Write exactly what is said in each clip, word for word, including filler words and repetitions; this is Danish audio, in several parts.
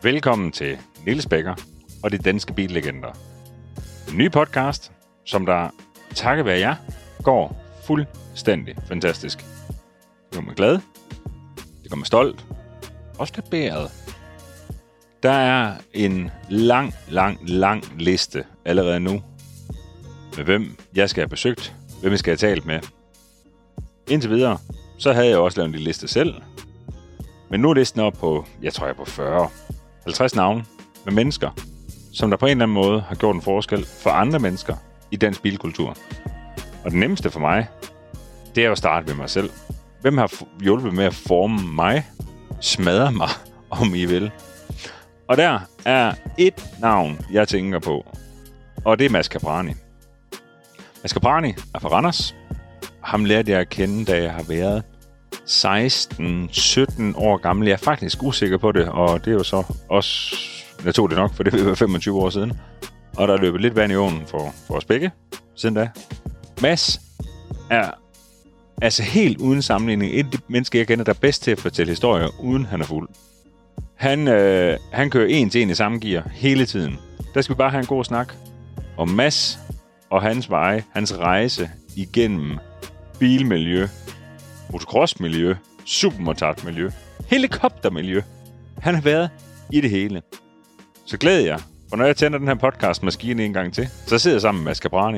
Velkommen til Niels Becker og de danske billegender. En ny podcast, som der, takket være jer, går fuldstændig fantastisk. Det gør mig glad, det gør mig stolt, også lidt beæret. Der er en lang, lang, lang liste allerede nu, med hvem jeg skal have besøgt, hvem jeg skal have talt med. Indtil videre, så havde jeg også lavet en lille liste selv. Men nu er listen op på, jeg tror jeg er på fyrre, halvtreds navne med mennesker, som der på en eller anden måde har gjort en forskel for andre mennesker i dansk bilkultur. Og det nemmeste for mig, det er at starte med mig selv. Hvem har hjulpet med at forme mig, smadre mig, om I vil. Og der er et navn, jeg tænker på, og det er Mads Caprani. Mads Caprani er fra Randers. Ham lærte jeg at kende, da jeg har været seksten sytten år gammel. Jeg er faktisk usikker på det, og det er jo så også naturligt nok, for det vil være femogtyve år siden. Og der er løbet lidt vand i åen for, for os begge siden da. Mads er altså helt uden sammenligning et af de mennesker, jeg kender, der er bedst til at fortælle historier, uden han er fuld. Han, øh, han kører en til en i samme gear hele tiden. Der skal vi bare have en god snak om Mads og hans veje, hans rejse igennem bilmiljø, motocrossmiljø, supermotard-miljø, helikoptermiljø. Han har været i det hele. Så glæder jeg, for når jeg tænder den her podcast-maskine en gang til, så sidder jeg sammen med Mads Caprani.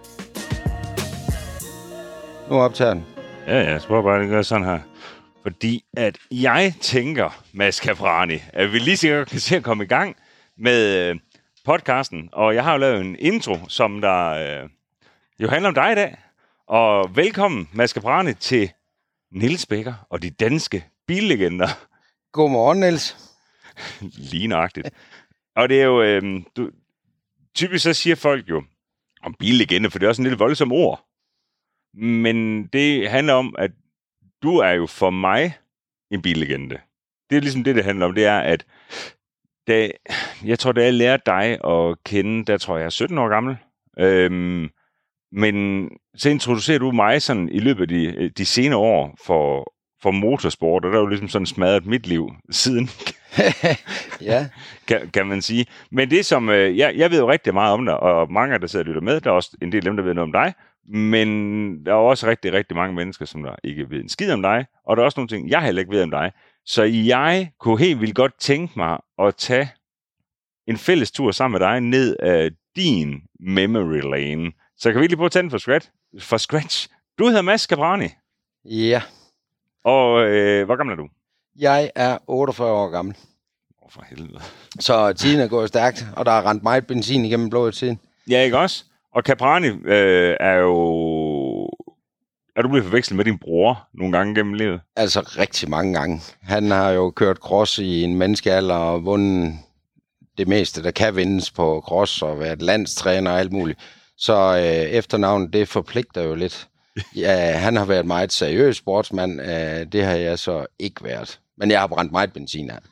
Nu optager den. Ja, ja, jeg tror bare, det gør sådan her. Fordi at jeg tænker, Mads Caprani, at vi lige sikkert kan se at komme i gang med podcasten. Og jeg har jo lavet en intro, som der øh, jo handler om dig i dag. Og velkommen, Mads Caprani, til Niels Becker og de danske billegender. Godmorgen, Niels. Lige nøjagtigt. Og det er jo, øh, du, typisk så siger folk jo om billegende, for det er også en lidt voldsom ord. Men det handler om, at du er jo for mig en billegende. Det er ligesom det, det handler om. Det er, at da, jeg tror, da jeg lærte dig at kende, der tror jeg, jeg er sytten år gammel. Øhm, men så introducerer du mig sådan i løbet af de, de senere år for, for motorsport, og der er jo ligesom sådan smadret mit liv siden, ja. kan, kan man sige. Men det som, øh, jeg, jeg ved jo rigtig meget om dig, og mange af der sidder og lytter med, der er også en del af dem, der ved noget om dig, men der er også rigtig, rigtig mange mennesker, som der ikke ved en skid om dig, og der er også nogle ting, jeg heller ikke ved om dig. Så jeg kunne helt vildt godt tænke mig at tage en fælles tur sammen med dig ned af din memory lane. Så kan vi lige prøve at tage den for scratch. For scratch. Du hedder Mads Caprani. Ja. Og øh, hvor gammel er du? Jeg er otteogfyrre år gammel. Åh, oh, for helvede. Så tiden er gået stærkt, og der er rendt meget benzin igennem blodet tiden. Ja, ikke også? Og Caprani øh, er jo... Er du blevet forvekslet med din bror nogle gange gennem livet? Altså rigtig mange gange. Han har jo kørt cross i en menneskealder og vundet det meste, der kan vindes på cross og været landstræner og alt muligt. Så øh, efternavnet, det forpligter jo lidt. Ja, han har været meget seriøs sportsmand. Øh, det har jeg så ikke været. Men jeg har brændt meget benzin af.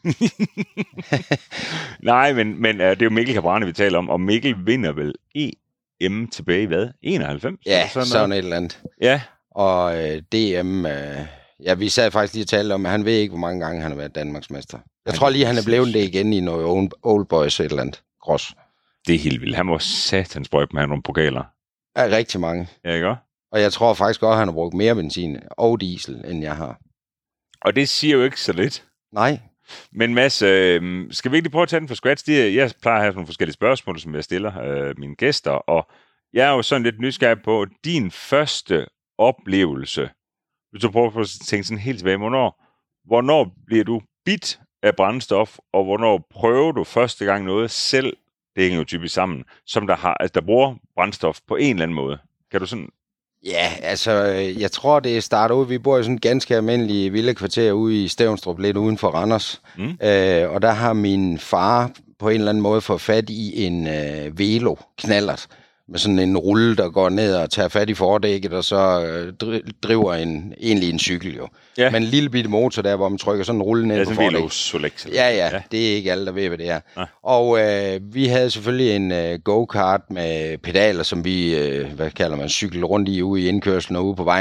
Nej, men, men øh, det er jo Mikkel Caprani, vi taler om. Og Mikkel vinder vel E M tilbage i hvad? enoghalvfems? Ja, sådan, sådan et eller andet. Ja. Og øh, D M, øh, ja, vi sad faktisk lige og talte om, at han ved ikke, hvor mange gange han har været Danmarksmester. Jeg tror lige, han er blevet det igen i noget Old Boys et eller andet. Cross. Det er helt vildt. Han må satans brøjt med nogle pokaler. Ja, rigtig mange. Ja, ikke også? Og jeg tror faktisk også, at han har brugt mere benzin og diesel, end jeg har. Og det siger jo ikke så lidt. Nej. Men Mads, øh, skal vi ikke lige prøve at tage den for scratch? Det, jeg plejer at have nogle forskellige spørgsmål, som jeg stiller øh, mine gæster, og jeg er jo sådan lidt nysgerrig på din første oplevelse. Hvis du prøver at tænke sådan helt tilbage, hvornår, hvornår bliver du bit af brændstof, og hvornår prøver du første gang noget selv, det hænger jo typisk sammen, som der, har, altså der bruger brændstof på en eller anden måde. Kan du sådan... Ja, altså, jeg tror, det starter ud. Vi bor i sådan et ganske almindeligt villakvarter ude i Stevnstrup, lidt uden for Randers. Mm. Øh, og der har min far på en eller anden måde fået fat i en øh, Velo knallert, med sådan en rulle, der går ned og tager fat i fordækket, og så øh, driver en, egentlig en cykel jo. Ja. Men en lille bitte motor der, hvor man trykker sådan en rulle ned på fordækket. Ja, ja, ja, det er ikke alle, der ved, hvad det er. Ja. Og øh, vi havde selvfølgelig en øh, go-kart med pedaler, som vi, øh, hvad kalder man, cyklede rundt i ude i indkørslen og ude på vejen.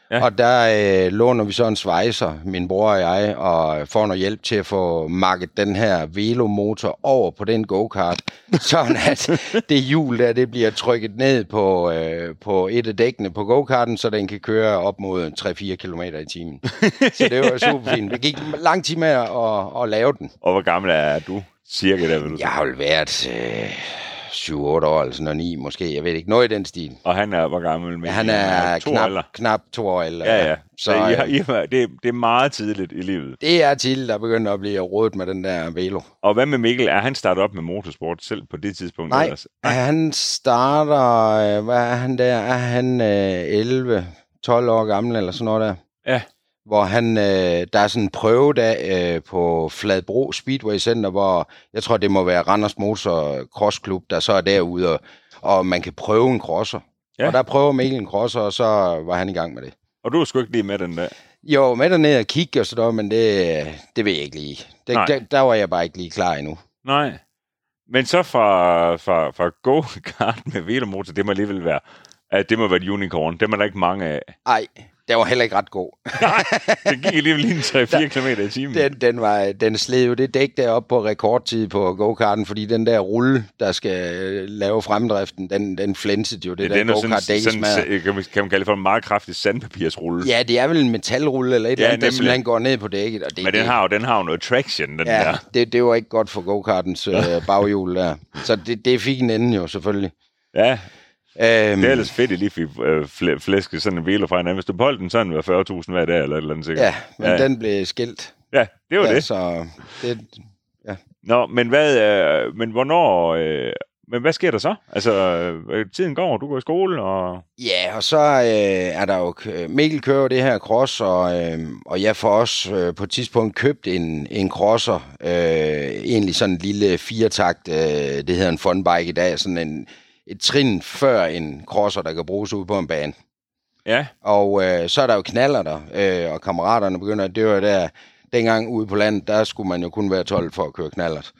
Ja. Og der øh, låner vi så en svejser, min bror og jeg, og får noget hjælp til at få makket den her velomotor over på den go-kart, sådan at det hjul der, det bliver trykket ned på, øh, på et af dækkene på go-karten, så den kan køre op mod tre til fire kilometer i timen. Så det var super fint. Det gik lang tid med at, at, at lave den. Og hvor gammel er du? Cirka der, vil du Jeg har jo været øh, syv otte år, eller sådan noget, ni måske. Jeg ved ikke, noget i den stil. Og han er hvor gammel? Men han er to knap, knap to år ældre. Ja, ja. Så, så I har, øh, I har, det, det er meget tidligt i livet. Det er tidligt, der begynder at blive rådet med den der velo. Og hvad med Mikkel? Er han startet op med motorsport selv på det tidspunkt? Nej, ellers? han starter... Hvad er han der? Er han øh, elleve tolv år gammel, eller sådan noget der? Ja. Hvor han, øh, der er sådan en prøvedag øh, på Fladbro Speedway Center, hvor jeg tror, det må være Randers Motor Cross Club, der så er derude, og, og man kan prøve en crosser. Ja. Og der prøver Mikkel en crosser, og så var han i gang med det. Og du er sgu ikke lige med den der? Jo, med dernede og kigge og sådan noget, men det, det ved jeg ikke lige. Det, der, der var jeg bare ikke lige klar endnu. Nej. Men så fra, fra, fra go-kart med velomotor, det må alligevel være, at det må være et unicorn. Det må der ikke mange af. Nej. Det var heller ikke ret god. Nej, det gik alligevel lige tre til fire kilometer i timen. Den, den, var, den sled jo det dæk deroppe på rekordtid på go-karten, fordi den der rulle, der skal lave fremdriften, den, den flænsede jo det ja, der go-kart-dæk. Sådan, sådan, kan, man, kan man kalde det for en meget kraftig sandpapirsrulle. Ja, det er vel en metalrulle eller et ja, eller andet, der simpelthen går ned på dækket. Og det, Men den har, jo, den har jo noget traction, den ja, der. Det, det var ikke godt for go-kartens øh, baghjul der. Så det, det fik en ende jo selvfølgelig. Ja. Øhm, det er ellers fedt, at lige fik øh, flæsket sådan en velo fra hinanden. Hvis du beholdt den sådan, var fyrre tusind hver dag, eller et eller andet sikkert. Ja, men ja. Den blev skilt. Ja, det var ja, det. Så det, ja. Nå, men hvad, øh, men hvornår, øh, men hvad sker der så? Altså, øh, tiden går, du går i skole, og... Ja, og så øh, er der jo, Mikkel kører det her cross, og, øh, og jeg får også øh, på et tidspunkt købt en, en crosser, øh, egentlig sådan en lille firetakt, øh, det hedder en funbike i dag, sådan en et trin før en crosser, der kan bruges ude på en bane. Ja. Og øh, så er der jo knaller der, øh, og kammeraterne begynder, det var der, dengang ude på landet, der skulle man jo kun være tolv for at køre knallert.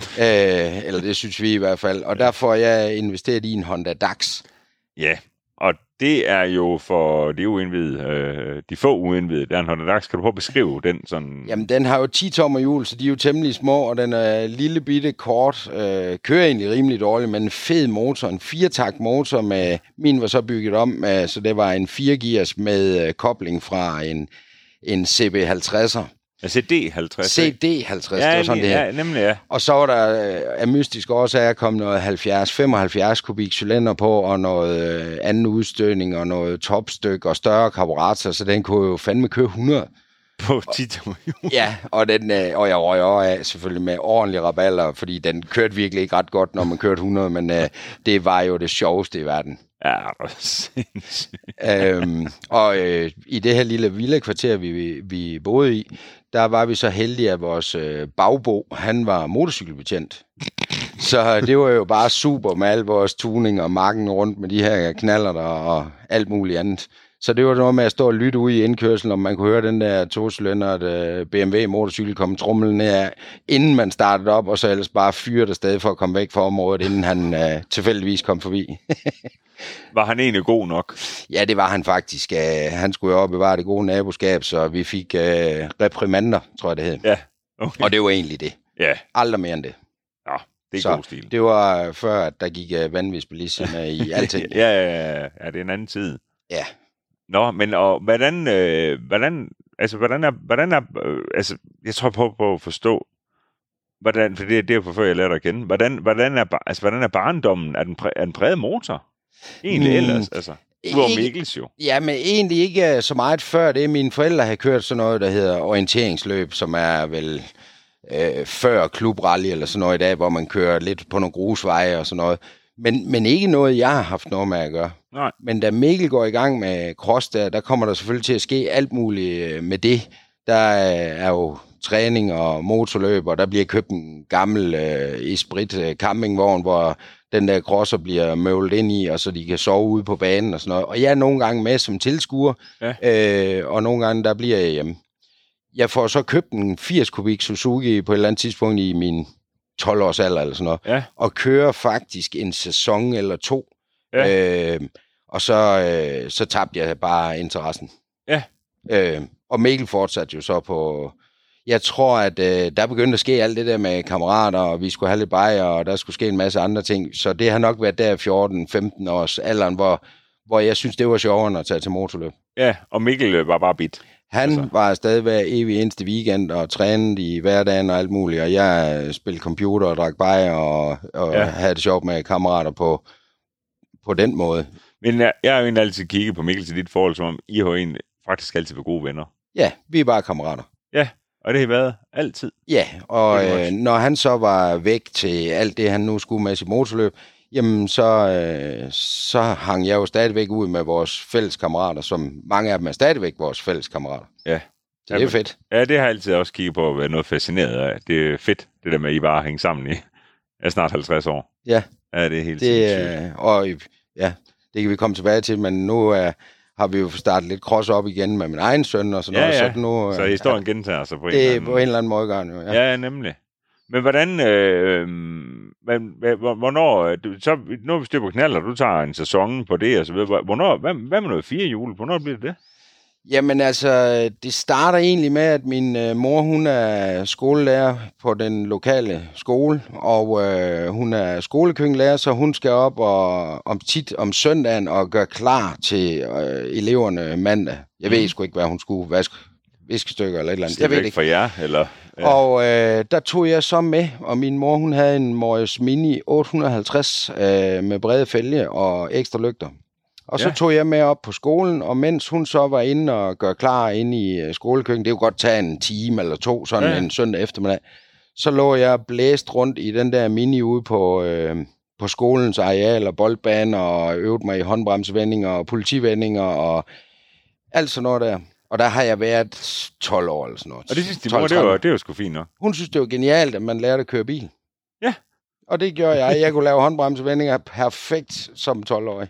øh, eller det synes vi i hvert fald. Og der får jeg investeret i en Honda Dax. Ja, og det er jo for de uindvidede, øh, de få uindvidede, der er en Honda Dax. Kan du prøve at beskrive den sådan? Jamen, den har jo ti tommer hjul, så de er jo temmelig små, og den er lille bitte kort. Øh, kører egentlig rimelig dårligt, men en fed motor, en firetakt motor med, min var så bygget om, med, så det var en fire gears med øh, kobling fra en, en C B halvtredser. Ja, C D halvtreds. C D halvtreds, ja, det var sådan det her. Ja, nemlig, ja. Og så var der af mystiske årsager kommet noget halvfjerds femoghalvfjerds kubik cylinder på, og noget øh, anden udstødning, og noget topstykke, og større karburator, så den kunne jo fandme køre hundrede. På ti tommer hjul. Ja, og, den, øh, og jeg røg over af selvfølgelig med ordentlige raballer, fordi den kørte virkelig ikke ret godt, når man kørte hundrede, men øh, det var jo det sjoveste i verden. Ja, det var sindssygt. øhm, og øh, i det her lille villakvarter, vi, vi boede i, der var vi så heldige, at vores øh, bagbo, han var motorcykelbetjent. Så det var jo bare super med al vores tuning og marken rundt med de her knaller der og alt muligt andet. Så det var noget med at stå og lytte ude i indkørslen, om man kunne høre den der tocylindrede B M W-motorcykel komme trumlen ned af, inden man startede op, og så ellers bare fyre der sted for at komme væk fra området, inden han øh, tilfældigvis kom forbi. Var han egentlig god nok? Ja, det var han faktisk. Han skulle jo bevare det gode naboskab, så vi fik øh, reprimander, tror jeg det hed. Ja, okay. Og det var egentlig det. Ja. Aldrig mere end det. Ja, det er så god stil. Det var før, at der gik uh, vanvidsbilisme i alting. ja, ja, ja, ja, det er en anden tid. Ja. Nå, men og hvordan, øh, hvordan, altså, hvordan er, hvordan er, øh, altså, jeg tror på, på at forstå, hvordan, for det, det er jo for før, jeg lærte at kende, hvordan, hvordan, er, altså, hvordan er barndommen, er den, præ, er den præget motor? Egentlig mm, ellers, altså, udover Mikkels jo. Ja, men egentlig ikke så meget før det. Mine forældre har kørt sådan noget, der hedder orienteringsløb, som er vel øh, før klubrally eller sådan noget i dag, hvor man kører lidt på nogle grusveje og sådan noget. Men, men ikke noget, jeg har haft noget med at gøre. Nej. Men da Mikkel går i gang med cross, der, der kommer der selvfølgelig til at ske alt muligt med det. Der er jo træning og motorløb, og der bliver købt en gammel øh, Esprit øh, campingvogn, hvor den der crosser bliver møvlet ind i, og så de kan sove ude på banen og sådan noget. Og jeg er nogle gange med som tilskuer, ja. øh, og nogle gange der bliver jeg hjemme. Jeg får så købt en firs kubik Suzuki på et eller andet tidspunkt i min tolv års alder eller sådan noget, ja. Og kører faktisk en sæson eller to. Ja. Øh, og så, øh, så tabte jeg bare interessen. Ja. Øh, og Mikkel fortsatte jo så på... Jeg tror, at øh, der begyndte at ske alt det der med kammerater, og vi skulle have lidt bajer, og der skulle ske en masse andre ting. Så det har nok været der fjorten femten års alderen, hvor, hvor jeg synes, det var sjovere end at tage til motorløb. Ja, og Mikkel var bare bit. Han altså. var stadig hver evig eneste weekend og trænede i hverdagen og alt muligt, og jeg spillede computer og drak bajer og, og ja. havde det sjovt med kammerater på, på den måde. Men jeg, jeg har jo egentlig altid kigget på Mikkel til dit forhold, som om I har egentlig faktisk altid været gode venner. Ja, vi er bare kammerater. Ja, og det har I været altid. Ja, og øh, når han så var væk til alt det, han nu skulle med sit motorløb, jamen så, øh, så hang jeg jo stadigvæk ud med vores fælles kammerater, som mange af dem er stadigvæk vores fælles kammerater. Ja. Så det er fedt. Ja, det har jeg altid også kigget på at være noget fascineret af. Det er fedt, det der med, at I bare hænger sammen i er snart halvtreds år. Ja. Ja, det er helt det, sindssygt. Øh, og ja, det kan vi komme tilbage til, men nu øh, har vi jo startet lidt cross op igen med min egen søn og sådan ja, noget. Ja. Så, nu, så historien ja, gentager sig på en det, eller anden på en eller anden måde. Gør, ja. ja, nemlig. Men hvordan, øh, men, hvornår, du, så nu er vi styr på knaller, du tager en sæson på det og så videre. Hvornår, hvad, hvad med noget fire jul? Hvornår bliver det det? Jamen altså, det starter egentlig med, at min øh, mor, hun er skolelærer på den lokale skole, og øh, hun er skolekøkkenlærer, så hun skal op og om tit om søndagen og gøre klar til øh, eleverne mandag. Jeg ved sgu ikke, hvad hun skulle vaske, viskestykker eller et eller andet. Jeg ved ikke for jer, eller? Ja. Og øh, der tog jeg så med, og min mor, hun havde en Morris Mini otte hundrede og halvtreds øh, med brede fælge og ekstra lygter. Og så ja. tog jeg med op på skolen, og mens hun så var inde og gør klar inde i skolekøkkenet, det kunne godt tage en time eller to, sådan ja. en søndag eftermiddag, så lå jeg blæst rundt i den der Mini ude på, øh, på skolens areal og boldbaner, og øvede mig i håndbremsevendinger og politivendinger og alt sådan noget der. Og der har jeg været tolv år eller sådan noget. Og det synes din mor, det var, det var sgu fint nok. Hun synes, det var genialt, at man lærte at køre bil. Ja. Og det gjorde jeg. Jeg kunne lave håndbremsevendinger perfekt som tolv-årig.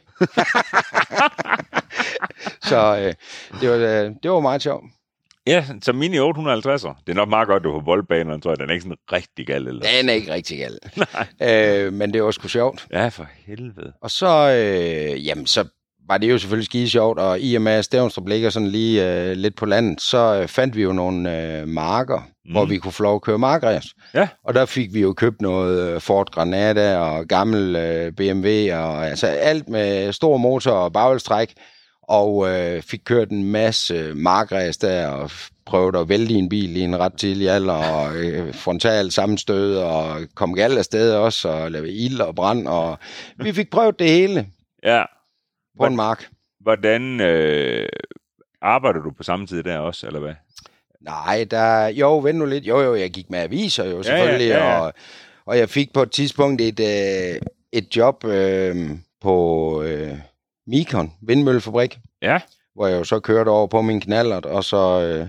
Så øh, det, var, øh, det var meget sjovt. Ja, så Mini otte hundrede og halvtredser. Det er nok meget godt, du er på boldbanerne, tror jeg. Den er ikke sådan rigtig gal, eller? Den er ikke rigtig gal. øh, men det var sgu sjovt. Ja, for helvede. Og så, øh, jamen, så var det jo selvfølgelig skide sjovt, og i og med at Stevnstrup ligger sådan lige øh, lidt på landet, så øh, fandt vi jo nogle øh, marker, mm. hvor vi kunne få lov at køre markræs. Ja. Og der fik vi jo købt noget øh, Ford Granada og gammel øh, B M W, og altså alt med stor motor og baghjulstræk, og øh, fik kørt en masse markræs der, og prøvede at vælte i en bil i en ret tidlig alder, og øh, frontal sammenstød, og kom galt afsted også, og lavede ild og brand, og vi fik prøvet det hele. Ja. På en mark. Hvordan øh, arbejder du på samme tid der også, eller hvad? Nej, der, jo, vent nu lidt. Jo, jo, jeg gik med aviser jo selvfølgelig, ja, ja, ja, ja. Og, og jeg fik på et tidspunkt et, øh, et job øh, på øh, Mikon, vindmøllefabrik, ja. Hvor jeg jo så kørte over på min knallert, og så, øh,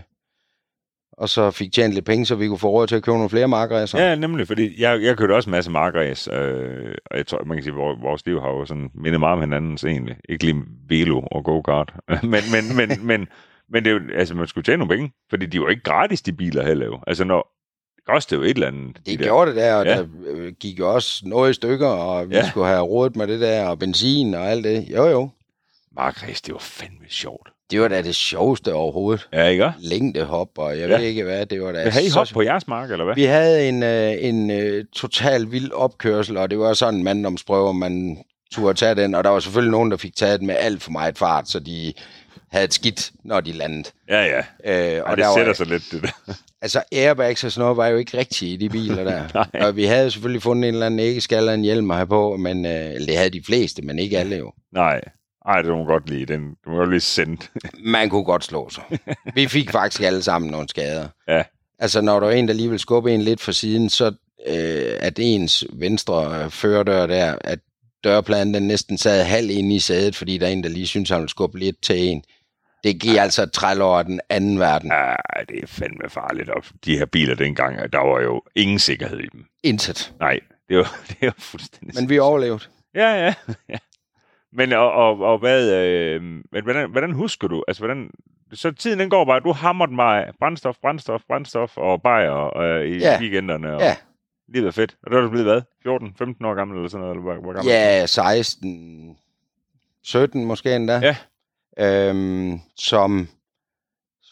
og så fik tjent lidt penge, så vi kunne få råd til at købe nogle flere markræser. Ja, nemlig, fordi jeg, jeg kørte også en masse markræs, øh, og jeg tror, man kan sige, at vores liv har jo sådan mindet meget om hinanden egentlig. Ikke lige velo og go-kart, men, men, men, men, men det er jo, altså, man skulle tjene nogle penge, fordi de var ikke gratis, de biler heller jo. Altså, når det kostede jo et eller andet. Det de gjorde det der, og ja. der gik jo også noget i stykker, og vi ja. skulle have rådet med det der, og benzin og alt det. Jo, jo. Markræs, det var fandme sjovt. Det var da det sjoveste overhovedet. Ja, ikke? Længdehop, og jeg ja. ved ikke hvad, det var da... Men havde I hop på jeres mark, eller hvad? Vi havde en, øh, en øh, total vild opkørsel, og det var sådan en mandomsprøve, man turde tage den, og der var selvfølgelig nogen, der fik taget den med alt for meget fart, så de havde et skidt, når de landede. Ja, ja. Øh, og ja det der sætter var, sig lidt, det der. Altså, airbags og sådan noget var jo ikke rigtigt i de biler der. Og vi havde selvfølgelig fundet en eller anden æggeskalle og en hjelm at have på, men øh, det havde de fleste, men ikke alle jo. Nej. Ej, det må man godt lide. Den må godt lige sendt. Man kunne godt slå sig. Vi fik faktisk alle sammen nogle skader. Ja. Altså, når der er en, der lige vil skubbe en lidt fra siden, så øh, at ens venstre førerdør der, at dørpladen den næsten sad halv inde i sædet, fordi der er en, der lige synes, han vil skubbe lidt til en. Det giver ja. altså et træl over den anden verden. Ja, det er fandme farligt. Og de her biler dengang, der var jo ingen sikkerhed i dem. Intet. Nej, det var, det var fuldstændig... Men vi overlevede. Ja, ja, ja. Men og, og, og hvad, øh, men hvordan, hvordan husker du, altså hvordan, så tiden den går bare, du hammer mig brændstof, brændstof, brændstof og bajer øh, i ja. weekenderne, og ja. livet er fedt. Og der er du blevet hvad? fjorten, femten år gammel eller sådan noget? Eller hvor, hvor gammel? Ja, seksten, sytten måske endda. Ja. Øhm, som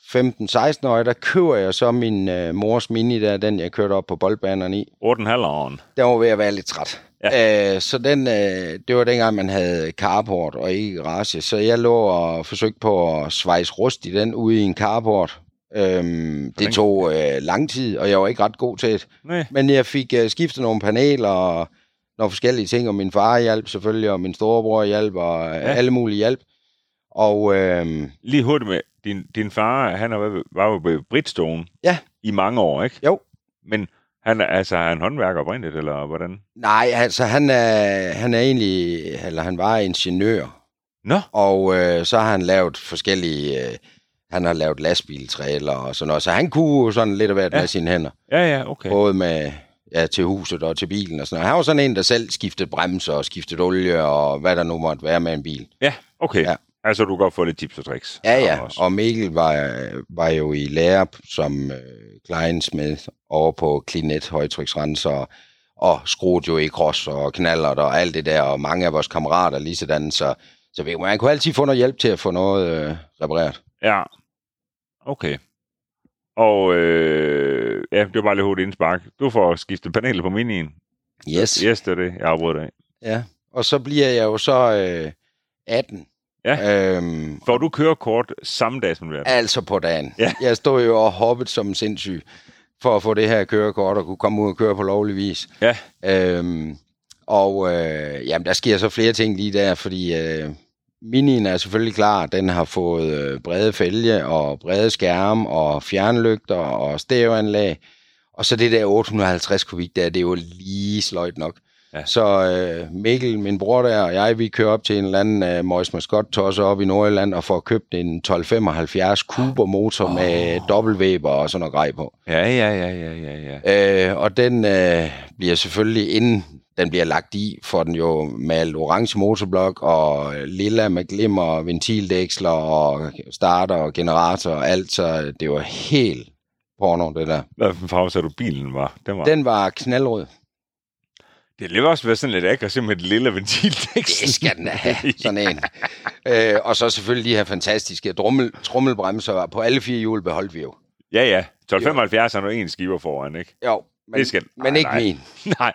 femten seksten år, der køber jeg så min øh, mors Mini, der, den jeg kørte op på boldbanerne i. otte komma fem år. Den var ved at være lidt træt. Ja. Øh, så den, øh, det var dengang, man havde carport og ikke garage. Så jeg lå og forsøgte på at svejse rust i den ude i en carport. Øhm, det tog øh, lang tid, og jeg var ikke ret god til det. Nej. Men jeg fik øh, skiftet nogle paneler og nogle forskellige ting, og min far hjalp selvfølgelig, og min storebror hjalp, og ja. alle mulige hjælp. Og, øhm, lige hurtigt med, din, din far, han var jo ved Bridgestone ja. i mange år, ikke? Jo. Men han er, altså, er han håndværker oprindeligt, eller hvordan? Nej, altså han er, han er egentlig, eller han var ingeniør. Nå. Og øh, så har han lavet forskellige, øh, han har lavet lastbiltræler og sådan noget, så han kunne sådan lidt af hvert ja. med sine hænder. Ja, ja, okay. Både med, ja, til huset og til bilen og sådan noget. Han var sådan en, der selv skiftede bremser og skiftede olie og hvad der nu måtte være med en bil. Ja, okay. Ja. Altså, du kan godt få lidt tips og tricks. Ja, ja. Og Mikkel var, var jo i lære som øh, kleinsmed over på Klinet højtryksrenser, og skruede jo i cross og knallert og alt det der, og mange af vores kammerater lige sådan, så, så man kunne altid få noget hjælp til at få noget øh, repareret. Ja, okay. Og øh, ja, det var bare lidt hurtigt indspark. Du får skiftet paneler på minien. Yes. Yes, det er det, jeg afbryder dig. Ja, og så bliver jeg jo så øh, atten. Ja. Øhm, får du kørekort samme dag som du er? Altså på dagen. Ja. Jeg stod jo og hoppede som en sindssyg for at få det her kørekort og kunne komme ud og køre på lovlig vis. Ja. Øhm, og øh, jamen, der sker så flere ting lige der, fordi øh, Minien er selvfølgelig klar. Den har fået øh, brede fælge og brede skærme og fjernlygter og stereoanlæg. Og så det der otte hundrede og halvtreds kubik der, det er jo lige sløjt nok. Ja. Så øh, Mikkel, min bror der, og jeg, vi kører op til en eller anden øh, Morris Mascot-tosser op i Nordjylland og får købt en tolv femoghalvfjerds Cooper motor oh. med dobbeltvæber og sådan noget grej på. Ja, ja, ja, ja, ja, ja. Øh, og den øh, bliver selvfølgelig, inden den bliver lagt i, får den jo malet orange motorblok og lilla med glimmer, ventildæksler og starter og generator og alt, så det var helt porno, det der. Hvad for en farve sagde du bilen var? Den var, den var knaldrød. Det lever også være sådan lidt aggressivt med et lille ventildæksel. Det skal den have, sådan en. øh, og så selvfølgelig de her fantastiske drummel, trummelbremser. På alle fire hjul beholdt vi jo. Ja, ja. tolv femoghalvfjerds har nu en skiver foran, ikke? Jo, men, det skal... men nej, ikke nej. min. Nej.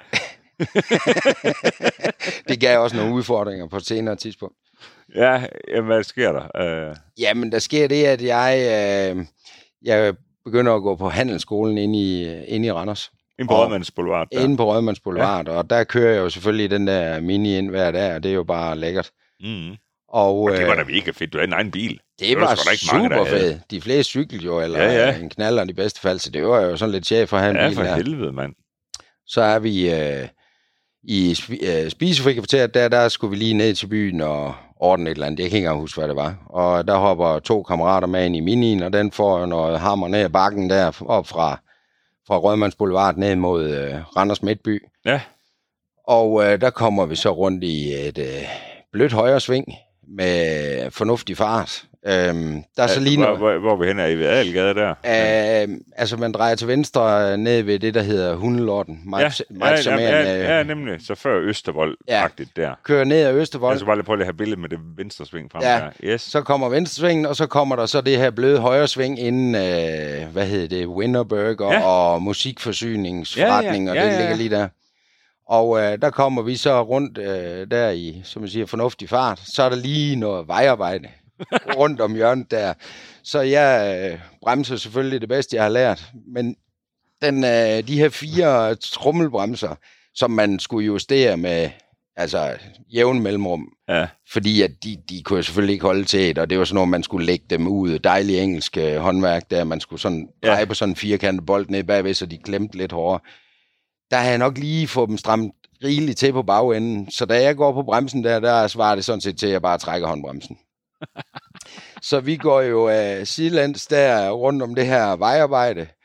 Det gav også nogle udfordringer på et senere tidspunkt. Ja, jamen, hvad sker der? Uh... Jamen, der sker det, at jeg, øh, jeg begynder at gå på handelsskolen inde i, inde i Randers. Inde på Rødmans Boulevard. Der. Inde på Rødmans Boulevard, ja. Og der kører jeg jo selvfølgelig den der Mini ind hver dag, og det er jo bare lækkert. Mm. Og, og det var da mega fedt, du havde en egen bil. Det, det var, var super fedt. De fleste cyklede jo, eller ja, ja. en knaller i bedste fald, så det var jo sådan lidt chef for at have en ja, bil for der. helvede, mand. Så er vi øh, i sp- øh, spisefrikvarteret, der, der skulle vi lige ned til byen og ordne et eller andet. Jeg kan ikke engang huske, hvad det var. Og der hopper to kammerater med ind i Minien, og den får noget hammer ned ad bakken der, op fra fra Rødmans Boulevard ned mod øh, Randers Midtby. Ja. Og øh, der kommer vi så rundt i et øh, blødt højre sving med fornuftig fart. Øhm, der er ja, så lige hvor, noget, hvor, hvor vi hen er i Adelgade der? Øh, altså man drejer til venstre ned ved det, der hedder Hundelorten. Ja, ja, ja, ja, øh, ja, nemlig. Så før Østervold-agtigt ja, der. Kører ned ad Østervold. Jeg skal bare lige prøve at have billedet med det venstre sving frem ja, der. Yes. Så kommer venstre svingen, og så kommer der så det her bløde højre sving inden, øh, hvad hedder det, Winterburger ja. og musikforsyningsforretning, ja, ja, ja, og det ja, ja. ligger lige der. Og øh, der kommer vi så rundt øh, der i, som man siger, fornuftig fart. Så er der lige noget vejarbejde rundt om hjørnet der. Så jeg øh, bremser selvfølgelig det bedste, jeg har lært. Men den, øh, de her fire trommelbremser, som man skulle justere med altså jævn mellemrum, ja. fordi at de, de kunne selvfølgelig ikke holde til et, og det var sådan noget, man skulle lægge dem ud. Dejlig engelsk øh, håndværk der, man skulle sådan dreje ja. på sådan en firkantet bold ned bagved, så de klemte lidt hårdere. Der har jeg nok lige fået dem strammet rigeligt til på bagenden. Så da jeg går på bremsen der, der svarer det sådan set til, at jeg bare trækker håndbremsen. Så vi går jo uh, sidelæns der rundt om det her vejarbejde.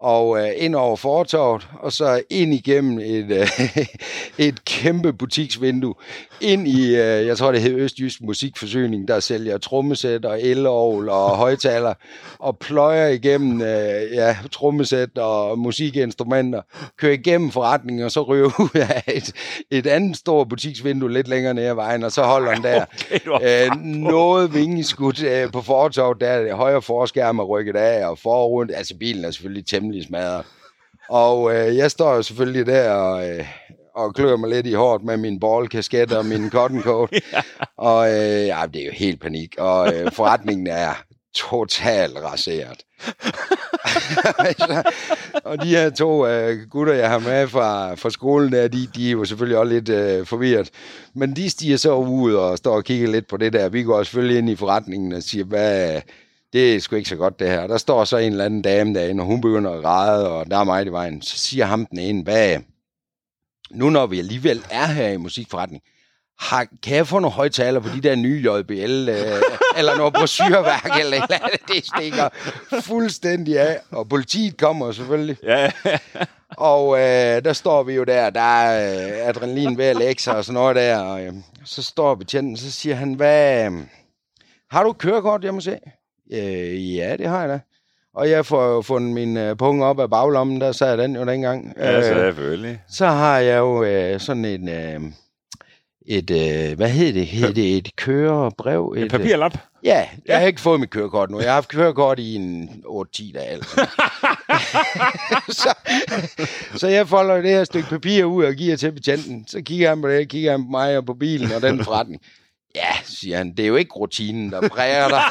og øh, ind over fortovet, og så ind igennem et, øh, et kæmpe butiksvindue, ind i, øh, jeg tror det hedder Østjysk Musikforsyning, der sælger trommesæt og elorgel og højtaler, og pløjer igennem øh, ja, trommesæt og musikinstrumenter, kører igennem forretningen, og så ryger ud af et, et andet stort butiksvindue lidt længere ned ad vejen, og så holder han der okay, øh, noget vingeskudt øh, på fortovet, der er højre forskærm er rykket af, og forrundt, altså bilen er selvfølgelig temmelig smadret. Og øh, jeg står jo selvfølgelig der og, øh, og klør mig lidt i hårdt med min ballkasket og min cotton coat. Ja. Og øh, ja, det er jo helt panik. Og øh, forretningen er totalt raseret. Og de her to øh, gutter, jeg har med fra, fra skolen, der, de, de er jo selvfølgelig også lidt øh, forvirret. Men de stiger så ud og står og kigger lidt på det der. Vi går selvfølgelig ind i forretningen og siger, hvad... Det er sgu ikke så godt, det her. Der står så en eller anden dame derinde, og hun begynder at græde, og der er meget i vejen. Så siger ham den ene, hvad... Nu når vi alligevel er her i musikforretning, har, kan jeg få nogle højtaler på de der nye J B L, øh, eller noget brochureværk, eller et eller andet, det stikker fuldstændig af. Og politiet kommer selvfølgelig. Ja. Og øh, der står vi jo der, der er øh, adrenalin ved at lægge sig og sådan noget der. Og øh, så står betjenten, så siger han, hvad... Øh, har du kørekort, jeg må se? Øh, ja, det har jeg da. Og jeg får jo fundet min øh, punkt op af baglommen, der sad den jo dengang. Ja, selvfølgelig. Så har jeg jo øh, sådan en, øh, et, øh, hvad hedder det? Hedder det et kørebrev? Et, et papirlap? Øh, ja, jeg ja. har ikke fået mit kørekort nu. Jeg har haft kørekort i en otte ti dage. Altså. så, så jeg folder det her stykke papir ud og giver til betjenten. Så kigger han på det, kigger han på mig og på bilen og den forretning. Ja, siger han, det er jo ikke rutinen, der præger dig.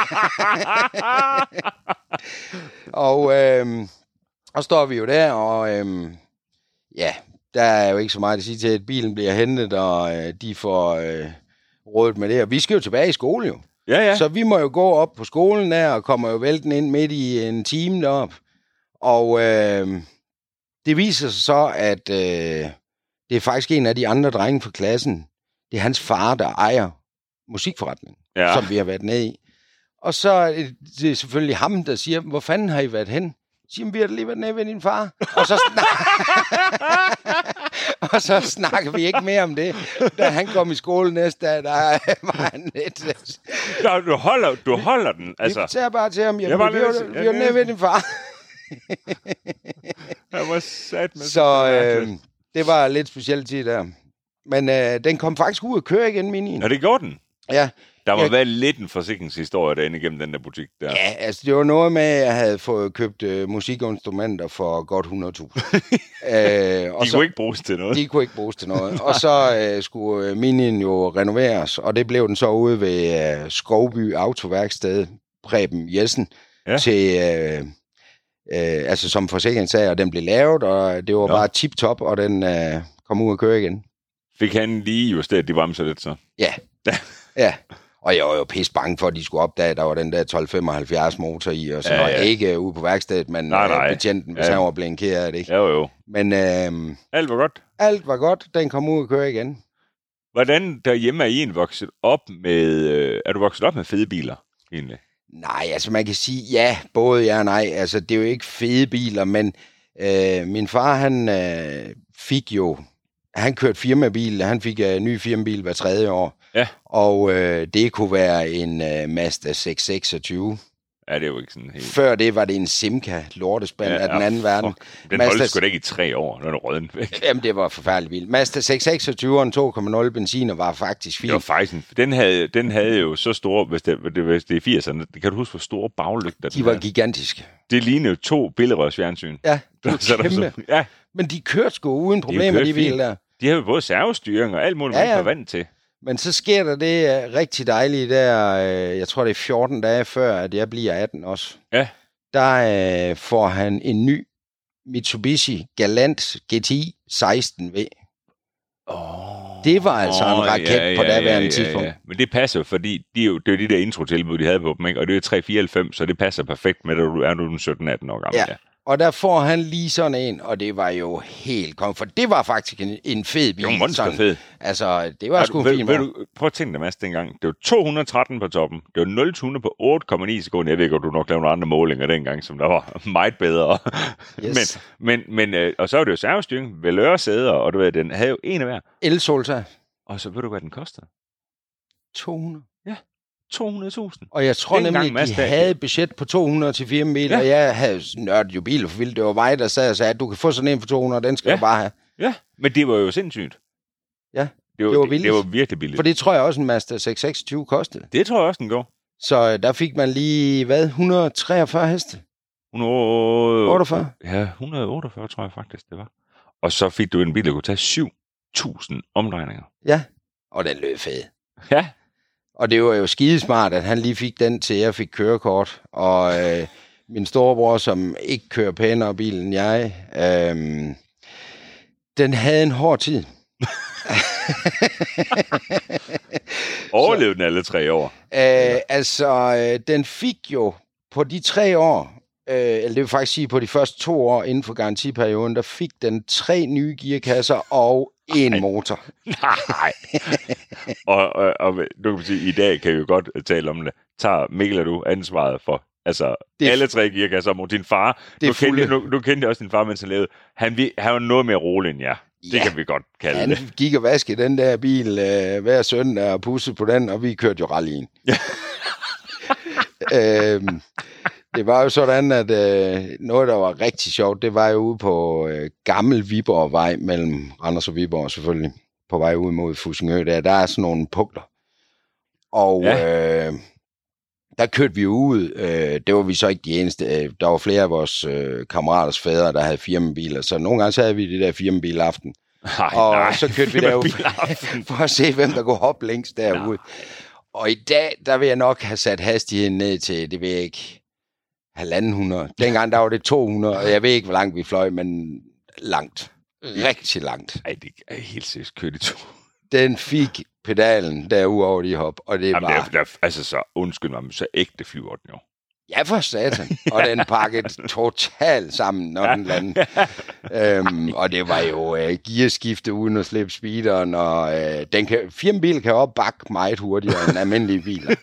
og, øhm, og står vi jo der, og øhm, ja, der er jo ikke så meget at sige til, at bilen bliver hentet, og øh, de får øh, rådet med det. Og vi skal jo tilbage i skole jo. Ja, ja. Så vi må jo gå op på skolen der, og kommer jo vælten ind midt i en time derop. Og øh, det viser sig så, at øh, det er faktisk en af de andre drenge fra klassen. Det er hans far, der ejer musikforretningen, ja. Som vi har været nede i. Og så er det selvfølgelig ham, der siger, hvor fanden har I været hen? Siger, vi har lige været nede ved din far. Og så, snak... og så snakker vi ikke mere om det. Da han kom i skole næste dag, der var han lidt... Nå, du holder, du holder den, altså. Vi tager bare til ham, jamen, vi, vi, vi var nede ved din far. Jeg var sat med så øh, det var lidt specielt tid der. Men øh, den kom faktisk ud og køre igen, minien. Nå, det gjorde den? Ja. Der må jeg... være lidt en forsikringshistorie derinde igennem den der butik der. Ja, altså det var noget med, at jeg havde fået købt øh, musikinstrumenter for godt hundrede tusind. øh, og de så, kunne ikke bruges til noget. De kunne ikke bruges til noget. Og så øh, skulle minien jo renoveres, og det blev den så ude ved øh, Skovby Autoværksted, Preben Jessen, ja. til... Øh, øh, altså som forsikringsager, og den blev lavet, og det var Nå. bare tip-top, og den øh, kom ud og køre igen. Fik han lige justeret de bremser lidt så? Ja, ja. Og jeg var jo pisse bange for, at de skulle opdage, at der var den der tolv femoghalvfjerds motor i, og så ja, ja. Ikke ude på værkstedet, men nej, nej. betjenten, hvis ja. han var blevet ked af det, ikke? Jo, jo. Men øh, alt var godt? Alt var godt. Den kom ud og køre igen. Hvordan derhjemme er I en vokset op med... Øh, er du vokset op med fede biler, egentlig? Nej, altså man kan sige ja, både ja og nej. Altså det er jo ikke fede biler, men øh, min far, han øh, fik jo... Han kørte firmabil, han fik en uh, ny firmabil hver tredje år. Ja. Og øh, det kunne være en uh, Mazda seks seksogtyve. Ja, det er jo ikke sådan helt... Før det var det en Simca lortespand ja, af den anden ja, verden. Den Mazda... holdt sgu da ikke i tre år, når den rød væk. Jamen, det var forfærdeligt vildt. Mazda seks seksogtyve og en to komma nul benziner var faktisk fint. Det var faktisk en... Den havde, den havde jo så store, hvis det, hvis det er firserne, kan du huske, hvor store baglygter de var havde? Gigantiske. Det lignede jo to billedrørsfjernsyn. Ja, det var kæmpe. Ja. Men de kørte sgu uden problemer, de biler der. De har jo både servostyring og alt muligt, man ja, ja. Kan vant til. Men så sker der det uh, rigtig dejlige der, uh, jeg tror det er fjorten dage før, at jeg bliver atten også. Ja. Der uh, får han en ny Mitsubishi Galant G T I seksten V. Oh, det var altså oh, en raket ja, ja, på daværende ja, ja, tidspunkt. Ja. Men det passer jo, fordi de er jo, det er jo de der introtilbud, de havde på dem, ikke? Og det er tre fireoghalvfems, så det passer perfekt med, at du er nu sytten atten år gammel. Ja. Ja. Og der får han lige sådan en, og det var jo helt kom, for det var faktisk en, en fed bil. Det var monsterfed. Altså, det var ja, sgu en fin bil. Prøv at tænke dig, Mads, dengang. Det var to hundrede og tretten på toppen. Det var nul tusind på otte komma ni sekunder. Jeg ved ikke, om du nok lavede nogle andre målinger dengang, som der var meget bedre. Yes. men, men, men, øh, og så var det jo servostyring, veløresæder, og du ved, den havde jo en af hver. El-soltag. Og så ved du, hvad den kostede? to hundrede. Ja. to hundrede tusind. Og jeg tror nemlig, at de havde et budget på to hundrede til firmabiler, ja. Og jeg havde nørdet jo biler for vildt. Det var mig, der sagde og sagde, at du kan få sådan en for to hundrede, den skal ja. du bare have. Ja, men det var jo sindssygt. Ja, det var, det var billigt. Det var virkelig billigt. For det tror jeg også, en Mazda seks seksogtyve kostede. Det tror jeg også, den går. Så der fik man lige, hvad, et hundrede og treogfyrre heste? et hundrede og otteogfyrre? Ja, et hundrede og otteogfyrre tror jeg faktisk, det var. Og så fik du en bil, der kunne tage syv tusind omdrejninger. Ja, og den løb fed. Ja. Og det var jo skidesmart, at han lige fik den til, jeg fik kørekort. Og øh, min storebror, som ikke kører pænere bil end jeg, øh, den havde en hård tid. Overlevede den alle tre år? Øh, altså, øh, den fik jo på de tre år, øh, eller det vil faktisk sige på de første to år inden for garantiperioden, der fik den tre nye gearkasser og en motor. Nej. og, og, og du kan sige, i dag kan vi jo godt tale om det. Tager Mikkel og du ansvaret for altså det, alle tre gearkasser mod din far? Du kendte, du, du kendte også din far, mens han levede. Han, han var noget mere rolig end jer. Det ja, kan vi godt kalde han det. Han gik og vaskede den der bil øh, hver søndag og pudsede på den, og vi kørte jo rallyen. Ja. øhm, det var jo sådan, at øh, noget, der var rigtig sjovt, det var jo ude på øh, gammel Viborgvej mellem Randers og Viborg selvfølgelig, på vej ud mod Fussingø. Der, der er sådan nogle punkter. Og ja. øh, der kørte vi ud. Øh, det var vi så ikke de eneste. Øh, der var flere af vores øh, kammeraters fædre, der havde firmabiler. Så nogle gange så havde vi det der firmabil aften. Nej, og nej, så kørte vi derud for at se, hvem der går hoppe længst derude. Nej. Og i dag, der vil jeg nok have sat hastigheden ned til, det ved jeg ikke, halvanden hundrede. Dengang der var det to hundrede, og jeg ved ikke, hvor langt vi fløj, men langt. Rigtig langt. Ej, det er helt seriøst kørt i to. Den fik pedalen derude over de hop, og det Jamen, var... Der, der, altså så, undskyld mig, så ægte flyver den jo. Ja, for satan. Og den pakkede totalt sammen, når den landede. øhm, og det var jo øh, gearskifte uden at slippe speederen, og øh, den kan, firmabil kan også bakke meget hurtigere end almindelige biler.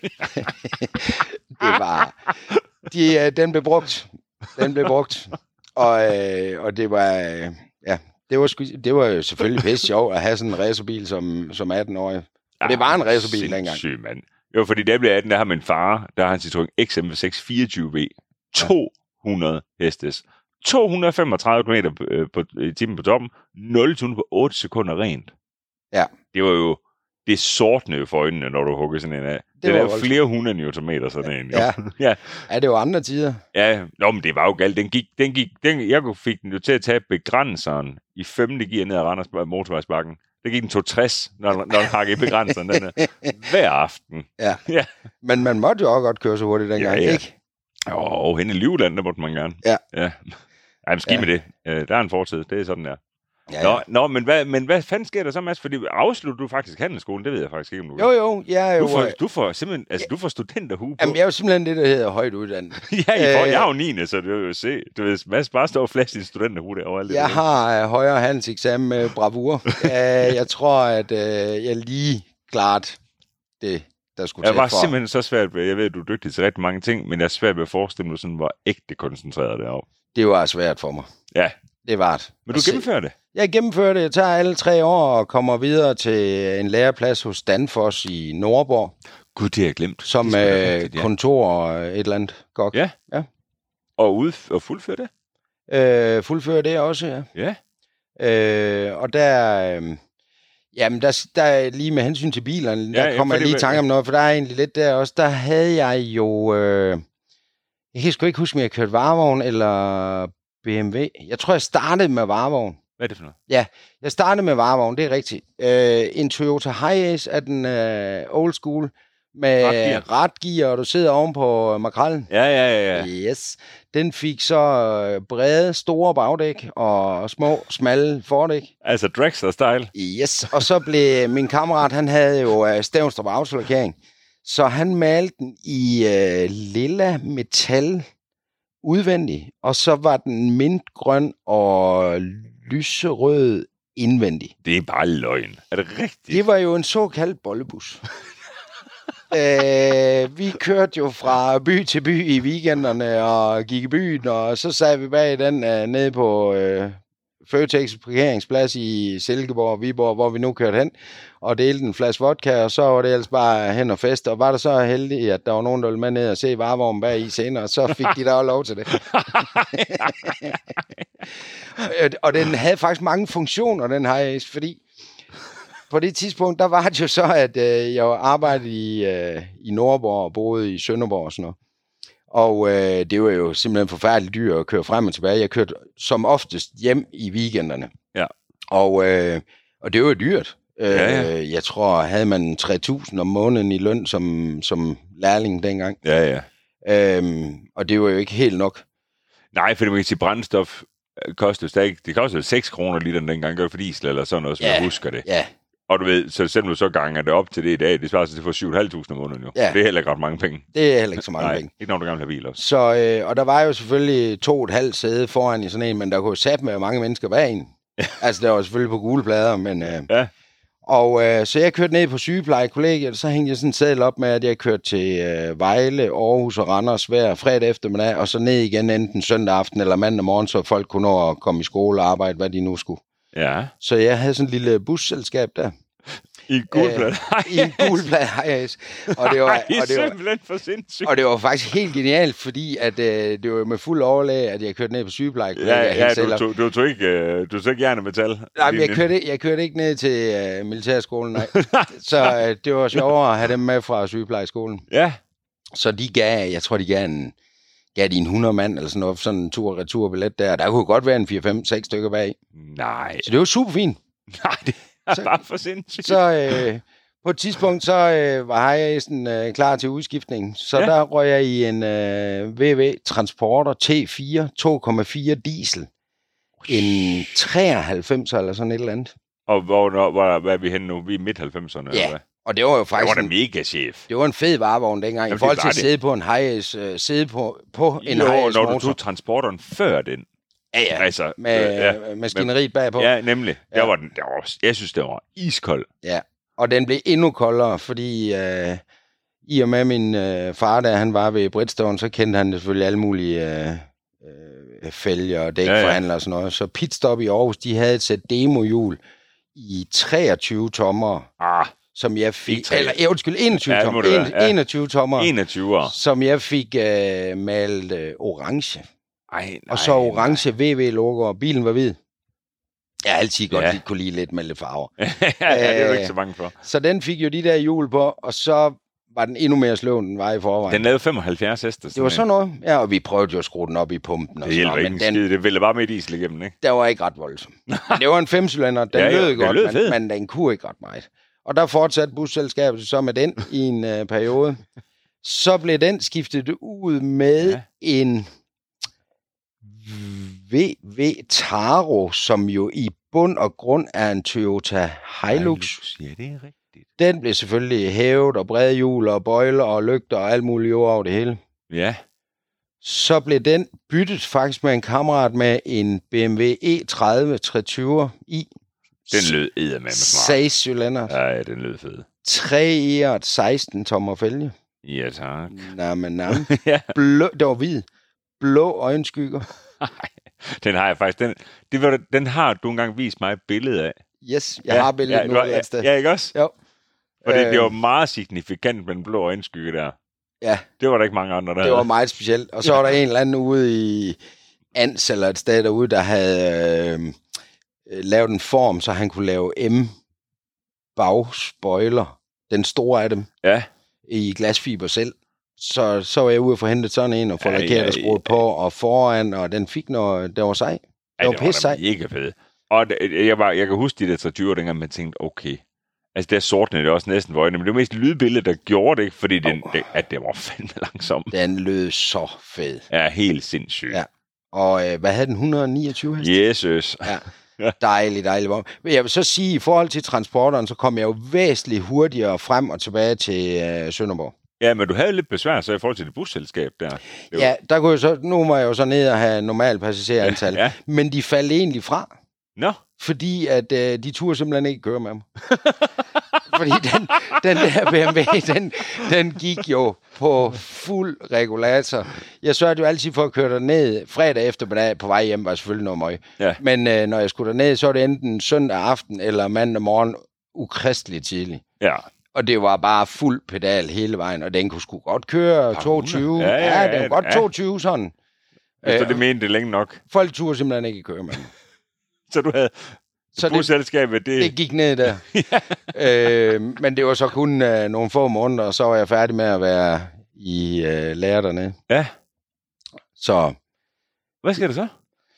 det var... De, øh, den blev brugt. Den blev brugt. Og, øh, og det var... Øh, ja, det var, sgu, det var jo selvfølgelig pisse sjovt at have sådan en racerbil som, som atten-årig. Og det var en racerbil dengang. Sindssygt, mand. Jo, fordi da jeg blev atten, der har min far, der har han Citroën X M V seks fireogtyve V. to hundrede hestes. to hundrede og femogtredive kilometer på, på, i timen på toppen. nul tusind på otte sekunder rent. Ja. Det var jo... Det sortnede jo for øjnene, når du hugger sådan en af. Det, det er flere hundrede newtonmeter, sådan en. Ja. ja. Ja, det var andre tider. Ja, nå, men det var jo galt. Den gik, den gik, den, jeg fik den jo til at tage begrænseren i femte gear ned ad Randers motorvejsbakken. Der gik den to tres, når, når den hakkede i begrænseren den der. Hver aften. Ja. ja. Men man måtte jo også godt køre så hurtigt dengang, ja, ja. ikke? Jo, hen i Livland, der måtte man gerne. Ja. Ja. Ej, men skidt ja. med det. Der er en fortid. Det er sådan der. Ja, nå, ja. nå, men hvad, men hvad fanden sker der så, Mads? Fordi afslutter du faktisk handelsskolen? Det ved jeg faktisk ikke, om du Jo, jo, jeg er jo... Du får, du får simpelthen, altså ja. du får studenterhue på. Jamen, jeg er jo simpelthen det, der hedder højt uddannet. ja, I får, øh, jeg er jo niende, så du vil jo se. Du ved, Mads bare står og flash din studenterhue der overalt. Jeg har uh, højere handelseksamen med bravur. uh, jeg tror, at uh, jeg lige klart det, der skulle til for. Jeg var simpelthen så svært ved, jeg ved, at du er dygtig til rigtig mange ting, men jeg er svært ved at forestille mig sådan, hvor ægte koncentreret det er. Det var svært for mig. Ja. Det var det. Men du gennemfører det? Jeg gennemfører det. Jeg tager alle tre år og kommer videre til en læreplads hos Danfoss i Nordborg. Gud, det har jeg glemt. Som øh, rigtigt, ja. kontor et eller andet. Godt. Ja. ja. Og, ud, og fuldføre det? Øh, fuldføre det også, ja. Ja. Øh, og der... Øh, jamen, der, der lige med hensyn til bilerne, ja, der kommer jeg lige i tanke om noget, for der er egentlig lidt der også. Der havde jeg jo... Øh, jeg kan sgu ikke huske, om jeg kørte varevogn eller... B M W. Jeg tror, jeg startede med varevogn. Hvad er det for noget? Ja, jeg startede med varevogn, det er rigtigt. Uh, en Toyota Hiace er den uh, old school, med ratgear, og du sidder oven på makrellen. Ja, ja, ja, ja. Yes. Den fik så brede, store bagdæk og små, smalle fordæk. Altså dragster-style? Yes, og så blev min kammerat, han havde jo uh, Stevnstrup autolakering, så han malte den i uh, lilla metal udvendig, og så var den mintgrøn og lyserød indvendig. Det er bare løgn. Er det rigtigt? Det var jo en såkaldt bollebus. øh, vi kørte jo fra by til by i weekenderne og gik i byen, og så sad vi bag den øh, nede på øh, Føtex parkeringsplads i Silkeborg og Viborg, hvor vi nu kørte hen, og delte en flaske vodka, og så var det ellers bare hen og fest, og var der så heldig, at der var nogen, der ville med ned og se varevognen bag i senere, så fik de der lov til det. Og den havde faktisk mange funktioner, den her, fordi på det tidspunkt, der var det jo så, at øh, jeg arbejdede i, øh, i Nordborg og boede i Sønderborg og sådan noget. Og øh, det var jo simpelthen forfærdeligt dyrt at køre frem og tilbage. Jeg kørte som oftest hjem i weekenderne. Ja. Og, øh, og det var jo dyrt. Ja, ja. Øh, jeg tror, havde man tre tusind om måneden i løn som, som lærling dengang. Ja, ja. Øhm, og det var jo ikke helt nok. Nej, for det man kan sige, brændstof kostede stadig, det kostede seks kroner literen dengang, gør det for diesel eller sådan noget, som ja, jeg husker det. Ja. Og du ved, så selvom du så ganger det op til det i dag, det svarer sig til at få syv tusind fem hundrede om måneden jo. Ja. Det er heller ikke ret mange penge. Det er heller ikke så mange Nej, penge. ikke når du gerne vil have bil også. Så, øh, og der var jo selvfølgelig to og et halvt sæde foran i sådan en, men der kunne jo sat med mange mennesker bag en. Altså, der var selvfølgelig på gule plader, men... Øh, ja. Og øh, så jeg kørte ned på sygeplejekollegiet, og så hængte jeg sådan en seddel op med, at jeg kørte til øh, Vejle, Aarhus og Randers hver fredag eftermiddag, og så ned igen enten søndag aften eller mandag morgen, så folk kunne nå at komme i skole og arbejde, hvad de nu skulle. Ja. Så jeg havde sådan en lille busselskab der. I en gulplade. Øh, I en gulplade, yes. Og det var, Ej, og det var, simpelthen for sindssygt. og det var faktisk helt genialt, fordi at, øh, det var med fuld overlæg, at jeg kørte ned på sygeplejekollegiet. Ja, ja, du, du, du tog ikke, øh, du tog ikke hjernemetal. Nej, men jeg kørte, jeg kørte ikke ned til øh, militærskolen, nej. Så øh, det var sjovere at have dem med fra sygeplejeskolen. Ja. Så de gav, jeg tror, de gav en, gav de en hundrede mand, eller sådan noget, sådan en tur-retur-billet der. Der kunne godt være en fire, fem, seks stykker bag. Nej. Så det var super fint. Nej, det er så, bare for sindssygt. Så øh, på et tidspunkt, så øh, var jeg sådan, øh, klar til udskiftning. Så ja. Der røg jeg i en øh, V W Transporter T fire, to komma fire diesel. En treoghalvfems eller sådan et eller andet. Og hvor, hvor, hvor, hvad er vi henne nu? Vi er midt halvfemserne, ja. Eller hvad? Og det var jo faktisk... Det var da mega chef. Det var en fed varevogn dengang. Jamen, i forhold til at sidde på en high uh, sidde på, på en high motor. Når du tog transporteren før den. Ja, ja. Altså, med ja, maskineriet bagpå. Ja, nemlig. Ja. Der var den, der var, jeg synes, det var iskold. Ja, og den blev endnu koldere, fordi uh, i og med min uh, far, da han var ved Bridgestone, så kendte han selvfølgelig alle mulige uh, uh, fælger og dækforhandlere ja, ja. Og sådan noget. Så Pitstop i Aarhus, de havde et sæt demohjul i treogtyve tommer. Ah. Som jeg fik, eller jeg undskyld, enogtyve ja, tommer, ja. enogtyve tommer, enogtyve som jeg fik uh, malet uh, orange. Ej, nej, og så orange V W-logo, og bilen var hvid. Jeg har altid godt ja. lige kunne lide lidt med lidt farver. ja, det er du ikke så bange for. Så den fik jo de der hjul på, og så var den endnu mere slå, end den var i forvejen. Den lavede femoghalvfjerds hester. Det var sådan noget. Ja, og vi prøvede jo at skrue den op i pumpen. Det hjælper ikke en skid. Det ville bare med diesel igennem, ikke? Der var ikke ret voldsomt. Det var en femcylinder. Den ja, lød godt, lød men, men den kunne ikke ret meget. Og der fortsatte busselskabet så med den i en uh, periode. Så blev den skiftet ud med ja. en V W Taro, som jo i bund og grund er en Toyota Hilux. Ja, det er rigtigt. Den blev selvfølgelig hævet og brede hjul og bøjler og lygter og alt muligt jord over det hele. Ja. Så blev den byttet faktisk med en kammerat med en B M W E tredive tre tyve i. Den lød eddermame smart. Seks cylinder. Ja, ja, den lød fed. tre E seksten tommer fælge. Ja, tak. Nå, men nå. ja. Blå, det var hvid. Blå øjenskygger. Den har jeg faktisk. Den, det var, den har du engang vist mig et billede af. Yes, jeg ja, har billedet ja, nu. Ja, ja, ja, ikke også? Jo. Og det, det var meget signifikant med den blå øjenskygge der. Ja. Det var der ikke mange andre, der Det havde. var meget specielt. Og så var der en eller anden ude i Ans eller et sted derude, der havde øh, lavet en form, så han kunne lave M-bagspoiler. Den store af dem. Ja. I glasfiber selv. Så, så var jeg ude og få hentet sådan en, og få ja, lakeret ja, og skruet ja. på, og foran, og den fik noget, der var sej. Det ja, var pisse sej. Det var mega fedt. Og jeg, var, jeg kan huske de der tre tyve dengang, man tænkte, okay, altså det er sortene, det er også næsten vøjne, men det var mest lydbilledet, der gjorde det ikke, fordi den, oh. det, at det var fandme langsom. Den lød så fed. Ja, helt sindssygt. Ja. Og øh, hvad havde den, et hundrede og niogtyve heste? Jesus. Ja. Dejligt, dejligt. Men jeg vil så sige, i forhold til transporteren, så kom jeg jo væsentligt hurtigere frem og tilbage til øh, Sønderborg. Ja, men du havde lidt besvær så i forhold til det busselskab der. Det ja, der kunne jeg så, nu må jeg jo så ned og have normal passagerantal. Ja, ja. Men de faldt egentlig fra. Nå. Fordi at øh, de turde simpelthen ikke køre med mig. Fordi den, den der B M W, den, den gik jo på fuld regulator. Jeg sørgede jo altid for at køre derned fredag eftermiddag. På vej hjem var selvfølgelig noget møg. Ja. Men øh, når jeg skulle derned, så var det enten søndag aften eller mandag morgen ukristeligt tidligt. Ja. Og det var bare fuld pedal hele vejen, og den kunne sgu godt køre toogtyve. Ja, ja, ja, ja, det var godt ja. toogtyve sådan. Efter det mente det længe nok. Folk turde simpelthen ikke køre med mig. Så du havde så busselskabet, det... det gik ned der. ja. øh, men det var så kun øh, nogle få måneder, og så var jeg færdig med at være i øh, lærer dernede. Ja. Så... Hvad sker der så?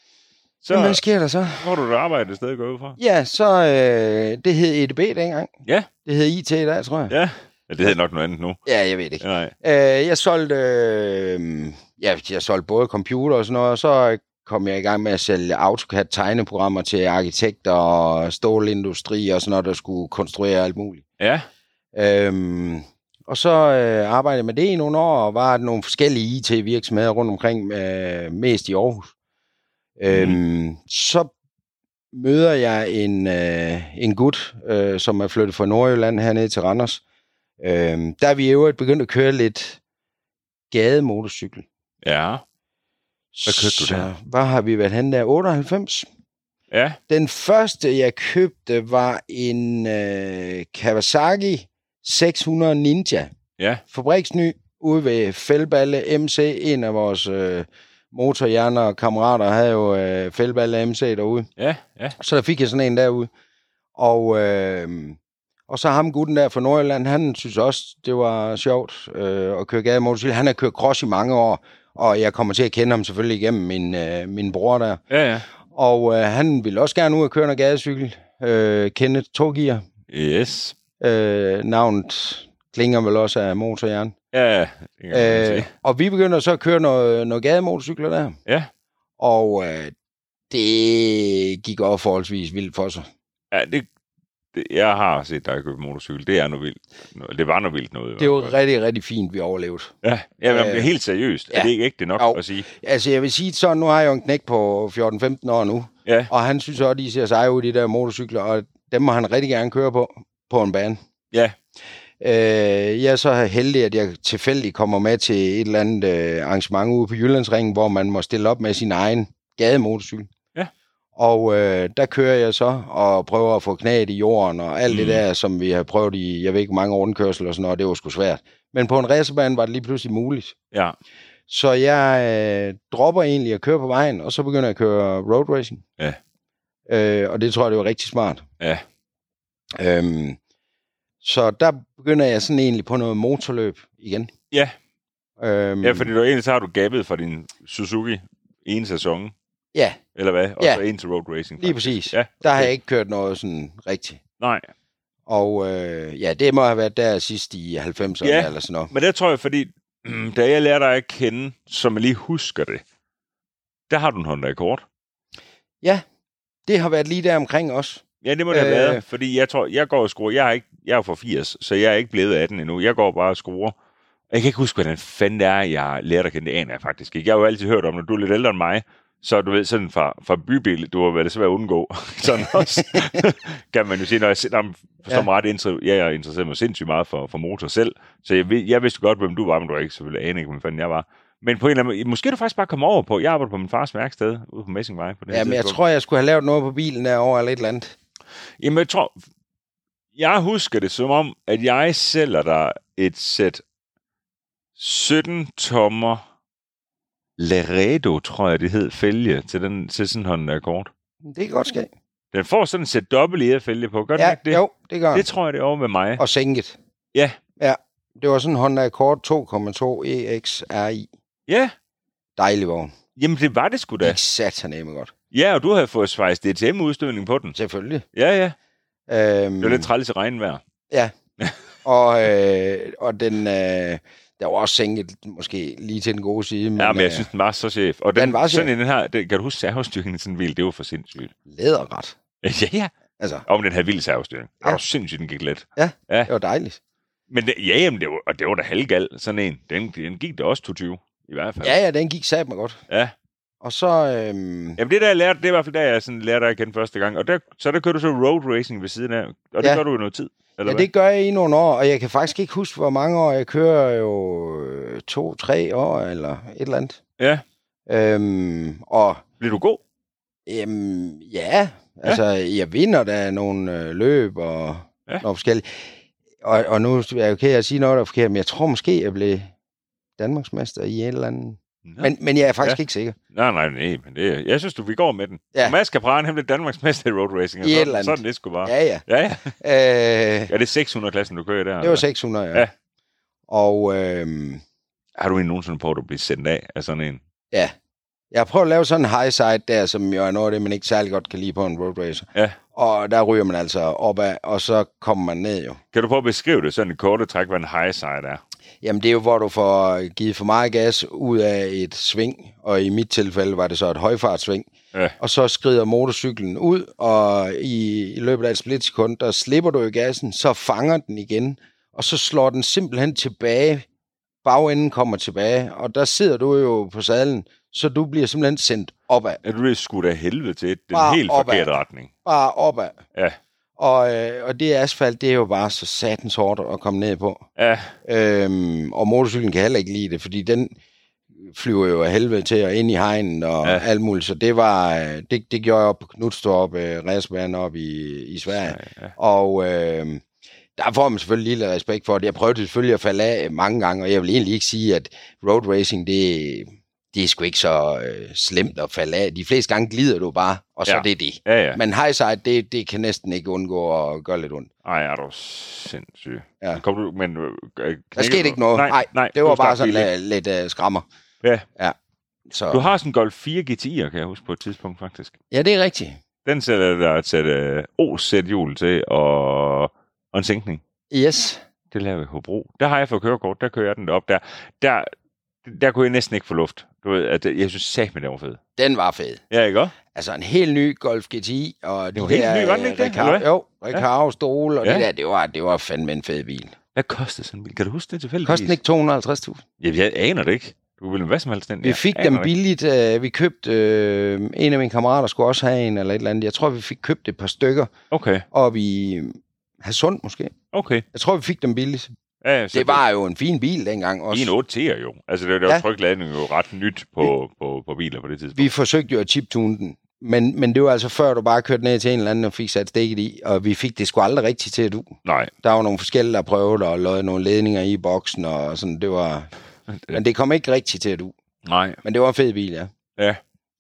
Så Jamen, hvad sker der så? Hvor du arbejde et sted gå ud fra? Ja, så øh, det hed E D B dengang. Ja. Det hed I T der, tror jeg. Ja, ja det hedder nok noget andet nu. Ja, jeg ved det ikke. Nej. Øh, jeg solgte, øh, ja, jeg solgte både computer og sådan noget, og så kom jeg i gang med at sælge AutoCAD-tegneprogrammer til arkitekter og stålindustri og sådan noget, der skulle konstruere alt muligt. Ja. Øhm, og så øh, arbejdede jeg med det i nogle år, og var nogle forskellige I T-virksomheder rundt omkring, øh, mest i Aarhus. Mm. Øhm, så møder jeg en, øh, en gut, øh, som er flyttet fra Nordjylland hernede til Randers. Øhm, der er vi jo begyndt at køre lidt gademotorcykel. Ja. Hvad købte du der? Hvad har vi været henne der? otteoghalvfems? Ja. Den første, jeg købte, var en øh, Kawasaki seks hundrede Ninja. Ja. Fabriksny, ude ved Fældballe M C. En af vores øh, motorhjerner og kammerater havde jo øh, Fældballe M C derude. Ja, ja. Så der fik jeg sådan en derude. Og, øh, og så ham gutten der fra Nordjylland, han synes også, det var sjovt øh, at køre gademotorcykel. Han har kørt cross i mange år. Og jeg kommer til at kende ham selvfølgelig igennem min, øh, min bror der. Ja, ja. Og øh, han ville også gerne ud og køre noget gadecykel. Øh, Kenneth Togier. Yes. Øh, navnet klinger vel også af motorjern. Ja, ja. Øh, og vi begynder så at køre noget, noget gademotorcykler der. Ja. Og øh, det gik også forholdsvis vildt for sig. Ja, det, det jeg har set dig købe motorcykel. Det er noget vildt. Det var noget vildt noget. Det var rigtig, rigtig fint, vi overlevede. Ja, ja men øh, helt seriøst. Ja. Er det ikke ægte nok jo. At sige? Altså, jeg vil sige sådan, nu har jeg jo en knæk på fjorten femten år nu. Ja. Og han synes også, at de ser sig ud, de der motorcykler, og dem må han rigtig gerne køre på, på en bane. Ja. Øh, jeg er så heldig, at jeg tilfældigt kommer med til et eller andet øh, arrangement ude på Jyllandsringen, hvor man må stille op med sin egen gademotorcykel. Ja. Og øh, der kører jeg så og prøver at få knæet i jorden og alt mm. det der, som vi har prøvet i, jeg ved ikke, mange rundkørsel og sådan noget, det var sgu svært. Men på en racerbane var det lige pludselig muligt. Ja. Så jeg øh, dropper egentlig at køre på vejen, og så begynder jeg at køre road racing. Ja. Øh, og det tror jeg, det var rigtig smart. Ja. Øhm, så der begynder jeg sådan egentlig på noget motorløb igen. Ja. Øhm, ja, fordi du egentlig så har du gabbet fra din Suzuki en sæson. Ja. Eller hvad? Og ja. så ind til road racing. Faktisk. Lige præcis. Ja. Der har jeg ikke kørt noget sådan rigtigt. Nej. Og øh, ja, det må have været der sidst i halvfemserne ja, eller sådan noget. Men det tror jeg, fordi da jeg lærte dig at kende, som jeg lige husker det, der har du en Honda Accord. Ja, det har været lige der omkring os. Ja, det må det have øh, været, fordi jeg tror, jeg går og skruer. Jeg er, ikke, jeg er fra firs, så jeg er ikke blevet atten endnu. Jeg går bare og skruer. Jeg kan ikke huske, hvordan fanden det er, jeg lærte at kende. Det aner jeg faktisk ikke. Jeg har jo altid hørt om, når du er lidt ældre end mig, så du ved, sådan fra, fra bybil, du har været svært at undgå. Sådan også, kan man jo sige, når jeg som ja. ret inter- ja, jeg interesserer mig sindssygt meget for, for motor selv, så jeg, jeg vidste godt, hvem du var, men du var ikke selvfølgelig aner ikke, hvem fanden jeg var. Men på en eller anden måde, måske du faktisk bare komme over på, jeg arbejder på min fars værksted, ude på Messingvej. På den ja, men jeg tror, jeg skulle have lavet noget på bilen derovre, eller et eller andet. Jamen, jeg tror, jeg husker det som om, at jeg sælger dig et sæt sytten tommer Laredo, tror jeg, det hed, fælge til, den, til sådan en Honda Accord. Det kan godt ske. Den får sådan et sæt dobbelt egerfælge på, gør ja, den ikke det? Jo, det gør det tror jeg, det er over med mig. Og sænket. Ja. Ja, det var sådan en Honda Accord to komma to E X R I. Ja. Dejlig vogn. Jamen, det var det sgu da. Det sataneme godt. Ja, og du havde fået svejst D T M-udstødning på den. Selvfølgelig. Ja, ja. Øhm, det var lidt træls i regnvejr. Ja. og, øh, og den... Øh, der var også sænket måske lige til den gode side. Men, ja, men jeg øh, synes, den var så chef. Og den, den var sådan i den her, den, kan du huske servostyrken i sådan en bil? Det var for sindssygt. Læderret. ja, ja. Altså. Om den havde vild servostyring. Ja. Det var sindssygt, den gik let. Ja, ja, det var dejligt. Men det, ja, jamen, det var, og det var da halvgal, sådan en. Den, den gik da også to tyve, i hvert fald. Ja, ja, den gik satme godt. Ja. Og så... Øhm... Jamen, det der jeg lærte, det er i hvert fald der, jeg sådan lærte dig igen første gang. Og der, så der kører du så road racing ved siden af. Og det ja. gør du i noget tid, eller Ja, hvad? det gør jeg i nogle år, og jeg kan faktisk ikke huske, hvor mange år. Jeg kører jo to, tre år, eller et eller andet. Ja. Øhm, og... Bliver du god? Øhm, ja, altså, ja. jeg vinder da nogle øh, løb og ja. noget forskelligt. Og, og nu er jeg okay at sige noget, der er forkert, men jeg tror måske, jeg blev Danmarksmester i en eller anden... Men, men jeg er faktisk ja. ikke sikker. Nej, nej, nej, men det, jeg synes, du vi går med den. Ja. Mads Capran, han blev Danmarksmester i road racing. I sådan, et eller andet. Sådan det skulle bare. Ja, ja. ja, ja. Øh, ja det er seks hundrede-klassen, du kører der. Det var seks hundrede, ja. ja. Og... Øhm, har du egentlig nogensinde på, at du bliver sendt af af sådan en? Ja. Jeg har prøvet at lave sådan en high side der, som jo er noget af det, man ikke særlig godt kan lide på en road racer. Ja. Og der ryger man altså opad, og så kommer man ned jo. Kan du prøve at beskrive det sådan i korte træk, hvad en high side er? Jamen det er jo, hvor du får givet for meget gas ud af et sving, og i mit tilfælde var det så et højfartsving. Ja. Og så skrider motorcyklen ud, og i, i løbet af et splitsekund, der slipper du i gassen, så fanger den igen, og så slår den simpelthen tilbage. Bagenden kommer tilbage, og der sidder du jo på sadlen, så du bliver simpelthen sendt opad. Er du bliver skudt af helvede til den bare helt opad. forkerte retning? Bare opad. Ja. Og, øh, og det asfalt, det er jo bare så satans hårdt at komme ned på. Ja. Øhm, og motorcyklen kan heller ikke lide det, fordi den flyver jo af helvede til og ind i hegnen og ja. alt muligt. Så det var det, det gjorde jeg op på Knudstorp, øh, racerbanen op i, i Sverige. Ja, ja. Og øh, der får man selvfølgelig lille respekt for det. Jeg prøvede selvfølgelig at falde af mange gange, og jeg vil egentlig ikke sige, at road racing, det, det er sgu ikke så øh, slemt at falde af. De fleste gange glider du bare, og så ja. det er det. Ja, ja. Men high side, det, det kan næsten ikke undgå at gøre lidt ondt. Nej, er du sindssyg. Ja. Kom du, men, øh, der skete ikke noget. Nej, nej, nej det var bare sådan la- lidt uh, skrammer. Ja. ja. Så. Du har sådan en Golf fire G T I'er, kan jeg huske på et tidspunkt faktisk. Ja, det er rigtigt. Den sætter der et sæt uh, O-sæt-hjul til, og, og en sænkning. Yes. Det laver vi i Hobro. Der har jeg fået kørekort, der kører jeg den derop. Der, der, der kunne jeg næsten ikke få luft. Du ved, at jeg synes sagt med, den var fed. Den var fed. Ja, ikke også? Altså en helt ny Golf G T I, og det var de helt der, ny, var den ikke Recaro, det? Jo, Recaro stole, og ja. det der, det var, det var fandme en fed bil. Hvad kostede sådan en bil? Kan du huske det tilfældigvis? Kostede den ikke to hundrede og halvtreds tusind? Ja, jeg aner det ikke. Du ville hvad som helst den. Vi fik dem billigt. Uh, vi købte, uh, en af mine kammerater skulle også have en, eller et eller andet. Jeg tror, vi fik købt et par stykker. Okay. Og vi Hadsund måske. Okay. Jeg tror, vi fik dem billigt. Ja, det var jo en fin bil dengang også. I en otte T'er jo. Altså, det, det var ja. trykladning jo ret nyt på, vi, på, på biler på det tidspunkt. Vi forsøgte jo at chiptune den, men, men det var altså før, du bare kørte ned til en eller anden og fik sat stikket i, og vi fik det sgu aldrig rigtigt til at du. Nej. Der var nogle forskellige, der prøvede og lavede nogle ledninger i boksen, og sådan, det var... Men det kom ikke rigtigt til at du. Nej. Men det var en fed bil, ja. Ja.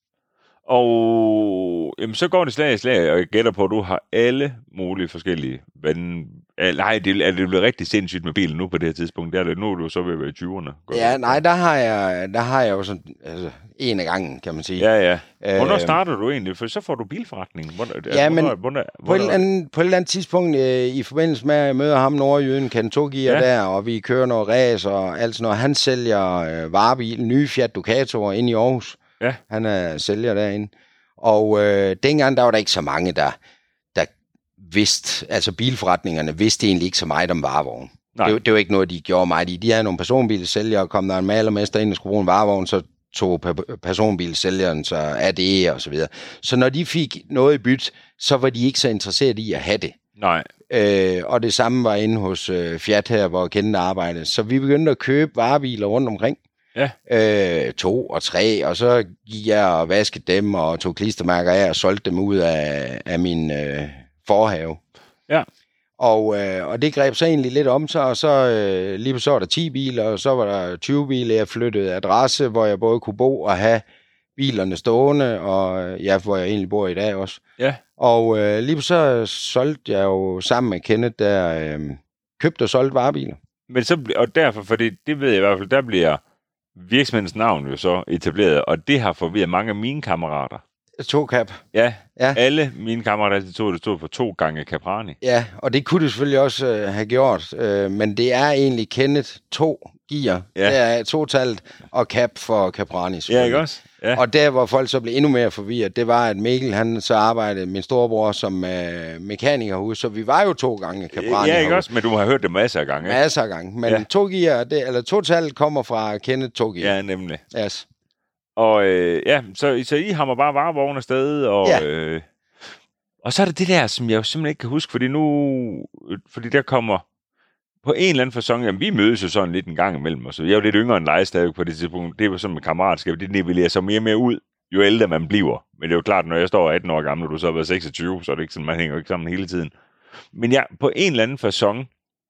Og jamen, så går det slag i slag, og jeg gætter på, at du har alle mulige forskellige vand... Nej, det er det blevet rigtig sindssygt med bilen nu på det her tidspunkt. Det er det. Nu er du så ved at være i tyverne. Ja, nej, der har jeg, der har jeg jo sådan, altså, en af gangen, kan man sige. Ja, ja. Hvornår øh, starter du egentlig? For så får du bilforretningen. Hvor, ja, altså, men hvornår, hvornår, på, et eller andet, på et eller andet tidspunkt, øh, i forbindelse med, at jeg møder ham nordjyden, Kentucky ja. der, og vi kører noget race og alt sådan noget. Han sælger øh, varebil, nye Fiat Ducato'er inde i Aarhus. Ja. Han er sælger derinde. Og øh, dengang, der var der ikke så mange, der, der vidste, altså bilforretningerne vidste egentlig ikke så meget om varevogn. Det, det var ikke noget, de gjorde meget i. De havde nogle personbilsælgere, og kom der en malermester ind og skulle bruge en varevogn, så tog personbilsælgeren så af det og så videre. Så når de fik noget i byt, så var de ikke så interesserede i at have det. Nej. Øh, og det samme var inde hos øh, Fiat her, hvor kendte arbejdede. Så vi begyndte at købe varebiler rundt omkring. Ja. Øh, to og tre, og så gik jeg og vaskede dem og tog klistermærker af og solgte dem ud af, af min øh, forhave. Ja. Og, øh, og det greb så egentlig lidt om sig, og så øh, lige så var der ti biler, og så var der tyve biler. Jeg flyttede adresse, hvor jeg både kunne bo og have bilerne stående, og ja, hvor jeg egentlig bor i dag også. Ja. Og øh, lige så solgte jeg jo sammen med Kenneth, der øh, købte og solgte varebiler. Men så, og derfor, for det, det ved jeg i hvert fald, der bliver virksomhedens navn jo så etableret, og det har forvirret mange af mine kammerater. To Cap. Ja, ja, alle mine kammerater altid tog, det stod for to gange Caprani. Ja, og det kunne det selvfølgelig også øh, have gjort, øh, men det er egentlig Kenneth to gear, ja. Det er totallet, og Cap for Caprani. Ja, ikke også? Ja. Og der, hvor folk så blev endnu mere forvirret, det var, at Mikkel, han så arbejdede, min storebror, som øh, mekaniker herude, så vi var jo to gange Caprani. Ja, ikke også? Men du har hørt det masser af gange, ikke? Masser af gange. Men ja. to gear, det, eller total kommer fra Kenneth to gear. Ja, nemlig. Yes. Og øh, ja, så, så I hammer bare varevogn afsted, og... Ja. Øh, og så er det det der, som jeg jo simpelthen ikke kan huske, fordi nu... Fordi der kommer... På en eller anden facon, jamen vi mødes jo sådan lidt en gang imellem, og så jeg er jo lidt yngre end dig stadig på det tidspunkt. Det er jo sådan med kammeratskab, det nivellerer så mere og mere ud, jo ældre man bliver. Men det er jo klart, når jeg står atten år gammel, og du så har været seksogtyve, så er det ikke sådan, man hænger jo ikke sammen hele tiden. Men ja, på en eller anden facon,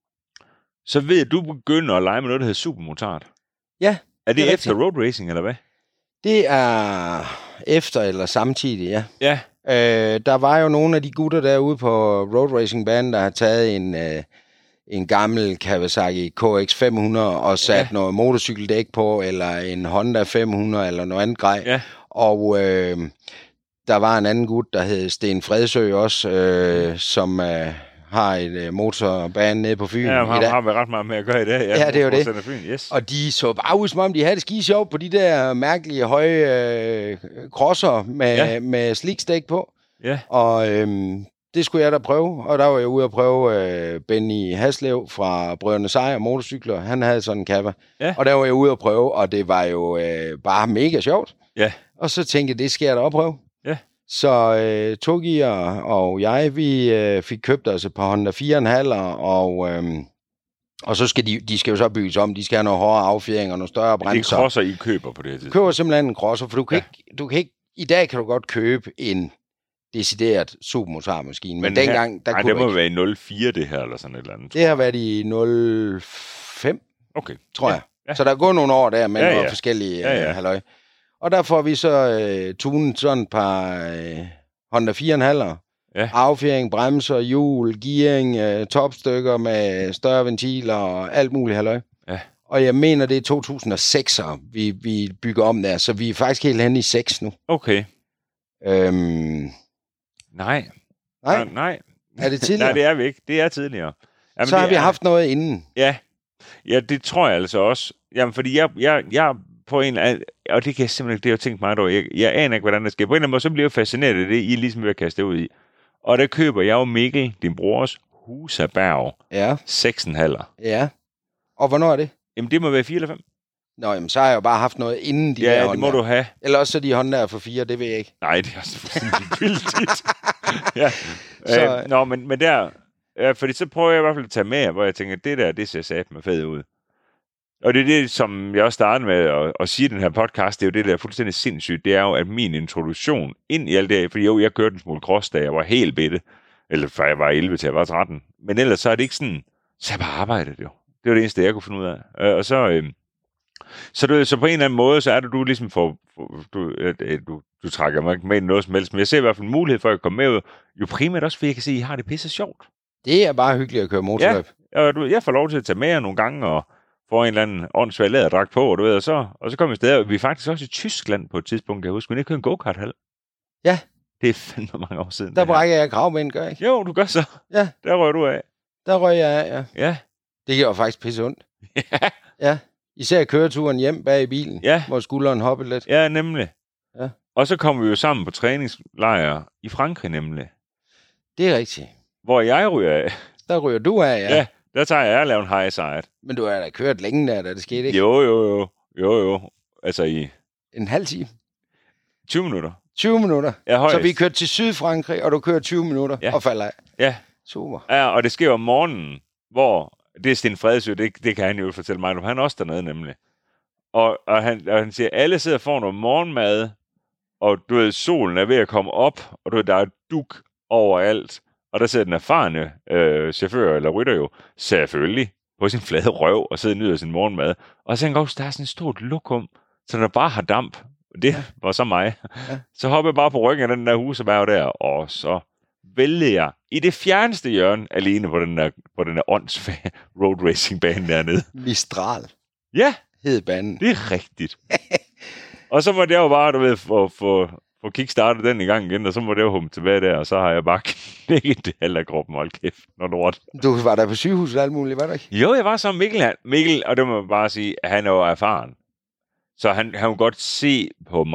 så ved jeg, at du begynder at lege med noget, der hedder supermotard. Ja. Er det, det er efter road racing, eller hvad? Det er efter eller samtidig, ja. Ja. Øh, der var jo nogle af de gutter derude på road racing banen, der har taget en... Øh, en gammel Kawasaki K X fem hundrede og sat ja. noget motorcykeldæk på, eller en Honda fem hundrede, eller noget andet grej. Ja. Og øh, der var en anden gut, der hed Sten Fredsø også, øh, som øh, har et øh, motorbane nede på Fyn. Ja, han har vi ret meget med at gøre i dag. Ja, ja det er jo det. Fyn. Yes. Og de så bare ud, som om de havde det skide sjovt på de der mærkelige høje øh, crosser med, ja. med sliksdæk på. Ja. Og... Øh, det skulle jeg da prøve, og der var jeg ude at prøve øh, Benny Haslev fra Brødrene Seier Motorcykler. Han havde sådan en Kappa. Ja. Og der var jeg ude at prøve, og det var jo øh, bare mega sjovt. Ja. Og så tænkte jeg, det skal jeg da prøve. Ja. Så øh, Togier og jeg, vi øh, fik købt os et par Honda fire komma fem, og, øh, og så skal de, de skal jo så bygges om. De skal have noget hårdere affjering og nogle større bremser. Det er crosser, I køber på det her tidspunkt? Køber simpelthen en crosser, for du kan, ja. ikke, du kan ikke... I dag kan du godt købe en... decideret supermotormaskine. Men, men dengang, der ej, kunne det må ikke... være i nul fire det her, eller sådan et eller andet. Det har været i nul fem, okay. tror ja. jeg. Ja. Så der er gået nogle år der, med ja, ja. forskellige ja, ja. Uh, halløj. Og der får vi så uh, tunet sådan et par uh, Honda fire komma fem. Ja. Affjering, bremser, hjul, gearing, uh, topstykker med større ventiler og alt muligt halløj. Ja. Og jeg mener, det er to tusind og seks, vi, vi bygger om der, så vi er faktisk helt henne i seks nu. Okay. Øhm... Nej. Nej? Nej. Er det tidligere? Nej, det er vi ikke. Det er tidligere. Jamen, så har vi er... haft noget inden. Ja. Ja, det tror jeg altså også. Jamen, fordi jeg, jeg, jeg på en eller anden... Og det kan jeg simpelthen ikke... Det har jeg tænkt meget over. Jeg, jeg aner ikke, hvordan det sker. På en eller anden måde, så bliver jeg fascineret af det, I ligesom ved at kaste det ud i. Og der køber jeg jo Mikkel, din brors, Husaberg. Ja. seks komma fem. Ja. Og hvornår er det? Jamen, det må være fire eller fem. Nå, jamen, så har jeg jo bare haft noget inden de ja, der Ja, Honda. det må du have. Eller også så de Hondaer for fire, det ved jeg ikke. Nej, det er også fuldstændig vildt. ja. så... øh, nå, men, men der... Ja, fordi så prøver jeg i hvert fald at tage med, hvor jeg tænker, det der, det ser sat med fedt ud. Og det er det, som jeg også startede med at, at sige i den her podcast, det er jo det, der er fuldstændig sindssygt. Det er jo, at min introduktion ind i alt det, fordi jo, jeg kørte en smule cross, da jeg var helt bitte. Eller fra jeg var elleve til jeg var tretten. Men ellers så er det ikke sådan, så jeg bare arbejdede jo. Det var det eneste, jeg kunne finde ud af. Øh, og så... Øh, Så, du, så på en eller anden måde, så er det du ligesom for, for du, du, du trækker mig ikke med noget som helst, men jeg ser i hvert fald en mulighed for at komme med ud, jo primært også, fordi jeg kan se, at I har det pisse sjovt. Det er bare hyggeligt at køre motorløb. Ja, og du, jeg får lov til at tage med jer nogle gange, og få en eller anden åndssvag læderdragt på, og du ved, og så, og så kommer vi steder, og vi er faktisk også i Tyskland på et tidspunkt, kan jeg huske, men jeg kørte en go-kart-hal. Ja. Det er fandme mange år siden. Der brækker jeg kravben, gør jeg ikke? Jo, du gør så. Ja. Der rører du af. Der rører jeg af, ja. Ja. Det gør faktisk pisse ondt. Ja. Ja. Især køreturen hjem bag i bilen, ja. hvor skulderen hoppede lidt. Ja, nemlig. Ja. Og så kommer vi jo sammen på træningslejre i Frankrig, nemlig. Det er rigtigt. Hvor jeg ryger af. Der ryger du af, ja. Ja, der tager jeg at lave en high side. Men du har da kørt længe der, da det skete, ikke? Jo, jo, jo. Jo, jo. Altså i... En halv time? tyve minutter. tyve minutter? Ja, så vi kørte til Sydfrankrig, og du kører tyve minutter ja. og falder af? Ja. Super. Ja, og det sker om morgenen, hvor... Det er Sten Fredsø, det, det kan han jo fortælle mig. Han er også dernede, nemlig. Og, og, han, og han siger, at alle sidder og får noget morgenmad, og du ved, solen er ved at komme op, og du ved, der er duk overalt. Og der sidder den erfarne øh, chauffør, eller rytter jo, selvfølgelig, på sin flade røv, og sidder og nyder sin morgenmad. Og så tænker jeg også, der er sådan et stort lokum, så der bare har damp. Det var så mig. Ja. Så hopper jeg bare på ryggen af den der husebærg der, og så vælger jeg i det fjerneste hjørne alene på den der, på den der åndsfag road racing bane dernede. Mistral. Ja. Hed banen. Det er rigtigt. Og så må det jo bare, du ved, få, få, få kickstartet den i gang igen, og så må det jo humme tilbage der, og så har jeg bare knækket det halv af kroppen, hold kæft, når lort. Du var der på sygehuset og alt muligt, var du ikke? Jo, jeg var så Mikkel, Mikkel, og det må jeg bare sige, at han er jo erfaren. Så han, han kunne godt se på mig,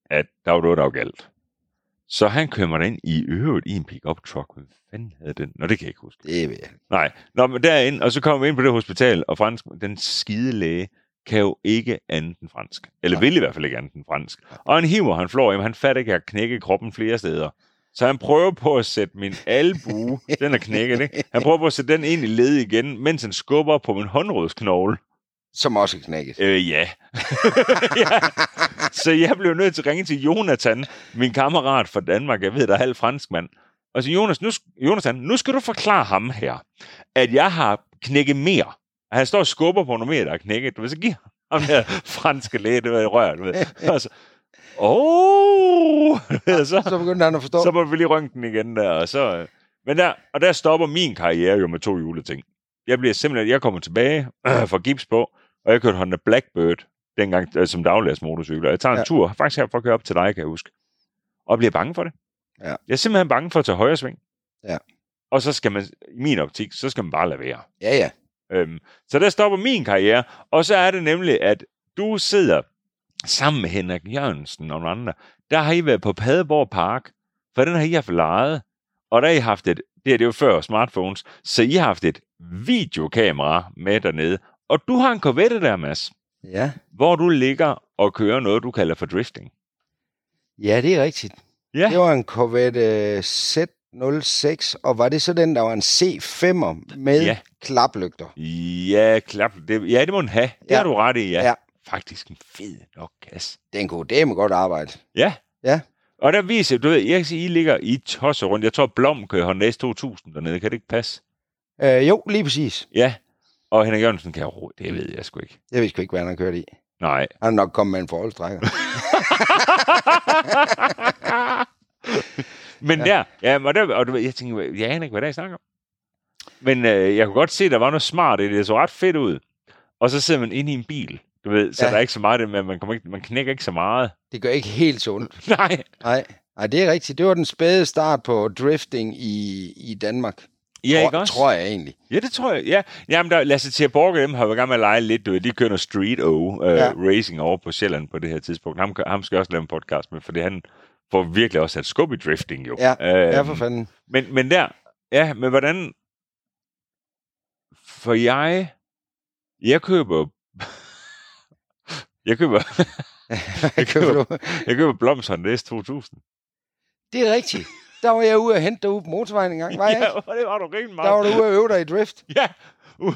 at der var noget, der var galt. Så han kører mig ind i øvrigt i en pick-up truck. Hvad fanden havde den? Nå, det kan jeg ikke huske. Det er jeg. Nej, Nå, men derind, og så kommer vi ind på det hospital, og fransk, den skide læge kan jo ikke andet end fransk. Eller Nej. vil i hvert fald ikke andet end fransk. Og han hiver, han flår, jamen han fatter ikke, at jeg knækker kroppen flere steder. Så han prøver på at sætte min albue, den er knækket, ikke? Han prøver på at sætte den ind i led igen, mens han skubber på min håndrodsknogle. Som også er knækket. Øh, ja. ja. Så jeg blev nødt til at ringe til Jonathan, min kammerat fra Danmark. Jeg ved, der er halv franskmand. Og så Jonas, nu, Jonathan, nu skal du forklare ham her, at jeg har knækket mere. Han står og skubber på noget mere, der er knækket. Du ved, så giver ham her franske læge, det var i rør, du ved. Og så, åh! så, så begyndte han at forstå. Så må vi lige rynke den igen der. Og, så, men der, og der stopper min karriere jo med to juleting. Jeg bliver simpelthen, jeg kommer tilbage, øh, får gips på, og jeg kørte Honda Blackbird, dengang øh, som daglærs motorcykler. Jeg tager en ja. tur, faktisk her for at køre op til dig, kan jeg huske. Og bliver bange for det. Ja. Jeg er simpelthen bange for at tage højre sving. Ja. Og så skal man, i min optik, så skal man bare lade være. Ja, ja. Øhm, så der stopper min karriere, og så er det nemlig, at du sidder sammen med Henrik Jørgensen og nogle andre. Der har I været på Padborg Park, for den har I haft lejet, og der har I haft et, det er det jo før smartphones, så I har haft et videokamera med dernede, og du har en Corvette der, Mads. Ja. Hvor du ligger og kører noget, du kalder for drifting. Ja, det er rigtigt. Ja. Det var en Corvette Z nul seks, og var det så den, der var en C femmer med ja. klaplygter? Ja, klap, det, ja, det må den have. Det ja. har du ret i, ja. ja. Faktisk en fed nok kasse. Den kunne det med godt arbejde. Ja. Ja. Og der viser, du ved, jeg kan sige, I ligger i tosser rundt. Jeg tror, Blom kører Honda S to tusind dernede. Kan det ikke passe? Øh, jo, lige præcis. Ja. Og Henrik Jørgensen kan jo, det ved jeg sgu ikke. Jeg ved sgu ikke, hvad han har kørt i. Nej. Han er nok kommet med en forholdstrækker. Men ja. der, ja, og, der, og du ved, jeg tænker, jeg aner ikke, hvad der er, I snakker om. Men øh, jeg kunne godt se, at der var noget smart i det. Det så ret fedt ud. Og så sidder man inde i en bil, du ved, så ja. der er ikke så meget det med, man, kommer ikke, man knækker ikke så meget. Det gør ikke helt så ondt. Nej. Nej. Nej, det er rigtigt. Det var den spæde start på drifting i, i Danmark. Ja, tror, ikke også? Tror jeg egentlig. Ja, det tror jeg. Ja. Jamen, der, Lasse Thier Borge, dem har været gang med at lege lidt. Du ved, de kører noget Street O uh, ja. racing over på Sjælland på det her tidspunkt. Ham, ham skal jeg også lave en podcast med, fordi han får virkelig også sat skub i drifting, jo. Ja, øhm, ja for fanden. Men, men der, ja, men hvordan... For jeg... Jeg køber... jeg køber... jeg køber, jeg køber Bloms Honda S to tusind. Det er rigtigt. Der var jeg ude og hente dig ude på motorvejen en gang, var jeg ikke? Ja, det var du rigtig meget. Der var du ude og øve dig i drift. Ja. Uh.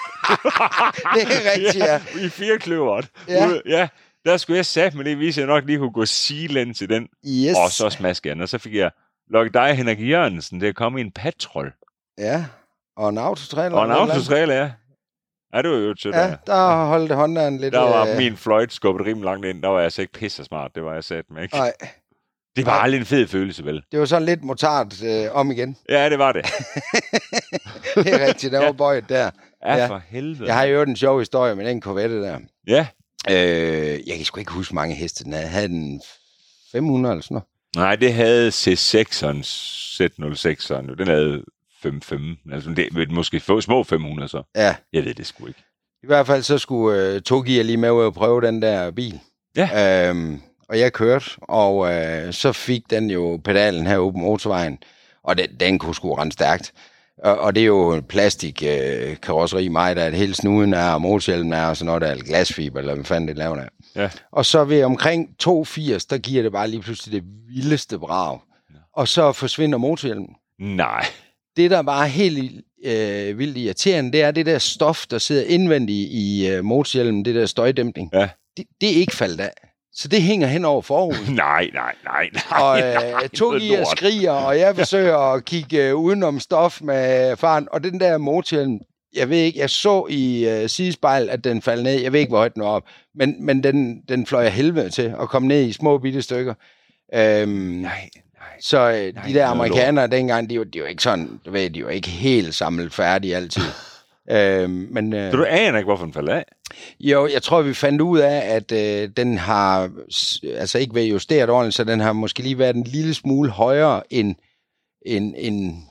Det er rigtigt, ja. ja. I firekløveret. Ja. Ude, ja. Der skulle jeg sætte med det, vise jeg nok lige kunne gå silen til den. Yes. Og så smaske jeg. Og så fik jeg lukket dig, Henrik Jørgensen, til at komme i en patrol. Ja, og en autotrailer. Og en autotrailer, ja. Ja, det var jo sødt. Ja, der holdt Hondaen lidt... Der var øh... min Floyd skubbet rimelig langt ind. Der var jeg altså ikke pisse smart. Det var jeg sat med, ikke? Nej. Det var aldrig en fed følelse, vel? Det var sådan lidt motard øh, om igen. Ja, det var det. Det er rigtigt, der var bøjet der. Ja, ja, for helvede. Jeg har jo en sjov historie med den Corvette der. Ja. Øh, jeg kan sgu ikke huske mange heste den havde. Havde den fem hundrede eller sådan noget? Nej, det havde C sekseren, Z nul sekseren. Den havde fem fem. Altså, det måske få små fem hundrede så. Ja. Jeg ved det sgu ikke. I hvert fald så skulle øh, Togi lige med ud og prøve den der bil. Ja. Øhm, og jeg kørte, og øh, så fik den jo pedalen herude på motorvejen, og den, den kunne sgu rende stærkt. Og, og det er jo plastik øh, karosseri mig, der er hele snuden er, og motorhjelmen er, og sådan noget der er glasfiber, eller hvad fanden det laver der. Ja. Og så ved omkring to firs, der giver det bare lige pludselig det vildeste brag. Ja. Og så forsvinder motorhjelmen. Nej. Det, der bare er helt øh, vildt irriterende, det er det der stof, der sidder indvendigt i øh, motorhjelmen, det der støjdæmpning. Ja. Det, det er ikke faldet af. Så det hænger hen over forruden. Nej, nej, nej, nej. Og øh, Togi og skriger, og jeg forsøger at kigge øh, udenom stof med faren. Og den der motorhjelm, jeg ved ikke, jeg så i øh, sidespejl, at den faldt ned. Jeg ved ikke, hvor højt den var op. Men, men den, den fløj jeg helvede til at komme ned i små bitte stykker. Øhm, nej. Så øh, nej, de der amerikanere dengang, de var, de var ikke sådan, du ved, de var ikke helt samlet færdige altid. øhm, men, øh, så du aner ikke, hvorfor den faldt af? Jo, jeg tror, vi fandt ud af, at øh, den har altså ikke været justeret ordentligt, så den har måske lige været en lille smule højere, end, end, end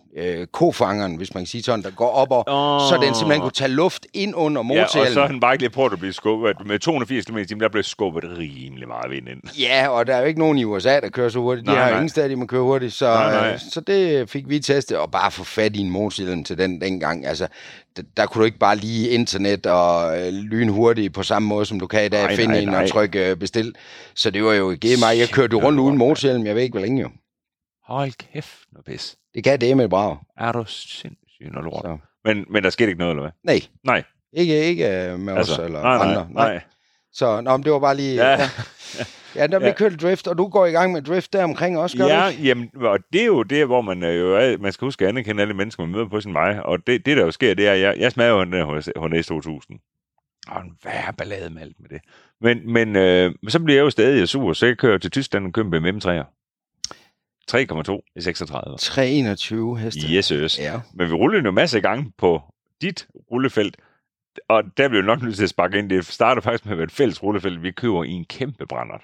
øh, kofangeren, hvis man kan sige sådan, der går op, og oh. så den simpelthen kunne tage luft ind under motorhjelmen. Ja, og så har den bare ikke lige prøvet at blive skubbet. Med to hundrede og firs kilometer i timen, der blev skubbet rimelig meget vind ind. Ja, og der er jo ikke nogen i U S A, der kører så hurtigt. De nej, har nej. ingen steder, de må køre hurtigt. Så, nej, nej. Øh, så det fik vi testet, og bare få fat i en motorhjelm til den dengang. Altså, der, der kunne du ikke bare lige internet og øh, lynhurtigt på samme måde, som du kan i dag, nej, finde nej, en nej. og trykke øh, bestil. Så det var jo givet mig. Jeg kørte jo rundt uden motorhjelm, jeg ved ikke, hvor længe jo. Hold kæft, noget pis. Det kan det med brav. Er du sindssygt noget lort? Men, men der skete ikke noget, eller hvad? Nej. Nej. Ikke, ikke med altså, os eller nej, andre. Nej, nej. Så nå, det var bare lige... Ja, ja. ja der blev ja. kørt drift, og du går i gang med drift der omkring også, gør ja, du ikke? Jamen, og det er jo det, hvor man jo er, man skal huske at anerkende alle mennesker, man møder på sin vej. Og det, det der jo sker, det er, jeg, jeg smager jo den der H N S to tusind. Og en værre ballade med alt med det. Men, men øh, så bliver jeg jo stadig sur, så jeg kører til Tyskland og køber B M M treer. tre komma to i seksogtredive. tre komma enogtyve heste. Yes, yes. Ja. Men vi rullede jo masser af gange på dit rullefelt, og der blev jo nok nødt til at sparke ind. Det starter faktisk med at være et fælles rullefelt, vi køber i en kæmpe brændert.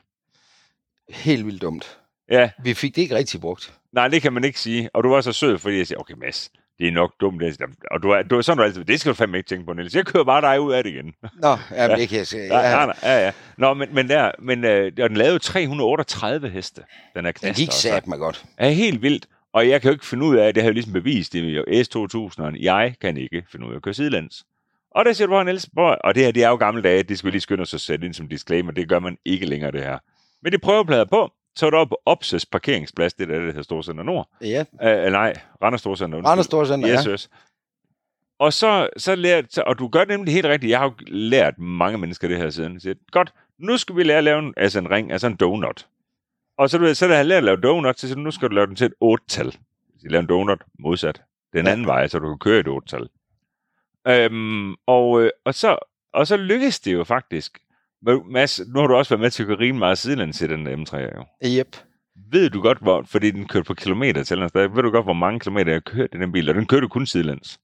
Helt vildt dumt. Ja. Vi fik det ikke rigtig brugt. Nej, det kan man ikke sige. Og du var så sød, fordi jeg siger, okay Mads, det er nok dumt. Og du er, du er sådan, du altid, det skal du fandme ikke tænke på, Niels. Jeg kører bare dig ud af det igen. Nå, jamen, ja. det kan jeg sige. Ja, ja, ja. ja. Nå, men, men, der, men øh, den lavede tre hundrede og otteogtredive heste. Den er knaster. Den gik sat mig godt. Er helt vildt. Og jeg kan jo ikke finde ud af, det har jeg jo ligesom bevist, det er S to tusind, og jeg kan ikke finde ud af at køre sidelands. Og der siger du bare, Niels, og det her, det er jo gamle dage, det skal vi lige skynde os at sætte ind som disclaimer, det gør man ikke længere, det her. Men de prøveplader på, så er du oppe på Opses parkeringsplads, det der, det her Storcenter Nord. Ja. Uh, nej, Randers Storcenter. Randers Storcenter, yes, ja. Yes. Og så, så lært, og du gør det nemlig helt rigtigt, jeg har jo lært mange mennesker det her siden. Så godt, nu skal vi lære at lave en, altså en ring, altså en donut. Og så, du ved, så da jeg lært at lave donut, så siger du, nu skal du lave den til et otte-tal. Så lave en donut modsat. Den anden ja. vej, så du kan køre et otte-tal. Øhm, og, og, så, og så lykkedes det jo faktisk. Mads, nu har du også været med til at køre rimelig meget sidelands til den M tre, jo. Yep. Ved du godt, hvor, fordi den kørte på kilometer til den ved du godt, hvor mange kilometer jeg kørte i den bil, og den kørte kun sidelands?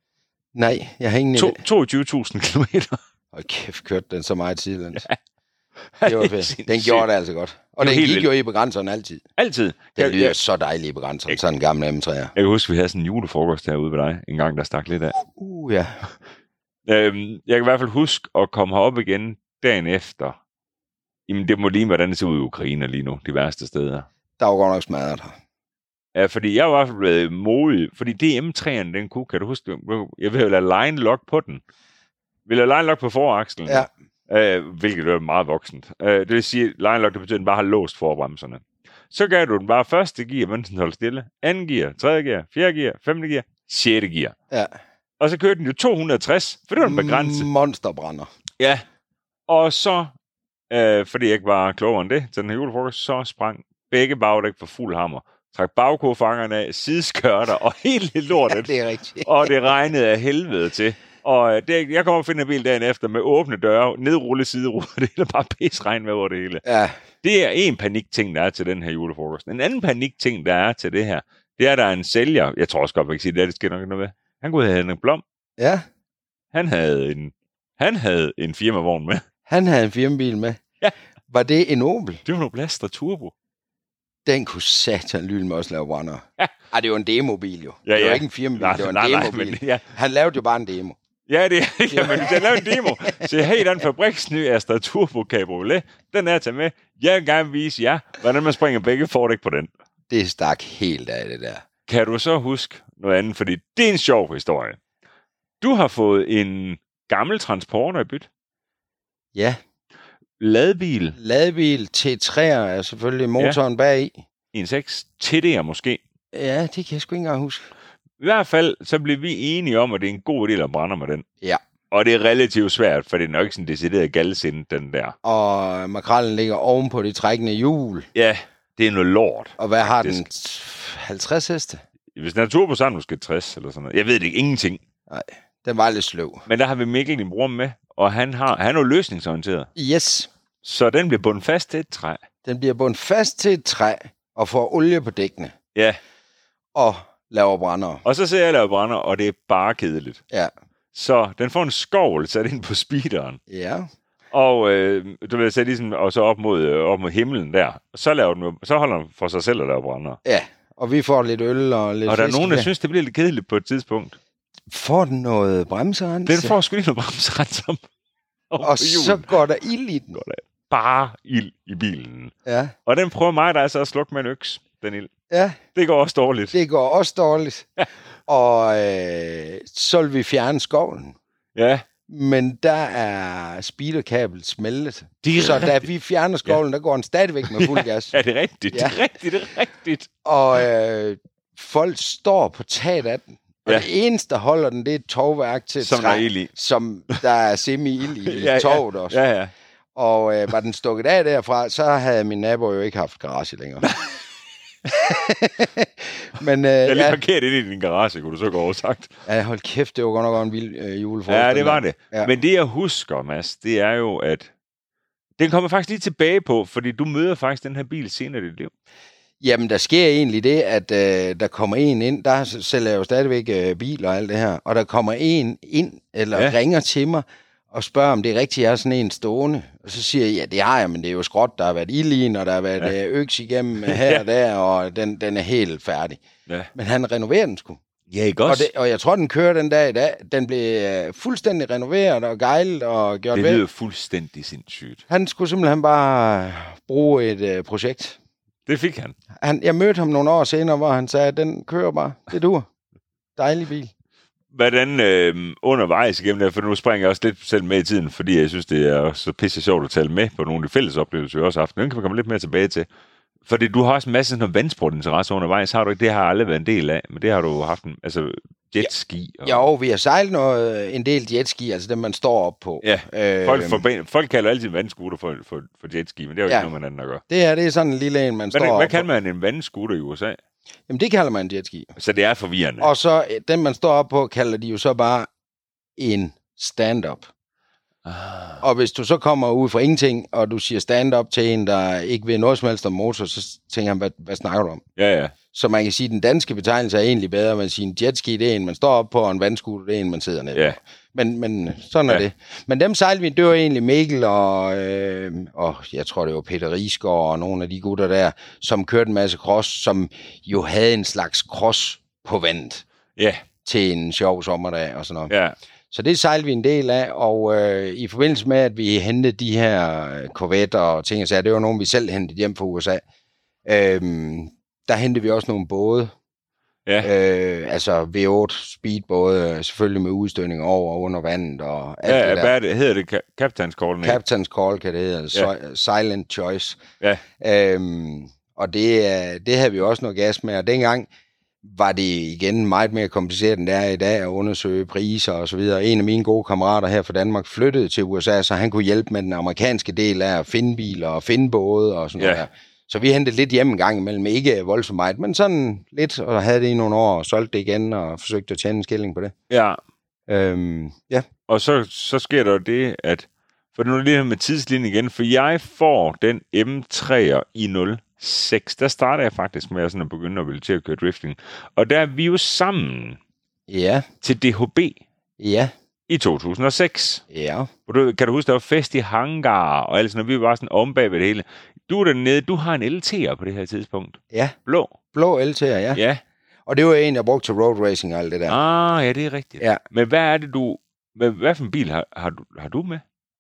Nej, jeg har ingen idé. toogtyve tusind kilometer. Hold kæft, kørte den så meget sidelands. Ja. Det var fedt. Den gjorde det altså godt. Og den gik vildt. Jo i begrænseren altid. Altid. Den lyder ja. så dejlig i begrænseren, sådan en gammel M tre'er. Jeg kan huske, vi havde sådan en julefrokost herude ved dig, en gang, der stak lidt af. Uh, ja. øhm, jeg kan i hvert fald huske at komme herop igen dagen efter. Jamen, det må lige, hvordan det ser ud i Ukraine lige nu, de værste steder. Der var godt nok smadret her. Ja, fordi jeg var i hvert fald blevet modig, fordi det M tre'en, den kunne, kan du huske, jeg vil have lavet line lock på den. Vil jeg line lock på forakslen? Ja. Uh, hvilket er meget voksent. Uh, det vil sige, line lock, det betyder, at den bare har låst forbremserne. Så gav du den bare første gear, mens den holdt stille. Anden gear, tredje gear, fjerde gear, femte gear, sjette gear. Ja. Og så kørte den jo to hundrede og tres, for det var en begrænset. Monsterbrænder. Ja. Og så, øh, fordi jeg ikke var klogere end det, til den her julefrokost, så sprang begge bagdæk for fuld hammer. Træk bagkofangerne af, sideskørter og helt lidt lortet. Ja, det er rigtigt. Og det regnede af helvede til. Og det, jeg kommer og finder en bil dagen efter med åbne døre, nedrulle sideruder, det er bare pis regn med over det hele. Ja. Det er en panikting, der er til den her julefrokost. En anden panikting, der er til det her, det er, der er en sælger, jeg tror også godt, man kan sige, det er, det sker nok noget med. Han kunne have en Blom. Ja. Han havde en, han havde en firmavogn med. Han havde en firmabil med? Ja. Var det en Opel? Det var en Opel Astra Turbo. Den kunne satan lyden med også lave brænder. Ja. Ej, det var en demobil jo. Ja, ja. Det var ikke en firmabil, nej, det var en nej, demobil. Nej, men, ja. Han lavede jo bare en demo. Ja, det er ja, men jeg lavede en demo. Så hey, den fabriksny Astra Turbo Cabriolet, den er til med. Jeg vil gerne vise jer, hvordan man springer begge fordæk på den. Det stak helt af det der. Kan du så huske noget andet, fordi det er en sjov historie. Du har fået en gammel transporter i byt. Ja. Ladbil. Ladbil T tre'er er selvfølgelig motoren ja. bagi. En seks T D'er måske. Ja, det kan jeg sgu ikke engang huske. I hvert fald, så bliver vi enige om, at det er en god idé, at brænder med den. Ja. Og det er relativt svært, for det er nok ikke sådan decideret galsind, den der. Og makrellen ligger oven på de trækkende hjul. Ja, det er noget lort. Og hvad har den? halvtreds heste? Hvis den er turbo, så er den måske tres eller sådan noget. Jeg ved det ikke, ingenting. Nej, den var lidt sløv. Men der har vi Mikkel, din bror, med, og han, har, han er jo løsningsorienteret. Yes. Så den bliver bundet fast til et træ. Den bliver bundet fast til et træ, og får olie på dækkene. Ja. Og laver brænder. Og så ser jeg lave brænder, og det er bare kedeligt. Ja. Så den får en skovl sat ind på speederen. Ja. Og øh, du ved, så ligesom, og så op mod, øh, op mod himlen der. Så, laver den, så holder den for sig selv at lave brænder. Ja, Og vi får lidt øl og lidt Og der er fisk nogen, der der. synes, det bliver lidt kedeligt på et tidspunkt. Får den noget bremserens? Den får sgu lige noget bremseret som. Og så går der ild i den. Går der bare ild i bilen. Ja. Og den prøver mig, der altså at slukke med en øks, den ild. Ja. Det går også dårligt. Det går også dårligt. Og øh, så vil vi fjerne skovlen. Ja. Men der er speederkabel smeltet. Det er så da rigtigt. vi fjerner skovlen, ja. der går den stadigvæk med fuld gas. Ja, det er rigtigt. Ja. Det er rigtigt, det er rigtigt. Og øh, folk står på taget af den. Og Ja. det eneste, der holder den, det er et tovværk til et Som der er træ, ild i. som der er semi-ild i Ja, ja. tovet også. Ja, ja. Og øh, var den stukket af derfra, så havde min nabo jo ikke haft garage længere. Men, øh, Jeg er lige ja, parkeret ind i din garage, kunne du så gå over sagt. ja, hold kæft, det var godt nok en vild øh, julefrokost. Ja, det var det. Ja. Men det, jeg husker, Mads, det er jo, at den kommer faktisk lige tilbage på, fordi du møder faktisk den her bil senere i dit liv. Jamen, der sker egentlig det, at øh, der kommer en ind, der sælger jeg jo stadigvæk øh, bil og alt det her, og der kommer en ind, eller Ja. ja. ringer til mig, og spørger, om det er rigtigt, jeg er sådan en stående. Og så siger jeg, ja, det har jeg, men det er jo skråt, der har været ild i, og der har været ja. øks igennem her og der, og den, den er helt færdig. Ja. Men han renoverer den sgu. Ja, ikke Og, også? det, og jeg tror, den kører den dag i dag. Den blev øh, fuldstændig renoveret og gejlet og gjort Det ved. lyder fuldstændig sindssygt. Han skulle simpelthen bare bruge et øh, projekt. Det fik han. Han, jeg mødte ham nogle år senere, hvor han sagde, at den kører bare. Det duer. Dejlig bil. Hvordan øh, undervejs igennem det, for nu springer jeg også lidt selv med i tiden, fordi jeg synes, det er så pisse sjovt at tale med på nogle af de fælles oplevelser, vi også har haft. Den kan vi komme lidt mere tilbage til. Fordi du har også en masse sådan vandsportinteresse undervejs, har du ikke? Det har jeg aldrig været en del af, men det har du haft en, altså jetski. Og... Jo, vi har sejlet noget, en del jetski, altså dem, man står op på. Ja, Øh, folk, forban- folk kalder altid vandscooter for, for, for jetski, men det er jo Ja. ikke noget med anden at gøre. Det her, det er sådan en lille en, man Hvad, står hvad op kan på. man en vandscooter i U S A? Jamen, det kalder man en jetski. Så det er forvirrende. Og så øh, den, man står op på, kalder de jo så bare en stand-up. Ah. Og hvis du så kommer ud fra ingenting, og du siger stand-up til en, der ikke ved noget som helst om motor, så tænker han, hvad, hvad snakker du om? Ja, ja. Så man kan sige, at den danske betegnelse er egentlig bedre. Man siger, en jetski, det er en, man står op på, og en vandscooter, det er en, man sidder ned på. Ja. Men, men sådan er Ja. det. Men dem sejlede vi, det var egentlig Mikkel og, øh, og jeg tror, det var Peter Riesgaard og nogle af de gutter der, som kørte en masse cross, som jo havde en slags cross på vandet Ja, til en sjov sommerdag og sådan noget. ja. Så det sejlede vi en del af, og øh, i forbindelse med, at vi hentede de her Corvetter og ting og sager, det var nogle, vi selv hentede hjem fra U S A, øhm, der hentede vi også nogle både. Ja. Øh, altså V otte speedbåde, selvfølgelig med udstødning over og under vandet og alt Ja, det der. hvad er det? Hedder det ka- Captain's Call? Captain's Call kan det hedde, ja. Silent Choice. Ja. Øhm, og det, det havde vi også noget gas med, og dengang var det igen meget mere kompliceret, end det er i dag at undersøge priser og så videre. En af mine gode kammerater her fra Danmark flyttede til U S A, så han kunne hjælpe med den amerikanske del af at finde biler og finde både og sådan Ja. noget der. Så vi hentede lidt hjem en gang imellem, ikke voldsomt meget, men sådan lidt, og havde det i nogle år, og solgte det igen, og forsøgte at tjene en skilling på det. Ja, Øhm, ja. og så, så sker der jo det, at... For nu lige med tidslinjen igen, for jeg får den M tre i nul seks. Der starter jeg faktisk med at, sådan at begynde at ville til at køre drifting. Og der er vi jo sammen Ja, til D H B ja, i to tusind og seks. ja. Og du, kan du huske, der var fest i hangar og alt sådan, og vi var bare sådan om bag ved det hele. Du er dernede, du har en L T'er på det her tidspunkt. Ja, Blå. blå L T'er, ja. Ja. Og det var en, jeg brugte til road racing og alt det der. Ah, ja, det er rigtigt. Ja. Men hvad er det, du... Hvad, hvad for en bil har, har, du, har du med?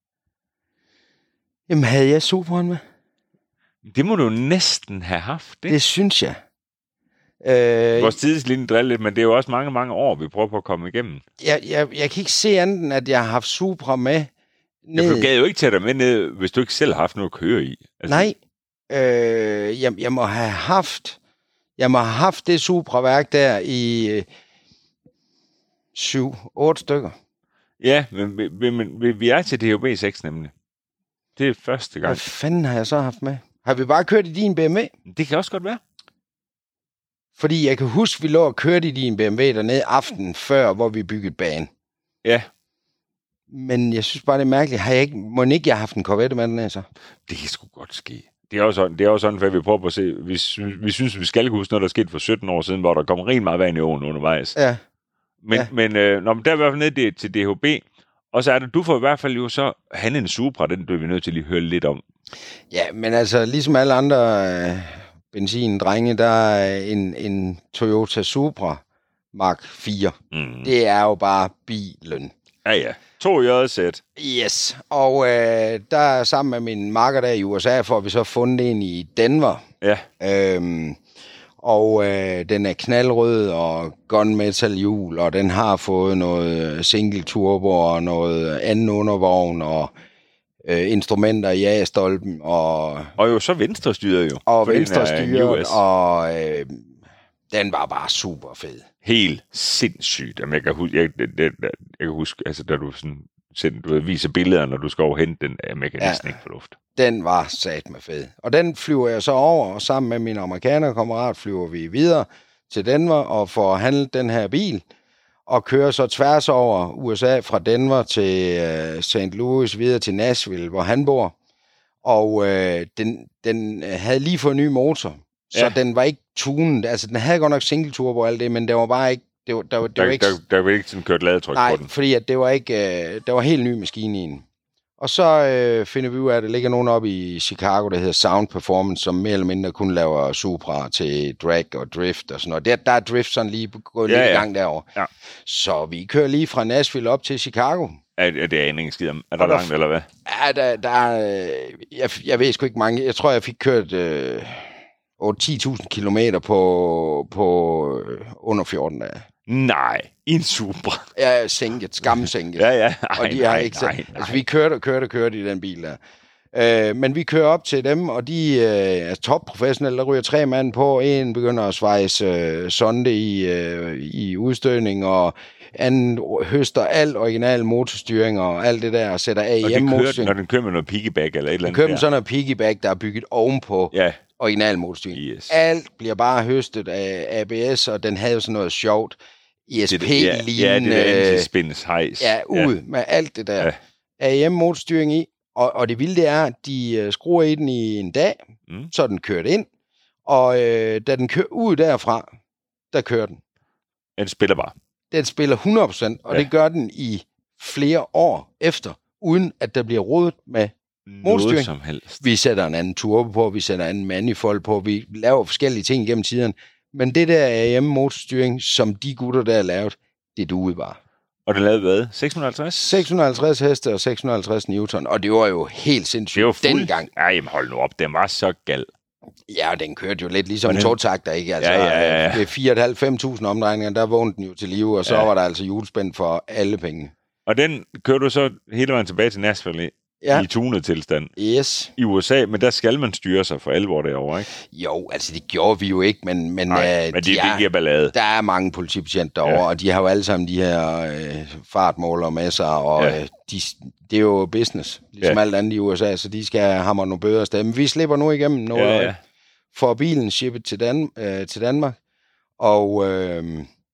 Jamen, havde jeg Supraen med? Det må du næsten have haft, ikke? Det synes jeg. Øh, Vores tidslinje driller lidt, men det er jo også mange, mange år, vi prøver på at komme igennem. jeg, jeg, jeg kan ikke se andet, end at jeg har haft Supra med ned. Ja, du gad jo ikke tage dig med ned, hvis du ikke selv har haft noget at køre i. Altså, Nej. Øh, jeg, jeg må have haft... Jeg må have haft det Supra-værk der i øh, syv, otte stykker. Ja, men, men, men vi er til D H B seks nemlig. Det er første gang. Hvad fanden har jeg så haft med? Har vi bare kørt i din B M W? Det kan også godt være. Fordi jeg kan huske, vi lå og kørte i din B M W dernede aften før, hvor vi byggede bane. Ja, Men jeg synes bare, det er mærkeligt. Har jeg ikke, må ikke jeg have haft en Corvette med den her så? det kan sgu godt ske. Det er også sådan, det er også sådan, at vi prøver på at se, vi, sy- vi synes, vi skal huske noget, der skete for sytten år siden, hvor der kom rigtig meget vand i åen undervejs. Ja. Men, Ja. men øh, når man der er i hvert fald ned til D H B, og så er det, du får i hvert fald jo så, han en Supra, den bliver vi nødt til lige at høre lidt om. Ja, men altså, ligesom alle andre øh, benzin-drenge, der er en, en Toyota Supra Mark fire. Mm. Det er jo bare bilen. Ja, ja. To J Z. Yes, og øh, der er sammen med min makker der i U S A, får vi så fundet en i Denver. Ja. Øhm, og øh, den er knaldrød og gunmetal hjul, og den har fået noget single turbo og noget anden undervogn og øh, instrumenter i A-stolpen. Og, og jo så venstrestyret jo. Og venstrestyret, og øh, den var bare super fed. Helt sindssygt. Jamen, jeg kan huske, jeg, jeg, jeg, jeg kan huske altså, da du sådan send, du viser billeder, når du skal overhente den, jeg kan næsten ikke få luft. Den var sat med fed. Og den flyver jeg så over, og sammen med min amerikanerkammerat flyver vi videre til Denver og får handlet den her bil, og kører så tværs over U S A fra Denver til øh, Saint Louis, videre til Nashville, hvor han bor. Og øh, den, den havde lige fået en ny motor, så ja. Den var ikke tunet. Altså, den havde godt nok single turbo og alt det, men det var bare ikke... Det var, der, det der, var ikke der, der var ikke sådan kørt ladetryk nej, på den. Nej, fordi at det var ikke... Øh, der var helt ny maskine i den. Og så øh, finder vi ud af, at der ligger nogen oppe i Chicago, der hedder Sound Performance, som mere eller mindre kun laver Supra til drag og drift og sådan noget. Der, der er drift sådan lige gået ja, lidt ja. i gang derovre. Ja. Så vi kører lige fra Nashville op til Chicago. Er, er det aning skid om? Er der, der langt, eller hvad? Ja, der, der er... Jeg, jeg ved sgu ikke mange... Jeg tror, jeg fik kørt øh, over ti tusind kilometer på, på øh, under fjorten dage. Nej, i en Supra. Ja, sænket, skamsænket. ja, ja. Ej, og de har nej, ikke nej, nej. Altså, vi kørte og kørte og kørte i den bil der. Øh, men vi kører op til dem, og de øh, er topprofessionelle. Der ryger tre mand på. En begynder at svejse øh, sonde i, øh, i udstødning, og anden høster alt original motorstyring og alt det der, og sætter A I M-motorstyring. Når den kører med noget piggyback eller et eller andet. Den kører med sådan noget piggyback, der er bygget ovenpå ja. original motorstyring. Yes. Alt bliver bare høstet af A B S, og den havde jo sådan noget sjovt E S P-lignende... Ja, det er anti-spins hejs. Ja, ud ja. med alt det der. Ja. A I M-motorstyring i, og, og det vilde det er, at de uh, skruer i den i en dag, mm. så den kørt ind, og øh, da den kører ud derfra, der kører den. Den spiller bare. Den spiller hundrede procent, og ja. det gør den i flere år efter, uden at der bliver rodet med motorstyring. Som helst. Vi sætter en anden turbo på, vi sætter en anden manifold på, vi laver forskellige ting gennem tiden. Men det der A I M-motorstyring, som de gutter der har lavet, det duede bare. Og det lavede hvad? seks hundrede og halvtreds? seks hundrede og halvtreds heste og seks hundrede og halvtreds newton, og det var jo helt sindssygt det var fuld... dengang. Ej, hold nu op, den var så gal. Ja, og den kørte jo lidt ligesom en togtakter, ikke? Altså, ja, ja, ja, ja. Det er fire tusind fem tusind omdrejninger, der vågnede den jo til live, og så ja. var der altså julespænd for alle penge. Og den kører du så hele vejen tilbage til Nashville ja. i tunet tilstand yes. i U S A, men der skal man styre sig for alvor derovre, ikke? Jo, altså det gjorde vi jo ikke, men, men, Nej, øh, men de det, det giver ballade. Der er mange politibetjente derovre, ja. og de har jo alle sammen de her øh, fartmåler med sig, og ja. øh, de, det er jo business, ligesom ja. alt andet i U S A, så de skal hamre nogle bøder afsted. Men vi slipper nu igennem noget, ja, ja. for bilen shippet til, Dan, øh, til Danmark, og... Øh,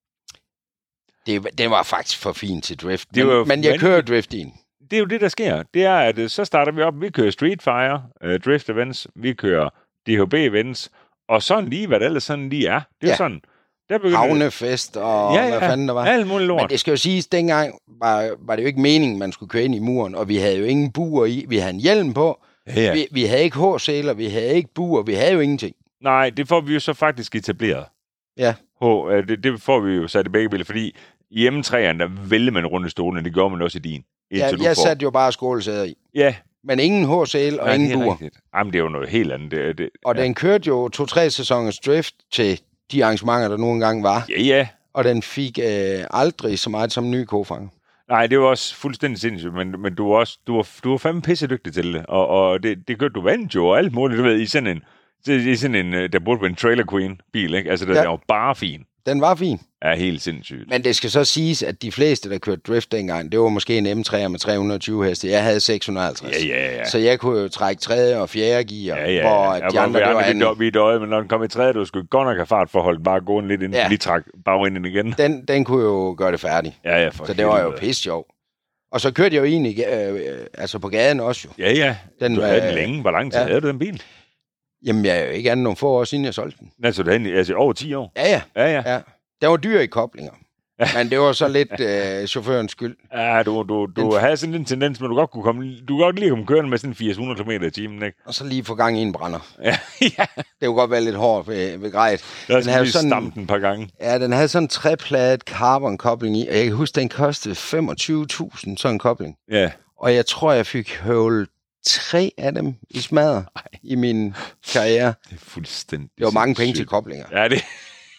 Det, det var faktisk for fint til drift, men, men, men jeg kører drift i. Det er jo det, der sker. Det er, at så starter vi op, vi kører Street Fire, uh, Drift Events, vi kører D H B Events, og sådan lige, hvad det ellers sådan lige er. Det er ja. sådan. Der havnefest og ja, ja, hvad fanden der var. Alt muligt lort. Men det skal jo siges, dengang var, var det jo ikke meningen, man skulle køre ind i muren, og vi havde jo ingen buer i. Vi havde en hjelm på, ja, ja. Vi, vi havde ikke H-sæler, vi havde ikke buer, vi havde jo ingenting. Nej, det får vi jo så faktisk etableret. Ja. H, det, det får vi jo sat i begge biler, fordi i M tre'eren, der vælger man rundt i stolen, det gør man også i din. Ja, jeg får... satte jo bare skålsæder i. Ja. Men ingen H-sæl og ja, ingen buer. Jamen, det er jo noget helt andet. Det, det, og ja. den kørte jo to-tre sæsoners drift til de arrangementer, der nu engang var. Ja, ja. Og den fik øh, aldrig så meget som en ny kofanger. Nej, det var også fuldstændig sindssygt, men, men du var også du var, du var fandme pissedygtig til det. Og, og det, det gør du vandt jo og alt muligt, du ved, i sådan en, i sådan en der burde være en Trailer Queen-bil, ikke? Altså, den ja. var bare fin. Den var fin. Ja, helt sindssygt. Men det skal så siges, at de fleste, der kørte drift dengang, det var måske en M tre med tre hundrede og tyve heste. Jeg havde seks hundrede og halvtreds. Ja, ja, ja. Så jeg kunne jo trække tredje og fjerde gear, ja, ja, hvor ja. de ja, andre, det var anden. Vi er døje, men når den kom i tredje, du skulle godt nok have fartforholdt, bare gå lidt ind, ja. lige træk bagenden igen. Den, den kunne jo gøre det færdigt. Ja, ja, for så det var jo pisse sjov. Og så kørte jeg jo egentlig øh, altså på gaden også jo. Ja, ja. Den, du havde øh, den længe. Hvor lang tid ja. havde du den bil? Jamen, jeg er jo ikke andet nogle få år siden, jeg solgte den. Altså, du havde den altså over ti år? Ja, ja. ja, ja. ja. Den var dyr i koblinger. Men det var så lidt øh, chaufførens skyld. Ja, du, du, du havde sådan en tendens, men du godt kunne komme, du kunne godt lige komme kørende med sådan firs hundrede kilometer i timen, ikke? Og så lige få gang i en brænder. Ja, ja. Det kunne godt være lidt hårdt ved, ved grejet. Den havde lige stamt en par gange. Ja, den havde sådan en trepladet carbonkobling i, og jeg kan huske, den kostede femogtyve tusind, sådan en kobling. Ja. Og jeg tror, jeg fik høvlet tre af dem i smadret i min karriere. Det er fuldstændig Det var mange penge sygt. til koblinger. Ja, det,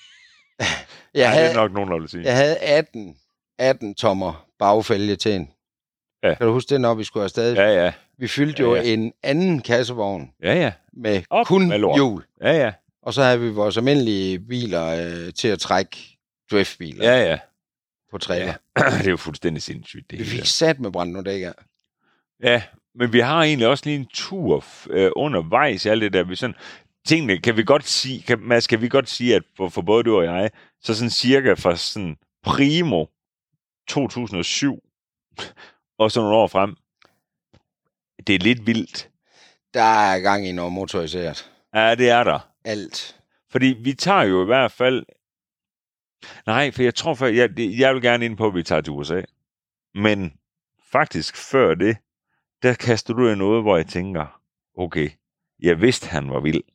jeg ja, havde, det er nok nogen, der vil sige. Jeg havde atten, atten tommer bagfælge til en. Ja. Kan du huske det, når vi skulle afsted? Ja, ja. Vi fyldte jo ja, ja. en anden kassevogn Ja, ja. med Op kun med lort. hjul. Ja, ja. Og så havde vi vores almindelige biler øh, til at trække driftbiler Ja, ja. på trailer. Ja. Det er jo fuldstændig sindssygt, det Vi hele. fik sat med brændt nogle dæk af. Ja, men vi har egentlig også lige en tur øh, undervejs i alt det der. Vi sådan, tingene, kan vi godt sige, kan, Mads, kan vi godt sige, at for, for både du og jeg, så sådan cirka fra sådan primo to tusind og syv og sådan nogle år frem, det er lidt vildt. Der er gang i noget motoriseret. Ja, det er der. Alt. Fordi vi tager jo i hvert fald... Nej, for jeg tror, for jeg, jeg vil gerne ind på, at vi tager til U S A. Men faktisk før det, der kaster du i noget, hvor jeg tænker, okay, jeg vidste, han var vild.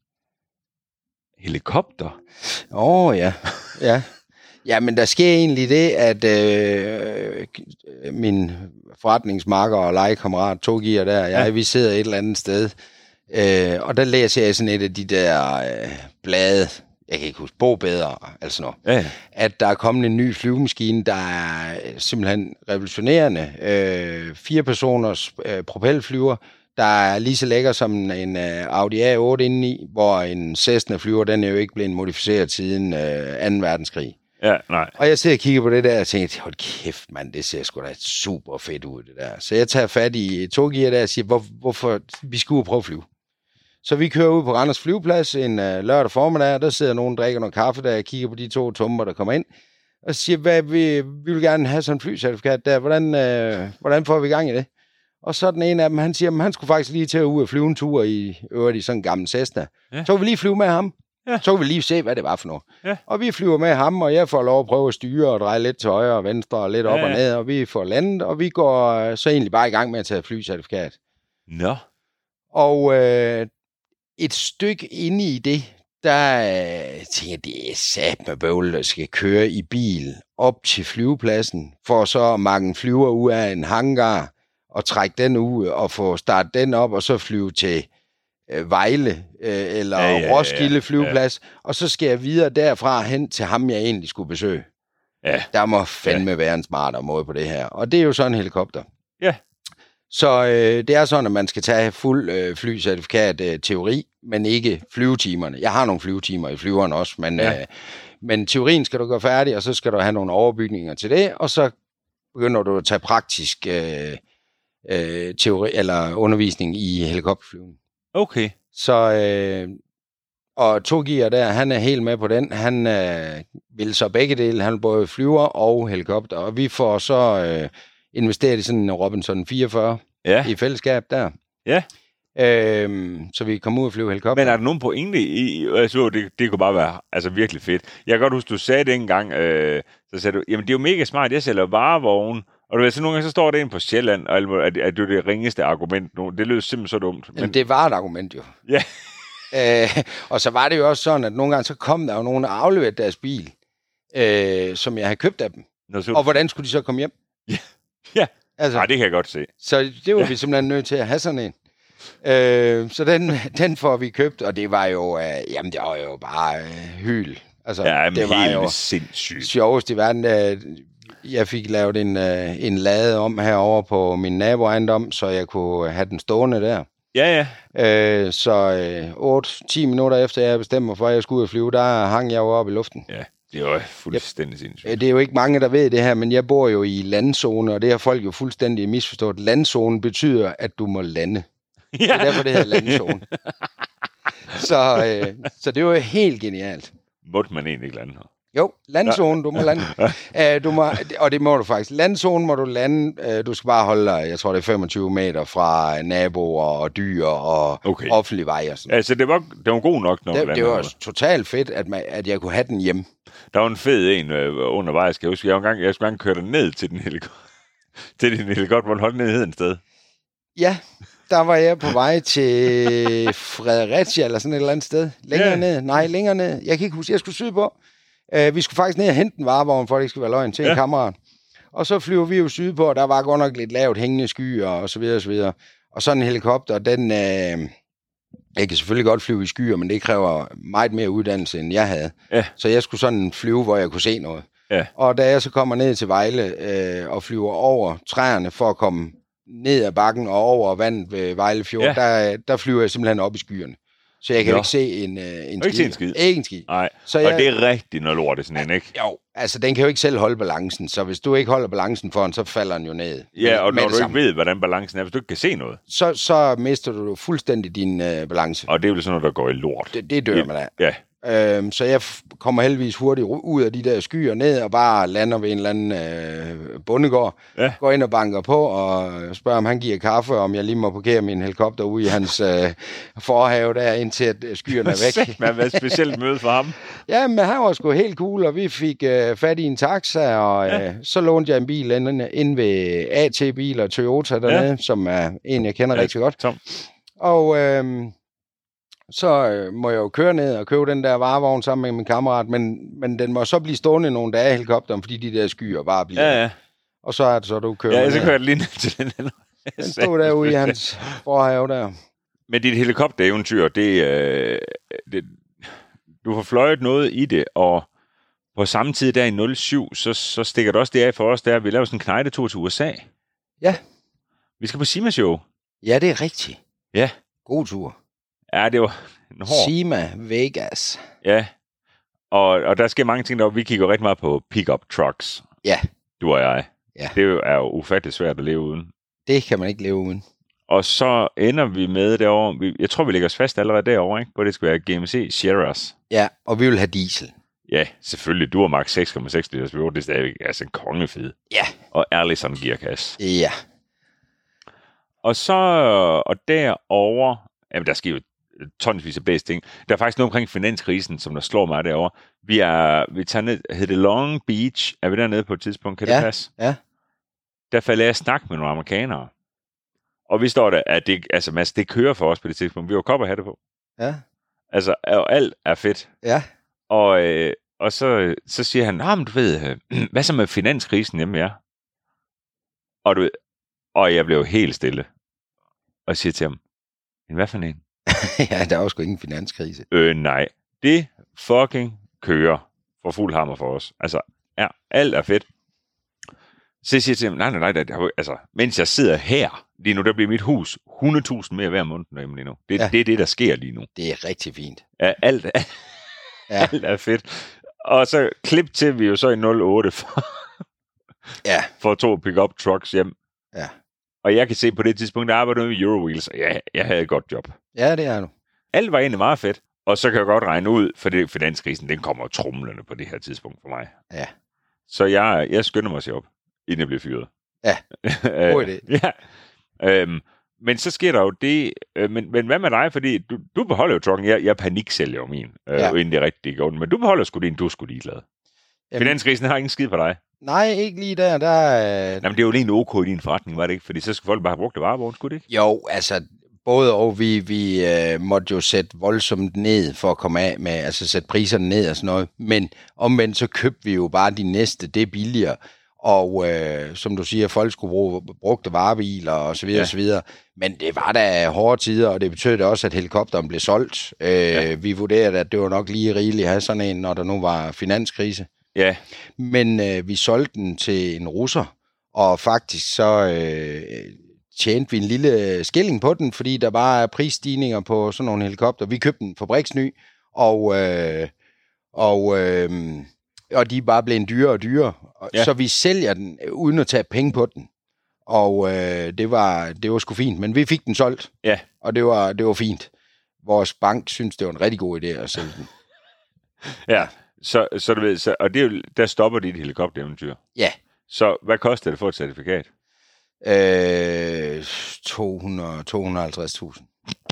Helikopter? Åh, oh, ja. ja. Ja, men der sker egentlig det, at øh, min forretningsmarker og legekammerat, Togier der, jeg, ja. vi sidder et eller andet sted, øh, og der læser jeg sådan et af de der øh, blade, jeg kan ikke huske, Bogbedre, altså noget, Ja. at der er kommet en ny flyvemaskine, der er simpelthen revolutionerende. Øh, fire personers øh, propelflyver, der er lige så lækker som en øh, Audi A otte indeni, hvor en Cessna flyver, den er jo ikke blevet modificeret siden øh, anden verdenskrig. Ja, nej. Og jeg sidder og kigger på det der, og tænker, hold kæft mand, det ser sgu da super fedt ud, det der. Så jeg tager fat i Togier der og siger, Hvor, hvorfor, vi skal ud og prøve at flyve. Så vi kører ud på Randers flyveplads en uh, lørdag formiddag, og der sidder nogen og drikker noget kaffe, der jeg kigger på de to tumper, der kommer ind, og siger, hvad, vi, vi vil gerne have sådan en flycertifikat der, hvordan, uh, hvordan får vi gang i det? Og så den ene af dem, han siger, at han skulle faktisk lige til at ud og flyve en tur i øvrigt i sådan en gammel Cessna. Ja. Så vil vi lige flyve med ham. Ja. Så vil vi lige se, hvad det var for noget. Ja. Og vi flyver med ham, og jeg får lov at prøve at styre og dreje lidt til højre og venstre og lidt op ja, ja. og ned, og vi får landet, og vi går så egentlig bare i gang med at tage flycertifikat. Nå. Og øh, et stykke inde i det, der øh, tænker jeg, det er sat med bøvl, der skal køre i bil op til flyvepladsen, for så at makke en flyver ud af en hangar, og trække den ud, og få startet den op, og så flyve til øh, Vejle, øh, eller ja, ja, Roskilde flyveplads, ja. Og så skal jeg videre derfra hen til ham, jeg egentlig skulle besøge. Ja. Der må fandme ja. være en smartere måde på det her. Og det er jo sådan en helikopter. Ja. Så øh, det er sådan, at man skal tage fuld øh, flycertifikat øh, teori, men ikke flyvetimerne. Jeg har nogle flyvetimer i flyveren også, men, ja. øh, men teorien skal du gøre færdig, og så skal du have nogle overbygninger til det, og så begynder du at tage praktisk øh, øh, teori eller undervisning i helikopterflyvning. Okay. Så, øh, og Togier der, han er helt med på den. Han øh, vil så begge dele. Han vil både flyver og helikopter, og vi får så øh, investeret i sådan en Robinson fireogfyrre ja. i fællesskab der. Ja. Øhm, så vi kommer ud og flyve helikopter. Men er der nogen pointe i, altså det, det kunne bare være altså virkelig fedt. Jeg kan godt huske, du sagde det engang, øh, så sagde du, jamen det er jo mega smart, jeg sælger varevogn, og du ved, så nogle gange så står det inde på Sjælland, og at, at det er det ringeste argument nu. Det lød simpelthen så dumt. Men jamen, det var et argument jo. Ja. øh, og så var det jo også sådan, at nogle gange så kom der jo nogen og afleverede deres bil, øh, som jeg havde købt af dem. Nå, så... Og hvordan skulle de så komme hjem? Ja, ja. Altså, nej, det kan jeg godt se. Så det var ja. vi simpelthen nødt til at have sådan en. Øh, så den, den får vi købt, og det var jo, øh, jamen det var jo bare øh, hyl. Altså, ja, det var jo sindssygt. Sjovest i verden. Øh, jeg fik lavet en, øh, en lade om herover på min naboejendom, så jeg kunne have den stående der. Ja, ja. Øh, så øh, otte til ti minutter efter jeg bestemte mig for, at jeg skulle ud og flyve, der hang jeg jo op i luften. Ja, det er jo fuldstændig sindssygt. Det er jo ikke mange, der ved det her, men jeg bor jo i landzone, og det har folk jo fuldstændig misforstået. Landzone betyder, at du må lande. Ja. Det er derfor, det hedder landzone. så, øh, så det var helt genialt. Måtte man egentlig ikke lande her? Jo, landzone, du må lande. uh, du må, og det må du faktisk. Landzone må du lande. Uh, du skal bare holde dig, jeg tror det er femogtyve meter fra naboer og dyr og okay. offentlige veje og sådan. Altså, det var, det var god nok, når det, du landede. Det var totalt fedt, at, man, at jeg kunne have den hjemme. Der var en fed en øh, undervejs, skal jeg huske. Jeg, engang, jeg skulle engang køre den ned til den helikopter. til den helikopter, hvor den holdt ned hed en sted. Ja, der var jeg på vej til Fredericia eller sådan et eller andet sted. Længere yeah. ned. Nej, længere ned. Jeg kan ikke huske, jeg skulle sydpå. Uh, vi skulle faktisk ned og hente en varevogn, for det ikke skal være løgn, til yeah. en kammerat. Og så flyver vi jo sydpå, og der var godt nok lidt lavt hængende skyer og så videre og så videre. Og sådan en helikopter, den... Uh, jeg kan selvfølgelig godt flyve i skyer, men det kræver meget mere uddannelse, end jeg havde. Yeah. Så jeg skulle sådan flyve, hvor jeg kunne se noget. Yeah. Og da jeg så kommer ned til Vejle øh, og flyver over træerne for at komme ned ad bakken og over vandet ved Vejle Fjord, yeah. der, der flyver jeg simpelthen op i skyerne. Så jeg kan jo ikke se en, øh, en skid. Ikke en skid. Ikke en skid. Nej, så og jeg, det er rigtigt noget lort, det sådan en, ikke? Jo, altså den kan jo ikke selv holde balancen, så hvis du ikke holder balancen for den, så falder den jo ned. Ja, og når du ikke ved, hvordan balancen er, hvis du ikke kan se noget. Så, så mister du fuldstændig din øh, balance. Og det er jo sådan noget, der går i lort. Det, det dør man af. Ja. Øhm, så jeg f- kommer heldigvis hurtigt ud af de der skyer ned og bare lander ved en eller anden øh, bondegård. Ja. Går ind og banker på og spørger, om han giver kaffe, om jeg lige må parkere min helikopter ude i hans øh, forhave der, indtil at skyerne er væk. Det var et specielt møde for ham. Ja, men han var sgu helt cool, og vi fik øh, fat i en taxa, og øh, ja. så lånte jeg en bil inde, inde ved A T-bil og Toyota dernede, ja. som er en, jeg kender ja, rigtig godt. Tom. Og... Øh, så øh, må jeg jo køre ned og købe den der varevogn sammen med min kammerat, men, men den må så blive stående nogle dage i helikopteren, fordi de der skyer bare bliver. Ja, ja. Og så er det så, du kører Ja, så kører jeg lige ned til den her. Den stod derude i hans forhave der. Men dit helikoptereventyr, det, øh, det, du har fløjet noget i det, og på samme tid der i nul syv, så, så stikker det også det af for os, der vi laver sådan en knejdetur til U S A. Ja. Vi skal på Sima Show. Ja, det er rigtigt. Ja. God tur. Ja, det var en hård. Sima Vegas. Ja, og, og der sker mange ting, der vi kigger rigtig meget på pick-up trucks. Ja. Du og jeg. Ja. Det er jo ufatteligt svært at leve uden. Det kan man ikke leve uden. Og så ender vi med derovre, jeg tror, vi lægger os fast allerede derovre, ikke? Hvor det skal være G M C Sierras. Ja, og vi vil have diesel. Ja, selvfølgelig. Du har max seks komma seks liters V otte, det er stadigvæk altså en kongefed. Ja. Og ærlig sådan en gearkasse. Ja. Og så, og derovre, jamen der sker jo tonsvis af bedste ting. Der er faktisk noget omkring finanskrisen, som der slår mig derovre. Vi er, vi tager ned, hedder det Long Beach, er vi dernede på et tidspunkt, kan ja, det passe? Ja. Der falder jeg at snakke med nogle amerikanere. Og vi står der, at det, altså Mads, det kører for os på det tidspunkt. Vi har jo kopperhatte på. Ja. Altså, og alt er fedt. Ja. Og, øh, og så, så siger han, nah, men du ved, hvad så med finanskrisen hjemme, ja? Og, du ved, og jeg blev helt stille. Og jeg siger til ham, men hvad for en? Ja, der er jo sgu ingen finanskrise. Øh, nej. Det fucking kører for fuld hammer for os. Altså, ja, alt er fedt. Så jeg siger til ham, nej, nej, nej, nej, altså, mens jeg sidder her, lige nu, der bliver mit hus hundrede tusind mere hver måned derhjemme lige nu. Det, ja. det er det, der sker lige nu. Det er rigtig fint. Ja, alt, ja. alt er fedt. Og så klip til vi jo så i nul otte for, ja. for to pick-up trucks hjem. Ja. Og jeg kan se på det tidspunkt, der arbejdede med Eurowheels, og jeg, jeg havde et godt job. Ja, det er du. Alt var egentlig meget fedt. Og så kan jeg godt regne ud, for det, finanskrisen, den kommer trumlende på det her tidspunkt for mig. Ja. Så jeg, jeg skynder mig at se op, inden jeg bliver fyret. Ja, god idé. Ja. Øhm, men så sker der jo det, øh, men, men hvad med dig? Fordi du, du beholder jo trucken, jeg, jeg paniksælger jo min, øh, ja. inden det er rigtig godt. Men du beholder sgu din, du er sgu ligeglad. Jamen, finanskrisen har ingen skid på dig. Nej, ikke lige der. der øh... Jamen, det er jo lige en OK i din forretning, var det ikke? Fordi så skulle folk bare have brugt det varevogn, skulle det ikke? Jo, altså, både og vi, vi øh, måtte jo sætte voldsomt ned for at komme af med, altså sætte priserne ned og sådan noget. Men omvendt så købte vi jo bare de næste, det er billigere. Og øh, som du siger, folk skulle bruge brugte varebiler og så videre, ja. og så videre. Men det var da hårde tider, og det betød også, at helikopteren blev solgt. Øh, ja. Vi vurderede, at det var nok lige rigeligt at have sådan en, når der nu var finanskrise. Ja. Men øh, vi solgte den til en russer, og faktisk så øh, tjente vi en lille skilling på den, fordi der var prisstigninger på sådan nogle helikopter. Vi købte den fabriksny, og... Øh, og øh, og de er bare blevet dyrere og dyrere. Ja. Så vi sælger den, uden at tage penge på den. Og øh, det var det var sgu fint. Men vi fik den solgt, ja. og det var, det var fint. Vores bank synes, det var en rigtig god idé at sælge den. Ja, Så, så du ved, så, og det er jo, der stopper dit helikoptereventyr. Ja. Så hvad koster det for et certifikat? Øh, to hundrede til to hundrede og halvtreds tusind.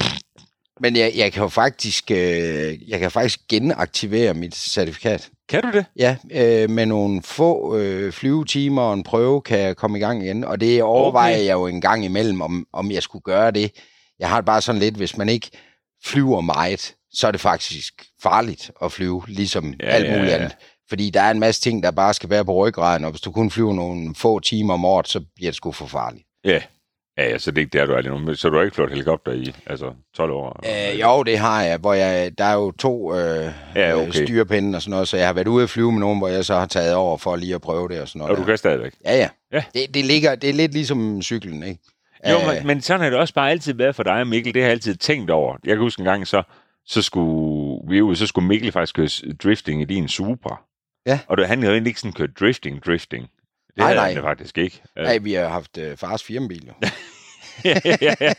Men jeg, jeg kan jo faktisk, øh, jeg kan faktisk genaktivere mit certifikat. Kan du det? Ja, øh, med nogle få øh, flyvetimer og en prøve kan jeg komme i gang igen. Og det overvejer okay. jeg jo en gang imellem, om, om jeg skulle gøre det. Jeg har det bare sådan lidt, hvis man ikke flyver meget, så er det faktisk farligt at flyve, ligesom ja, alt muligt ja, ja. andet. Fordi der er en masse ting, der bare skal være på ryggraden, og hvis du kun flyver nogle få timer om året, så bliver det sgu for farligt. Ja, ja, ja så det er ikke der, du er lige nu. Så du har ikke flået helikopter i altså tolv år? Øh, jo, det har jeg, hvor jeg, der er jo to øh, ja, okay. styrepinde og sådan noget, så jeg har været ude at flyve med nogen, hvor jeg så har taget over for lige at prøve det og sådan noget. Og du kan stadigvæk? Ja, ja. ja. Det, det, ligger, det er lidt ligesom cyklen, ikke? Jo, men, men sådan har det også bare altid været for dig, Mikkel. Det har jeg altid tænkt over. Jeg kan huske en gang, så, så skulle vi ud, så skulle Mikkel faktisk køre drifting i din Supra. Ja. Og det, han havde egentlig ikke sådan kørt drifting, drifting. Det nej, havde nej. han det faktisk ikke. Nej, vi har haft øh, fars firmabil, jo. ja, ja, ja.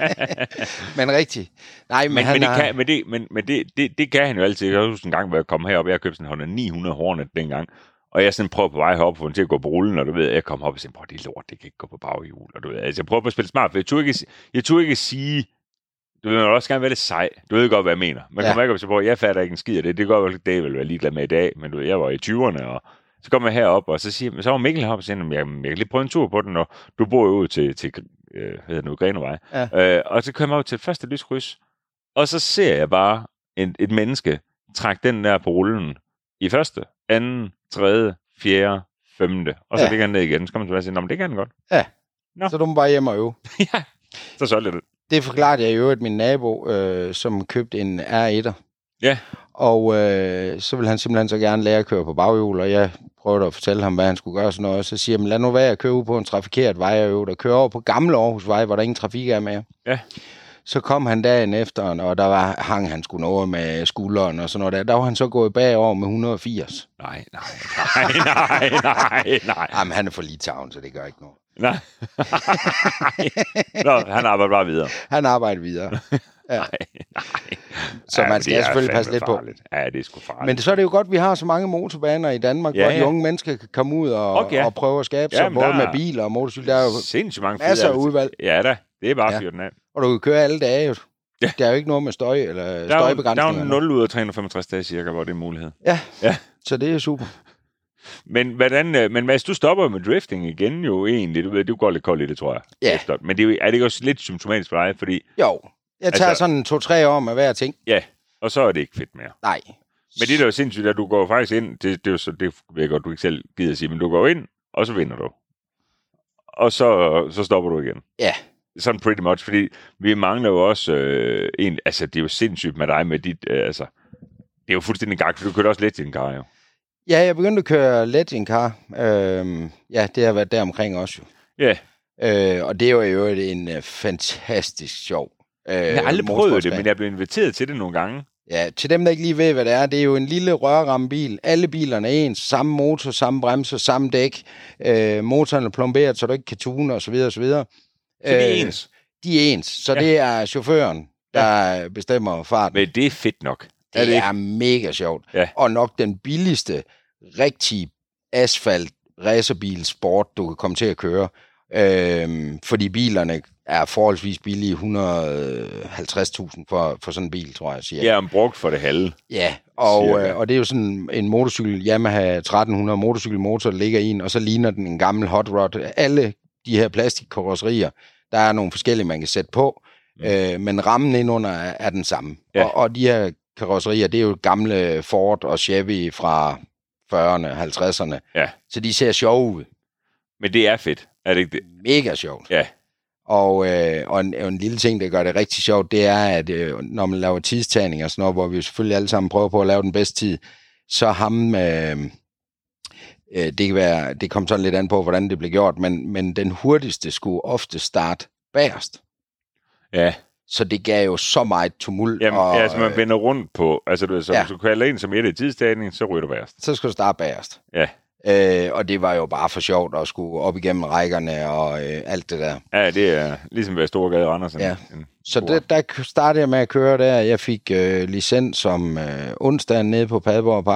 men rigtigt. Nej, men, men, han men, det, har... kan, men, det, men, men det, det, det kan han jo altid. Jeg husker en gang, hvor jeg kom herop, jeg købte sådan en Honda ni hundrede Hornet dengang. Og jeg sådan prøver på vej herop for til at gå på rullen, og du ved, jeg kom op og sagde, prøv, det er lort, det kan ikke gå på baghjul. Og du ved, altså, jeg prøver på at spille smart, for jeg turde ikke, jeg turde ikke sige, du ved, man vil også gerne være lidt sej. Du ved godt, hvad jeg mener. Man ja. kommer ikke op og siger, jeg fatter ikke en skid af det. Det går jo det, jeg vil være ligeglad med i dag, men du ved, jeg var i tyverne, og så kommer jeg herop, og så siger så var Mikkel heroppe og siger, jeg, jeg kan lige prøve en tur på den, og du bor jo ud til, til øh, hvad hedder det nu, Grenevej. Ja. Øh, og så kommer jeg op til det første lyskryds, og så ser jeg bare en, et menneske trække den der på rullen i første, anden, tredje, fjerde, femte, og så ja. ligger han ned igen. Så kommer man tilbage og siger, nå, men det kan han godt. Ja, nå. Så du må bare hjem og øve. ja, så solgte jeg det. Det forklarede jeg jo, at min nabo, øh, som købte en R et'er. Ja. Og øh, så ville han simpelthen så gerne lære at køre på baghjul, og jeg prøvede at fortælle ham, hvad han skulle gøre sådan noget. Så siger han, lad nu være at køre ud på en trafikeret vej, og øve, der kører over på gamle Aarhusvej, hvor der ingen trafik er mere. Ja. Så kom han dagen efter, og der var, hang han sgu noget med skulderen og sådan noget der. Der var han så gået bagover med et hundrede og firs. Nej, nej, nej, nej, nej, nej. Jamen, han er for Litauen, så det gør ikke noget. Nej. Nå, han arbejder bare videre. Han arbejder videre. Ja. Nej, nej. Så ja, man skal selvfølgelig passe lidt farligt. på. Ja, det er sgu farligt. Men så er det jo godt, at vi har så mange motorbaner i Danmark, ja, hvor ja. de unge mennesker kan komme ud og, okay. og prøve at skabe sig, ja, både med biler og motorcykel. Der er jo sindssygt mange masser af udvalg. Ja da, det er bare ja. fjorten af. Og du kan køre alle dage jo. Ja. Der er jo ikke noget med støj eller støjbegrænsninger. Der er jo nul ud af tre hundrede og femogtres dage cirka, hvor det er mulighed. Ja, ja. Så det er super. Men, hvordan, men hvis du stopper med drifting igen jo egentlig, du ved, du går lidt koldt i det, tror jeg. Ja. Efter. Men det er, er det ikke også lidt symptomatisk for dig, fordi... Jo, jeg tager altså, sådan to-tre år med hver ting. Ja, og så er det ikke fedt mere. Nej. Men det er jo sindssygt, at du går faktisk ind, det, det er jo så, det ved jeg godt, du ikke selv gider at sige, men du går ind, og så vinder du. Og så, så stopper du igen. Ja. Sådan pretty much, fordi vi mangler jo også øh, en, altså det er jo sindssygt med dig med dit, øh, altså, det er jo fuldstændig gak, for du kører også let i en kar, jo. Ja, jeg begyndte at køre let i en kar. Øhm, ja, det har været der omkring også, jo. Ja. Yeah. Øh, og det var jo en uh, fantastisk sjov øh, jeg har aldrig prøvet det, men jeg blev inviteret til det nogle gange. Ja, til dem, der ikke lige ved, hvad det er, det er jo en lille rørrammebil. Alle bilerne er ens. Samme motor, samme bremser, samme dæk. Øh, motoren er plomberet, så du ikke kan tune, og så videre, og så videre. Så de er ens? Øh, de er ens. Så ja. det er chaufføren, der ja. bestemmer farten. Men det er fedt nok. Det er, det er mega sjovt. Ja. Og nok den billigste, rigtige asfalt racerbil sport, du kan komme til at køre. Øhm, fordi bilerne er forholdsvis billige, et hundrede og halvtreds tusind for, for sådan en bil, tror jeg, siger. Ja, en brugt for det halve. Ja, og, øh, og det er jo sådan en motorcykel, Yamaha tretten hundrede motorcykelmotor, der ligger i en, og så ligner den en gammel hot rod. Alle de her plastikkarosserier, der er nogle forskellige, man kan sætte på, mm. øh, men rammen indunder er, er den samme. Ja. Og, og de her karosserier, det er jo gamle Ford og Chevy fra fyrrerne, halvtredserne. Ja. Så de ser sjove ud. Men det er fedt, er det ikke det? Mega sjovt. Ja. Og, øh, og, en, og en lille ting, der gør det rigtig sjovt, det er, at øh, når man laver tidstagning og sådan noget, hvor vi selvfølgelig alle sammen prøver på at lave den bedste tid, så ham, øh, øh, det kan være, det kommer sådan lidt an på, hvordan det bliver gjort, men, men den hurtigste skulle ofte starte bagerst. Ja. Så det gav jo så meget tumult. Jamen, og, ja, altså man vender rundt på, altså du ved, så ja. hvis du kalder en som et i tidstagning, så ryger du bagerst. Så skal du starte bagerst. Ja. Øh, og det var jo bare for sjovt at skulle op igennem rækkerne og øh, alt det der. Ja, det er ligesom ved Storgade Randers. Ja. En så det, der startede jeg med at køre der. Jeg fik øh, licens om øh, onsdagen nede på Padborg Park.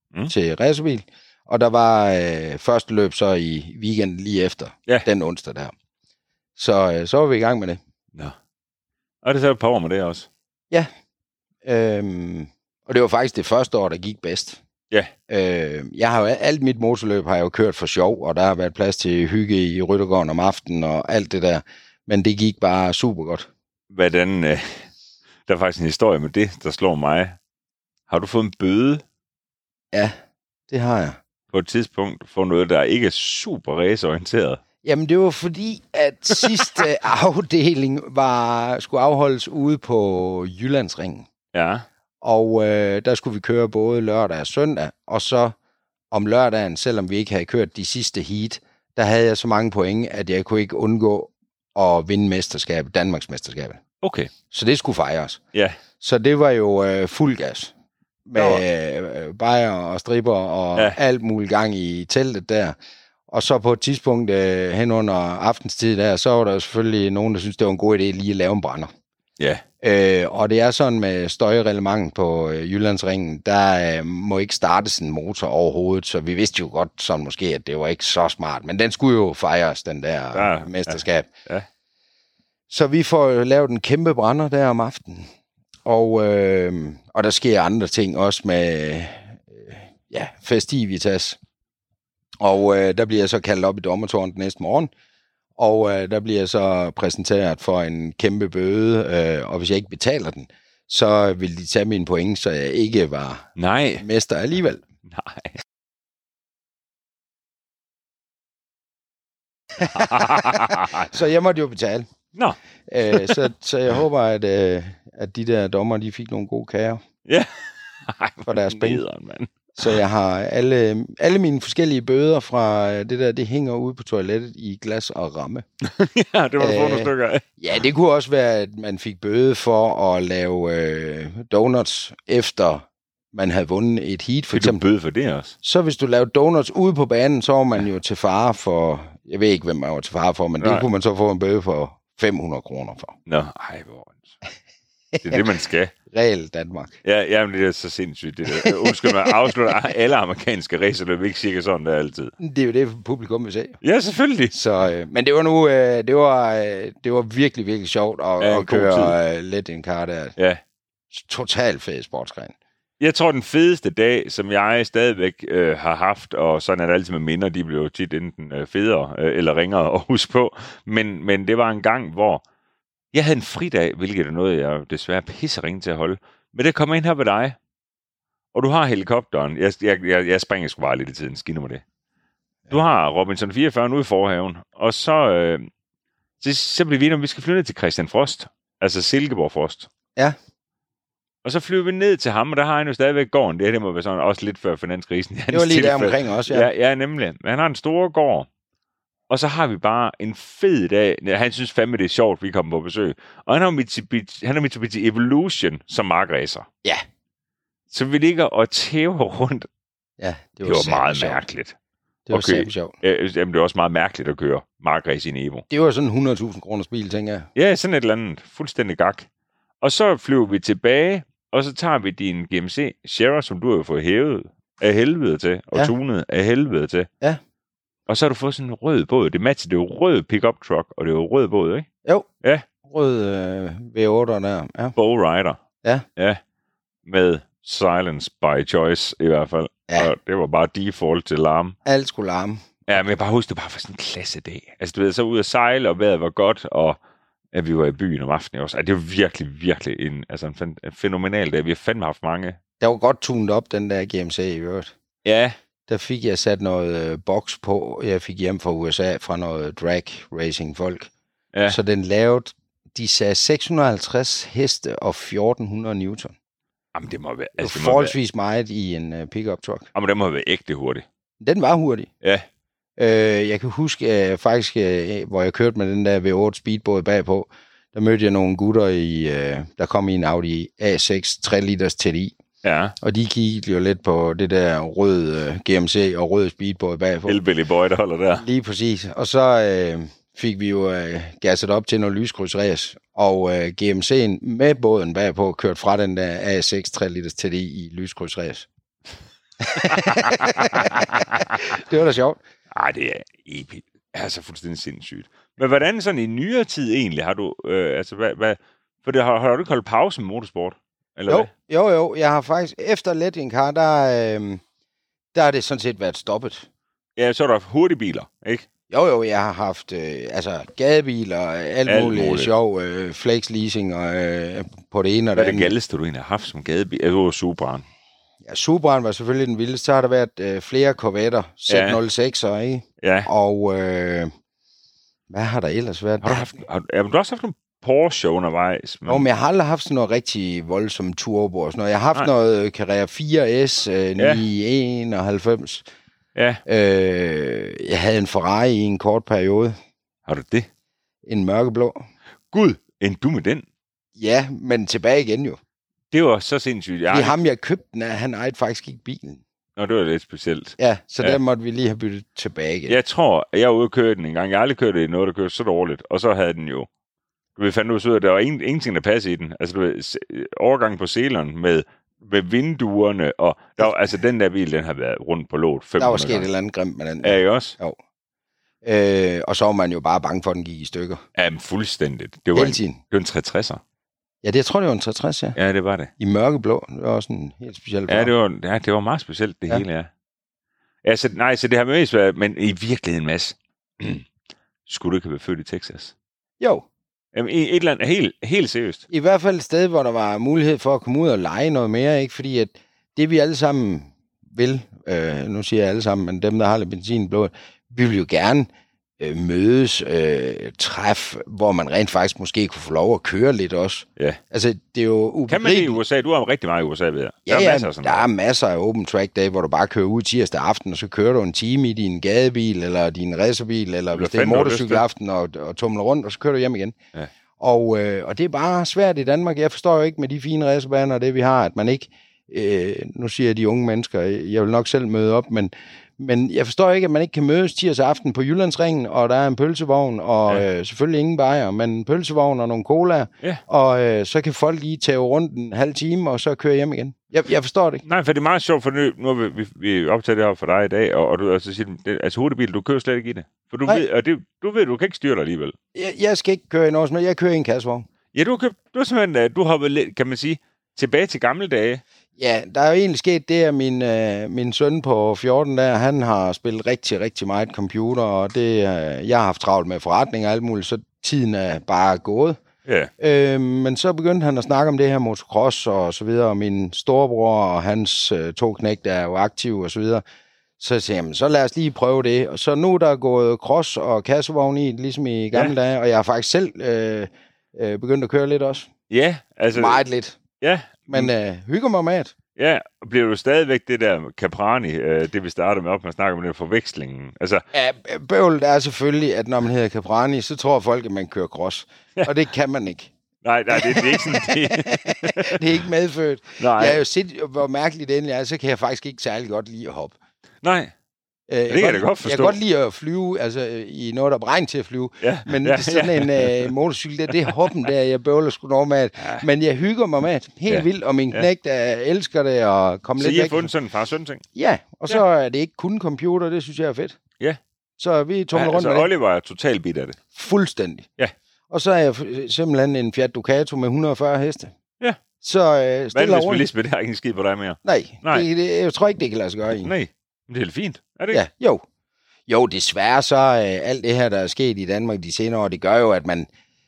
mm. til racerbil. Og der var øh, første løb så i weekenden lige efter, ja. den onsdag der. Så, øh, så var vi i gang med det. Nå. Og det så et par år med det også? Ja. Øhm, og det var faktisk det første år, der gik bedst. Ja. Øh, jeg har jo, alt mit motorløb har jeg jo kørt for sjov, og der har været plads til hygge i ryttergården om aftenen og alt det der. Men det gik bare super godt. Hvordan, øh, der er faktisk en historie med det, der slår mig. Har du fået en bøde? Ja, det har jeg. På et tidspunkt for noget, der ikke er super raceorienteret? Jamen, det var fordi, at sidste afdeling var, skulle afholdes ude på Jyllandsringen. Ja. Og øh, der skulle vi køre både lørdag og søndag, og så om lørdagen, selvom vi ikke havde kørt de sidste heat, der havde jeg så mange point, at jeg kunne ikke undgå at vinde mesterskabet, Danmarks mesterskabet. Okay. Så det skulle fejres. Ja. Så det var jo øh, fuld gas. Med øh, bajer og stripper og ja. alt muligt gang i teltet der. Og så på et tidspunkt øh, hen under aftenstid der, så var der selvfølgelig nogen, der synes det var en god idé lige at lave en brænder. Ja. Øh, og det er sådan med støjreglementet på øh, Jyllandsringen, der øh, må ikke startes en motor overhovedet, så vi vidste jo godt sådan måske, at det var ikke så smart, men den skulle jo fejres, den der ja, mesterskab. Ja. Ja. Så vi får lavet en kæmpe brænder der om aftenen, og, øh, og der sker andre ting også med øh, ja, festivitas. Og øh, der bliver jeg så kaldt op i dommertårnet næste morgen, og øh, der bliver jeg så præsenteret for en kæmpe bøde, øh, og hvis jeg ikke betaler den, så vil de tage mine point, så jeg ikke var Nej. mester alligevel. Nej. Så jeg måtte jo betale. Nå. Æ, så, så jeg håber, at, øh, at de der dommer, de fik nogle gode kager. Ja. For deres penge. Nederen, mand. Så jeg har alle, alle mine forskellige bøder fra det der, det hænger ude på toilettet i glas og ramme. Ja, det var du få nogle stykker af. Ja, det kunne også være, at man fik bøde for at lave øh, donuts, efter man havde vundet et heat. For fik eksempel. Du bøde for det også? Så hvis du lavede donuts ude på banen, så var man jo til fare for, jeg ved ikke, hvem man var til fare for, men Nej. det kunne man så få en bøde for fem hundrede kroner for. Nå, ej, hvor det er det, man skal. Regel Danmark. Ja, jamen, det er så sindssygt. Det der. Undskyld mig, afslutter alle amerikanske racerløb ikke cirka sådan der altid. Det er jo det, publikum vil se. Ja, selvfølgelig. Så, øh, men det var nu, øh, det var, øh, det var virkelig, virkelig sjovt at, ja, at køre øh, lidt en kar der. Ja. Totalt fed sportsgren. Jeg tror, den fedeste dag, som jeg stadigvæk øh, har haft, og sådan er det altid med minder, de blev jo tit enten øh, federe øh, eller ringere at huske på, men, men det var en gang, hvor jeg havde en fridag, hvilket er noget, jeg desværre pisser ringe til at holde. Men det kommer ind her ved dig, og du har helikopteren. Jeg, jeg, jeg, jeg springer sgu bare lidt i tiden, skinner mig det. Du har Robinson fireogfyrre ude i forhaven, og så, øh, så, så bliver vi enige om, vi skal flyve ned til Christian Frost, altså Silkeborg Frost. Ja. Og så flyver vi ned til ham, og der har han jo stadigvæk gården. Det her det må være sådan også lidt før finanskrisen. Det var lige der omkring også, ja. Ja, ja, nemlig. Men han har en stor gård. Og så har vi bare en fed dag. Han synes fandme, det er sjovt, vi kommer på besøg. Og han har Mitsubishi, han har Mitsubishi Evolution som markracer. Ja. Så vi ligger og tæver rundt. Ja, det var, det var meget sjovt. mærkeligt. Det var simpelthen sjovt. Jamen, det er også meget mærkeligt at køre markrace i en Evo. Det var sådan hundrede tusind kroners bil, tænker jeg. Ja, sådan et eller andet. Fuldstændig gak. Og så flyver vi tilbage, og så tager vi din G M C Sierra, som du har fået hævet af helvede til, og ja. tunet af helvede til. Ja. Og så har du fået sådan en rød båd. Det matcher, det er jo rød pickup truck, og det er jo rød båd, ikke? Jo. Ja. Rød øh, V otte der. Ja. Bowrider. Ja. Ja. Med silence by choice i hvert fald. Ja. Og det var bare default til larm. Alt skulle larme. Ja, men jeg bare husker, det bare var sådan en klasse dag. Altså, du ved, så ud at sejle, og vejret var godt, og at vi var i byen om aftenen også. Altså, det var virkelig, virkelig en, altså, en fænomenal dag. Vi har fandme haft mange. Der var godt tunet op, den der G M C i øvrigt. Ja. Der fik jeg sat noget øh, boks på. Jeg fik hjem fra U S A fra noget drag racing folk. Ja. Så den lavede, de sagde seks hundrede og halvtreds heste og fjorten hundrede newton. Jamen, det må være... Altså, det var forholdsvis være... meget i en uh, pickup truck. Jamen, den må være ægte hurtig. Den var hurtig. Ja. Øh, jeg kan huske uh, faktisk, uh, hvor jeg kørte med den der V otte speedbåd bagpå, der mødte jeg nogle gutter, i, uh, der kom i en Audi A seks tre liters T D I. Ja. Og de kiggede jo lidt på det der røde uh, G M C og røde speedbåd bagpå. Hellbilly boy, der holder der. Lige præcis. Og så uh, fik vi jo uh, gasset op til noget lyskrydsræs, og uh, G M C'en med båden bagpå kørt fra den der A seks tre liters T D I i lyskrydsræs. Det var da sjovt. Ej, det er episk. Altså fuldstændig sindssygt. Men hvordan sådan i nyere tid egentlig har du... Øh, altså, hvad, hvad, for det, har, har du ikke holdt pause med motorsport? Eller jo, hvad? jo, jo. Jeg har faktisk... Efter Let in Car, der, øh, der har det sådan set været stoppet. Ja, så er der hurtigbiler, ikke? Jo, jo, jeg har haft øh, altså gadebiler, alt, alt muligt, muligt sjov, øh, flex leasing og øh, på det ene og det andet. Hvad er det gældeste, du egentlig har haft som gadebil? Det var Subaru'en. Ja, Subaru'en var selvfølgelig den vildeste. Så har der været øh, flere Corvette'er, Z nul sekser, ikke? Ja. Og øh, hvad har der ellers været? Har du, haft, har, ja, men du har også haft nogle Porsche undervejs. Men... Jo, men jeg har aldrig haft sådan noget rigtig voldsomt turbo og sådan noget. Jeg har haft Nej. noget Carrera fire S øh, ni enoghalvfems. Ja. Øh, jeg havde en Ferrari i en kort periode. Har du det? En mørkeblå. Gud, en du med den? Ja, men tilbage igen jo. Det var så sindssygt. Jeg... Det er ham, jeg købte den af. Han ejede faktisk ikke bilen. Nå, det var lidt specielt. Ja, så ja. der måtte vi lige have byttet tilbage igen. Jeg tror, jeg var ude at køre den en gang. Jeg har aldrig kørt det i noget, der kører så dårligt. Og så havde den jo... Vi fandt ud af, at der var ingen, ingenting, der passede i den. Altså, du ved, overgangen på seleren med, med vinduerne, og der var, altså, den der bil, den har været rundt på låt fem hundrede Der var sket et eller andet grimt med den. Ja, ikke også? Jo. Øh, og så var man jo bare bange for, at den gik i stykker. Ja, men fuldstændigt. Det var, en, det var en tre tresser. Ja, det jeg tror, det var en tre tres, ja. Ja, det var det. I mørkeblå. Det var også en helt speciel ja, det var, ja, det var meget specielt, det ja. hele, ja. Altså, nej, så det har mest været, men i virkeligheden, Mads, skulle du ikke have været født i Texas? Jo. Jamen, et eller andet helt, helt seriøst. I hvert fald et sted, hvor der var mulighed for at komme ud og lege noget mere, ikke? Fordi at det, vi alle sammen vil, øh, nu siger jeg alle sammen, men dem, der har lidt benzin i blodet, vi vil jo gerne øh, mødes, øh, træf, hvor man rent faktisk måske kunne få lov at køre lidt også. Ja. Altså, det er jo ubegribeligt. Kan man det i U S A? Du har rigtig meget i U S A, ved jeg. Ja, der er, masser, af sådan der er masser af open track dage, hvor du bare kører ud tirsdag aften, og så kører du en time i din gadebil, eller din racerbil, eller hvis det er motorcykelaften, og, og tumler rundt, og så kører du hjem igen. Ja. Og, øh, og det er bare svært i Danmark. Jeg forstår jo ikke med de fine racerbaner og det, vi har, at man ikke, øh, nu siger jeg de unge mennesker, jeg vil nok selv møde op, men, men jeg forstår ikke, at man ikke kan mødes tirsdag aften på Jyllandsringen, og der er en pølsevogn, og ja. øh, selvfølgelig ingen bajer, men en pølsevogn og nogle cola, ja. og øh, så kan folk lige tage rundt en halv time, og så køre hjem igen. Jeg, jeg forstår det ikke. Nej, for det er meget sjovt, for nu, nu har vi, vi optaget det her for dig i dag, og, og du altså siger, det, altså hurtigbil, du kører slet ikke i det. For du Nej. ved, og det, du ved, du kan ikke styre dig alligevel. Jeg, jeg skal ikke køre i noget, men jeg kører i en kassevogn. Ja, du har købt, du har simpelthen, du har været, kan man sige, tilbage til gamle dage. Ja, der er jo egentlig sket det, at min, øh, min søn på fjorten der, han har spillet rigtig, rigtig meget computer, og det, øh, jeg har haft travlt med forretning og alt muligt, så tiden er bare gået. Ja. Øh, men så begyndte han at snakke om det her motocross og så videre, og min storebror og hans øh, to knægte er jo aktive og så videre. Så siger jeg, så lad os lige prøve det. Og så nu der er gået cross og kassevogn i, ligesom i gamle ja. dage, og jeg har faktisk selv øh, øh, begyndt at køre lidt også. Ja, altså... Meget lidt. Ja. Men øh, hygger mig med det. Ja, og bliver du stadigvæk det der Caprani, øh, det vi startede med op, man snakker om den forvekslingen. Altså... Ja, bøvlet er selvfølgelig, at når man hedder Caprani, så tror folk, at man kører cross. Ja. Og det kan man ikke. Nej, nej, det, det er ikke sådan, det... det er ikke medfødt. Nej. Jeg har jo set, hvor mærkeligt det endelig er, så kan jeg faktisk ikke særlig godt lide at hoppe. Nej. Øh, det kan jeg da godt forstå. Jeg kan godt lide at flyve, altså i noget, der er beregnet til at flyve. Ja, men ja, sådan ja. en uh, motorcykel, det, det er hoppen der, jeg bøvler sgu noget med. Ja. Men jeg hygger mig med det. Helt ja. vildt, og min knægt ja. elsker det og kommer lidt væk. Så I har fundet sådan en far-søn ting? Ja, og så ja. er det ikke kun computer, det synes jeg er fedt. Ja. Så vi tumler ja, rundt med det. Så Oliver er totalt bit af det? Fuldstændig. Ja. Og så er jeg simpelthen en Fiat Ducato med et hundrede og fyrre heste. Ja. Så øh, stille og roligt. Hvad det har ikke en skid på dig mere? Nej, Nej. Det, det, jeg tror ikke, det kan lade sig gøre i. Nej, men det er helt fint. Er det ikke? Ja, jo. Jo, desværre så øh, alt det her, der er sket i Danmark de senere år, det gør jo, at man,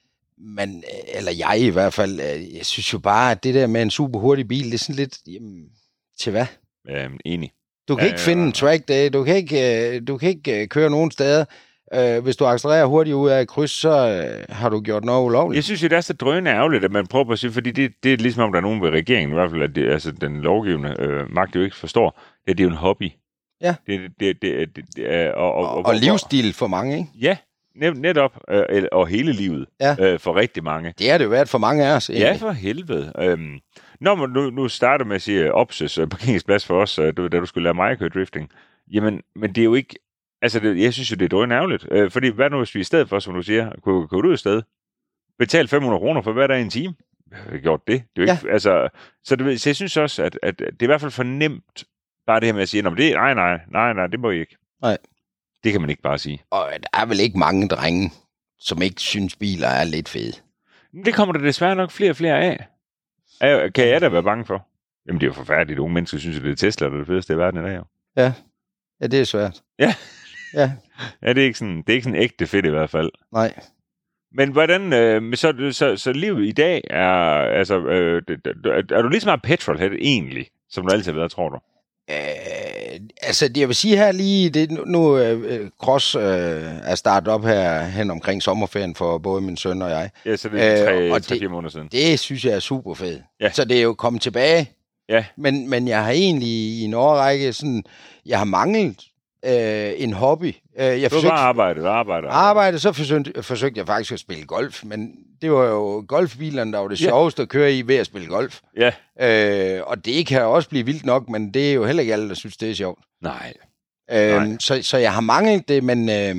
man eller jeg i hvert fald, øh, jeg synes jo bare, at det der med en super hurtig bil, det er sådan lidt, jamen, til hvad? Ja, enig. Du kan ja, ikke finde ja, ja. en track day, du kan ikke, øh, du kan ikke øh, køre nogen steder. Øh, hvis du accelererer hurtigt ud af et kryds, så øh, har du gjort noget ulovligt. Jeg synes jo, det er så drønende ærgerligt, at man prøver på at sige, fordi det, det er ligesom, om der er nogen ved regeringen, i hvert fald, at det, altså, den lovgivende øh, magt jo ikke forstår, det, det er jo en hobby. Ja. Det, det, det, det, det er, og, og, og, og livsstil for mange, ikke? Ja, net, netop. Øh, og hele livet ja. øh, for rigtig mange. Det er det jo været for mange af os, egentlig. Ja, for helvede. Øhm, når man nu, nu starter med at sige Opses uh, parkeringsplads for os, uh, da du skulle lære mig at køre drifting, jamen, men det er jo ikke... Altså, det, jeg synes jo, det er drønende ærgerligt. Øh, fordi hvad nu, hvis vi i stedet for, som du siger, kunne gå ud et sted, betale fem hundrede kroner for hver dag i en time? Jeg har gjort det. Det er jo ikke, ja. altså, så, det, så jeg synes også, at, at det er i hvert fald for nemt bare det her med at sige, det, nej, nej, nej, nej, det må I ikke. Nej. Det kan man ikke bare sige. Og der er vel ikke mange drenge, som ikke synes, biler er lidt fede. Det kommer der desværre nok flere og flere af. Kan jeg da være bange for? Jamen, det er jo forfærdeligt. Unge mennesker synes, at det er Tesla, der er det fedeste i verden i dag. Jo. Ja. Ja, det er svært. Ja. Ja. Ja, det er ikke sådan, det er ikke sådan ægte fedt i hvert fald. Nej. Men hvordan, øh, så, så, så livet i dag er, altså, øh, er du lige så meget petrolhead egentlig, som du altid har været, tror du? Øh, altså, jeg vil sige her lige, det, nu øh, Cross øh, er startet op her hen omkring sommerferien for både min søn og jeg. Ja, så det er tre, øh, tre fire måneder siden. Det synes jeg er super fedt. Ja. Så det er jo kommet tilbage. Ja. Men, men jeg har egentlig i en årrække sådan, jeg har manglet øh, en hobby. Jeg du forsøgte, bare arbejde, arbejde, arbejde. Så forsøgte, forsøgte jeg faktisk at spille golf, men det var jo golfbilerne, der var det sjoveste at køre i ved at spille golf. Ja. Øh, og det kan også blive vildt nok, men det er jo heller ikke alle, der synes, det er sjovt. Nej. Øh, Nej. Så, så jeg har manglet det, men øh,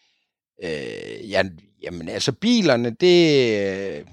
øh, ja, jamen, altså bilerne, det,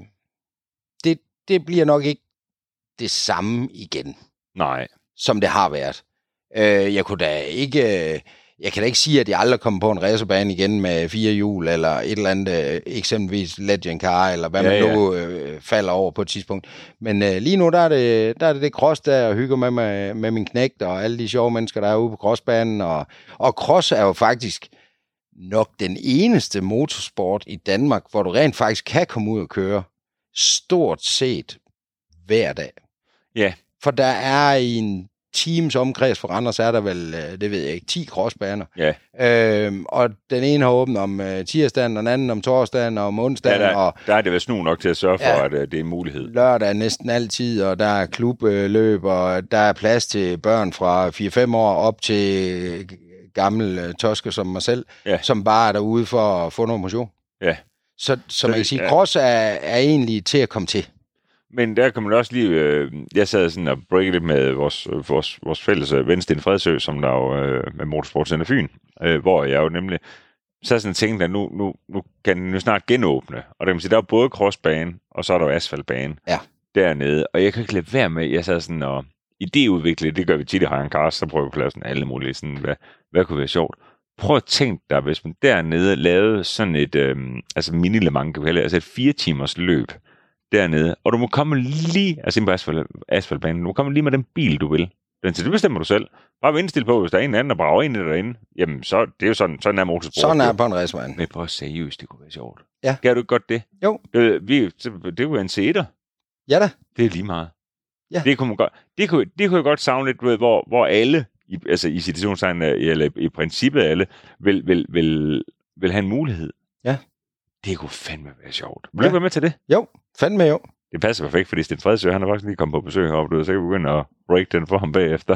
det, det bliver nok ikke det samme igen, Nej. som det har været. Øh, jeg kunne da ikke... Jeg kan da ikke sige, at jeg aldrig kommer på en racerbane igen med fire hjul, eller et eller andet, øh, eksempelvis Legend Car, eller hvad ja, man nu øh, falder over på et tidspunkt. Men øh, lige nu, der er, det, der er det det cross, der jeg hygger med, med, med min knægt, og alle de sjove mennesker, der er ude på crossbanen. Og, og cross er jo faktisk nok den eneste motorsport i Danmark, hvor du rent faktisk kan komme ud og køre stort set hver dag. Ja. For der er i en teams omkreds for Randers er der vel, det ved jeg ikke, ti crossbaner. Ja. Øhm, og den ene har åbent om uh, tirsdagen, og den anden om torsdagen og om onsdagen. Ja, der, og der er det vel snu nok til at sørge for, ja, at uh, det er en mulighed. Lørdag er næsten altid, og der er klubløb, og der er plads til børn fra fire fem år op til gamle uh, tosker som mig selv, ja, som bare er derude for at få noget motion. Ja. Så, så, så man kan sige, ja, cross er, er egentlig til at komme til. Men der kan man også lige... Øh, jeg sad sådan og breakede lidt med vores, vores, vores fælles øh, ven, Sten Fredsø, som der jo øh, med Motorsportcenter Fyn, øh, hvor jeg jo nemlig så sådan tænkte, at nu, nu, nu kan den jo snart genåbne. Og der kan man sige, der er både crossbane, og så er der jo asfaltbane ja, dernede. Og jeg kan ikke lade være med, jeg sad sådan og idéudvikle, det gør vi tit i Hagen Cars, så prøver vi at lave sådan alle mulige, sådan, hvad, hvad kunne være sjovt. Prøv at tænke dig, hvis man dernede lavede sådan et, øh, altså mini-Le Mans, kan vi kalde det, altså et fire timers løb dernede, og du må komme lige, altså inde på asfalt, asfaltbanen, du må komme lige med den bil, du vil. Den, så det bestemmer du selv. Bare indstille på, hvis der er en anden, der brager ind i derinde, jamen så, det er jo sådan, sådan er motorsport. Sådan er på en racerbane. Men prøv seriøst, det kunne være sjovt. Ja. Gør du ikke godt det? Jo. Det, vi, det kunne være en C et'er. Ja da. Det er lige meget. Ja. Det kunne man godt, det kunne, det kunne jeg godt savne lidt, ved, hvor, hvor alle, i, altså i situationstegn, eller i princippet alle, vil, vil, vil, vil have en mulighed. Ja. Det kunne fandme være sjovt. Vil ja. du være med til det? Jo, fandme jo. Det passer perfekt, fordi Sten Fredsø, han er faktisk lige kommet på besøg heroppe, du ved, så kan vi begynde at break den for ham bagefter.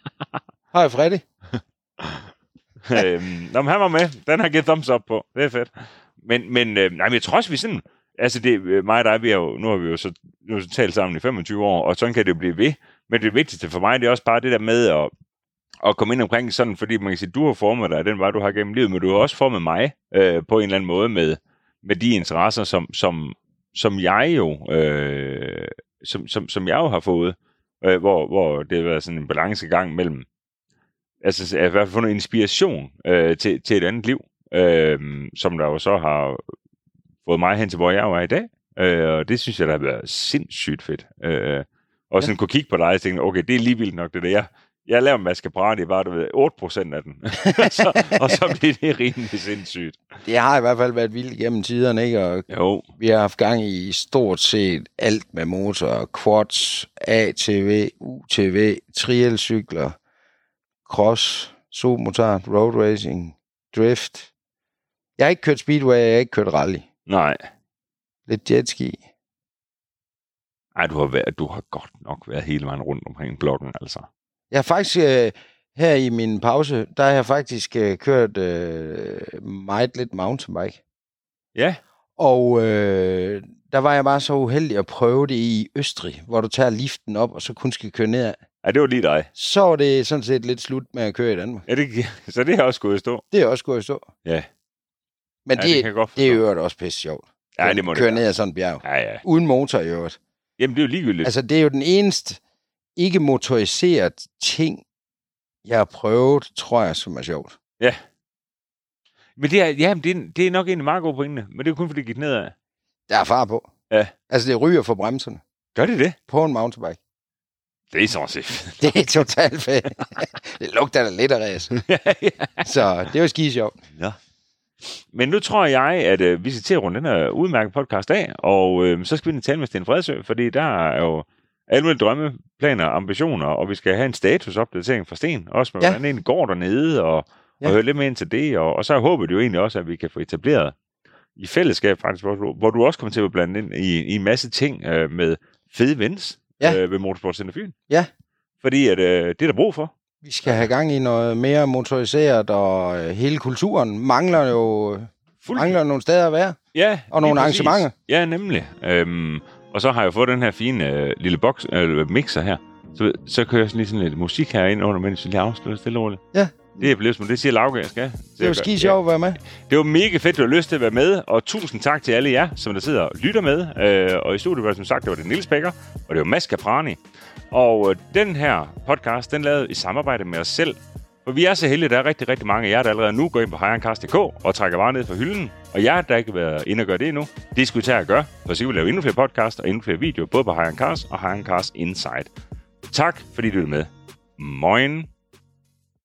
Hej Freddy. øhm, nå, men han var med. Den har givet thumbs up på. Det er fedt. Men, men øh, nej, men jeg tror også, vi sådan... Altså, det, mig og dig, vi er jo, nu har vi jo så, nu har vi talt sammen i femogtyve år, og sådan kan det jo blive ved. Men det vigtigste for mig, det er også bare det der med at, at komme ind omkring sådan, fordi man kan sige, du har formet dig den vej, du har gennem livet, men du har også formet mig øh, på en eller anden måde med, med de interesser, som, som, som jeg jo øh, som, som, som jeg jo har fået, øh, hvor, hvor det har været sådan en balancegang mellem, altså jeg har i hvert fald fundet inspiration øh, til, til et andet liv, øh, som der jo så har fået mig hen til, hvor jeg jo er i dag, øh, og det synes jeg, der har været sindssygt fedt. Øh, og sådan ja. Kunne kigge på dig og tænke, okay, det er lige vildt nok det der. Jeg, jeg laver en maske brænde, bare du ved, otte procent af den. så, og så bliver det rimelig sindssygt. Det har i hvert fald været vildt gennem tiderne, ikke? Og jo. Vi har haft gang i stort set alt med motor, quads, A T V, U T V, trielcykler, cross, supermotard, road racing, drift. Jeg har ikke kørt speedway, jeg har ikke kørt rally. Nej. Lidt jetski. Ej, du har, været, du har godt nok været hele vejen rundt omkring blokken, altså. Jeg har faktisk, øh, her i min pause, der har jeg faktisk øh, kørt øh, meget lidt mountainbike. Ja. Og øh, der var jeg bare så uheldig at prøve det i Østrig, hvor du tager liften op, og så kun skal køre ned. Ja, det var lige dig. Så var det sådan set lidt slut med at køre i Danmark. Ja, det, så det har også gået i stå. Det er også gået i stå. Ja. Men ja, det, det, det er jo også pisse sjovt. Ja, det må køre det ned ad sådan en bjerg. Ja, ja. Uden motor i øvrigt. Jamen, det er jo ligegyldigt. Altså, det er jo den eneste ikke motoriseret ting Jeg har prøvet, tror jeg, som er sjovt. Ja. Men det er, ja, det er, det er nok en meget god pointe, men det er jo kun, fordi det gik nedad. Der er far på. Ja. Altså, det ryger for bremserne. Gør det det? På en mountainbike. Det er så fedt. Det er totalt fedt. Det lugter da lidt af ræs. ja, ja. Så det er jo skide sjovt. Ja. Men nu tror jeg, at øh, vi skal til at runde den her udmærkede podcast af, og øh, så skal vi tale med Sten Fredsø, fordi der er jo alle mulige drømme, planer og ambitioner, og vi skal have en statusopdatering fra Sten, også med, ja. hvordan egentlig går dernede, og, ja. og høre lidt mere ind til det, og, og så håber det jo egentlig også, at vi kan få etableret i fællesskab faktisk, hvor du, hvor du også kommer til at blande ind i, i en masse ting øh, med fede events ja. øh, ved Motorsport Center Fyn. Ja. Fordi at, øh, det er der brug for. Vi skal have gang i noget mere motoriseret, og øh, hele kulturen mangler jo Fuld... mangler nogle steder at være. Ja, og nogle arrangementer. Ja, nemlig. Øhm, og så har jeg fået den her fine øh, lille boks, øh, mixer her. Så, så kører jeg lige sådan lidt musik herinde under, mens vi lige afslutter stille og roligt. Ja. Det er blevet som det siger Lauke, jeg skal. Det var skide sjovt at være med. Det var mega fedt, du har lyst til at være med, og tusind tak til alle jer, som der sidder og lytter med. Øh, og i studiet var som sagt, det var det Niels Becker, og det var Mads Caprani. Og øh, den her podcast, den lavede i samarbejde med os selv. For vi er så heldige, at der er rigtig, rigtig mange af jer, der allerede nu går ind på hirencast punktum d k og trækker varer ned fra hylden. Og jer, der ikke har været inde og gøre det endnu, det skal vi tage at gøre, for så kan vi lave endnu flere podcast og endnu flere videoer, både på Hirencast og Hirencast Inside. Tak, fordi du er med. Moin.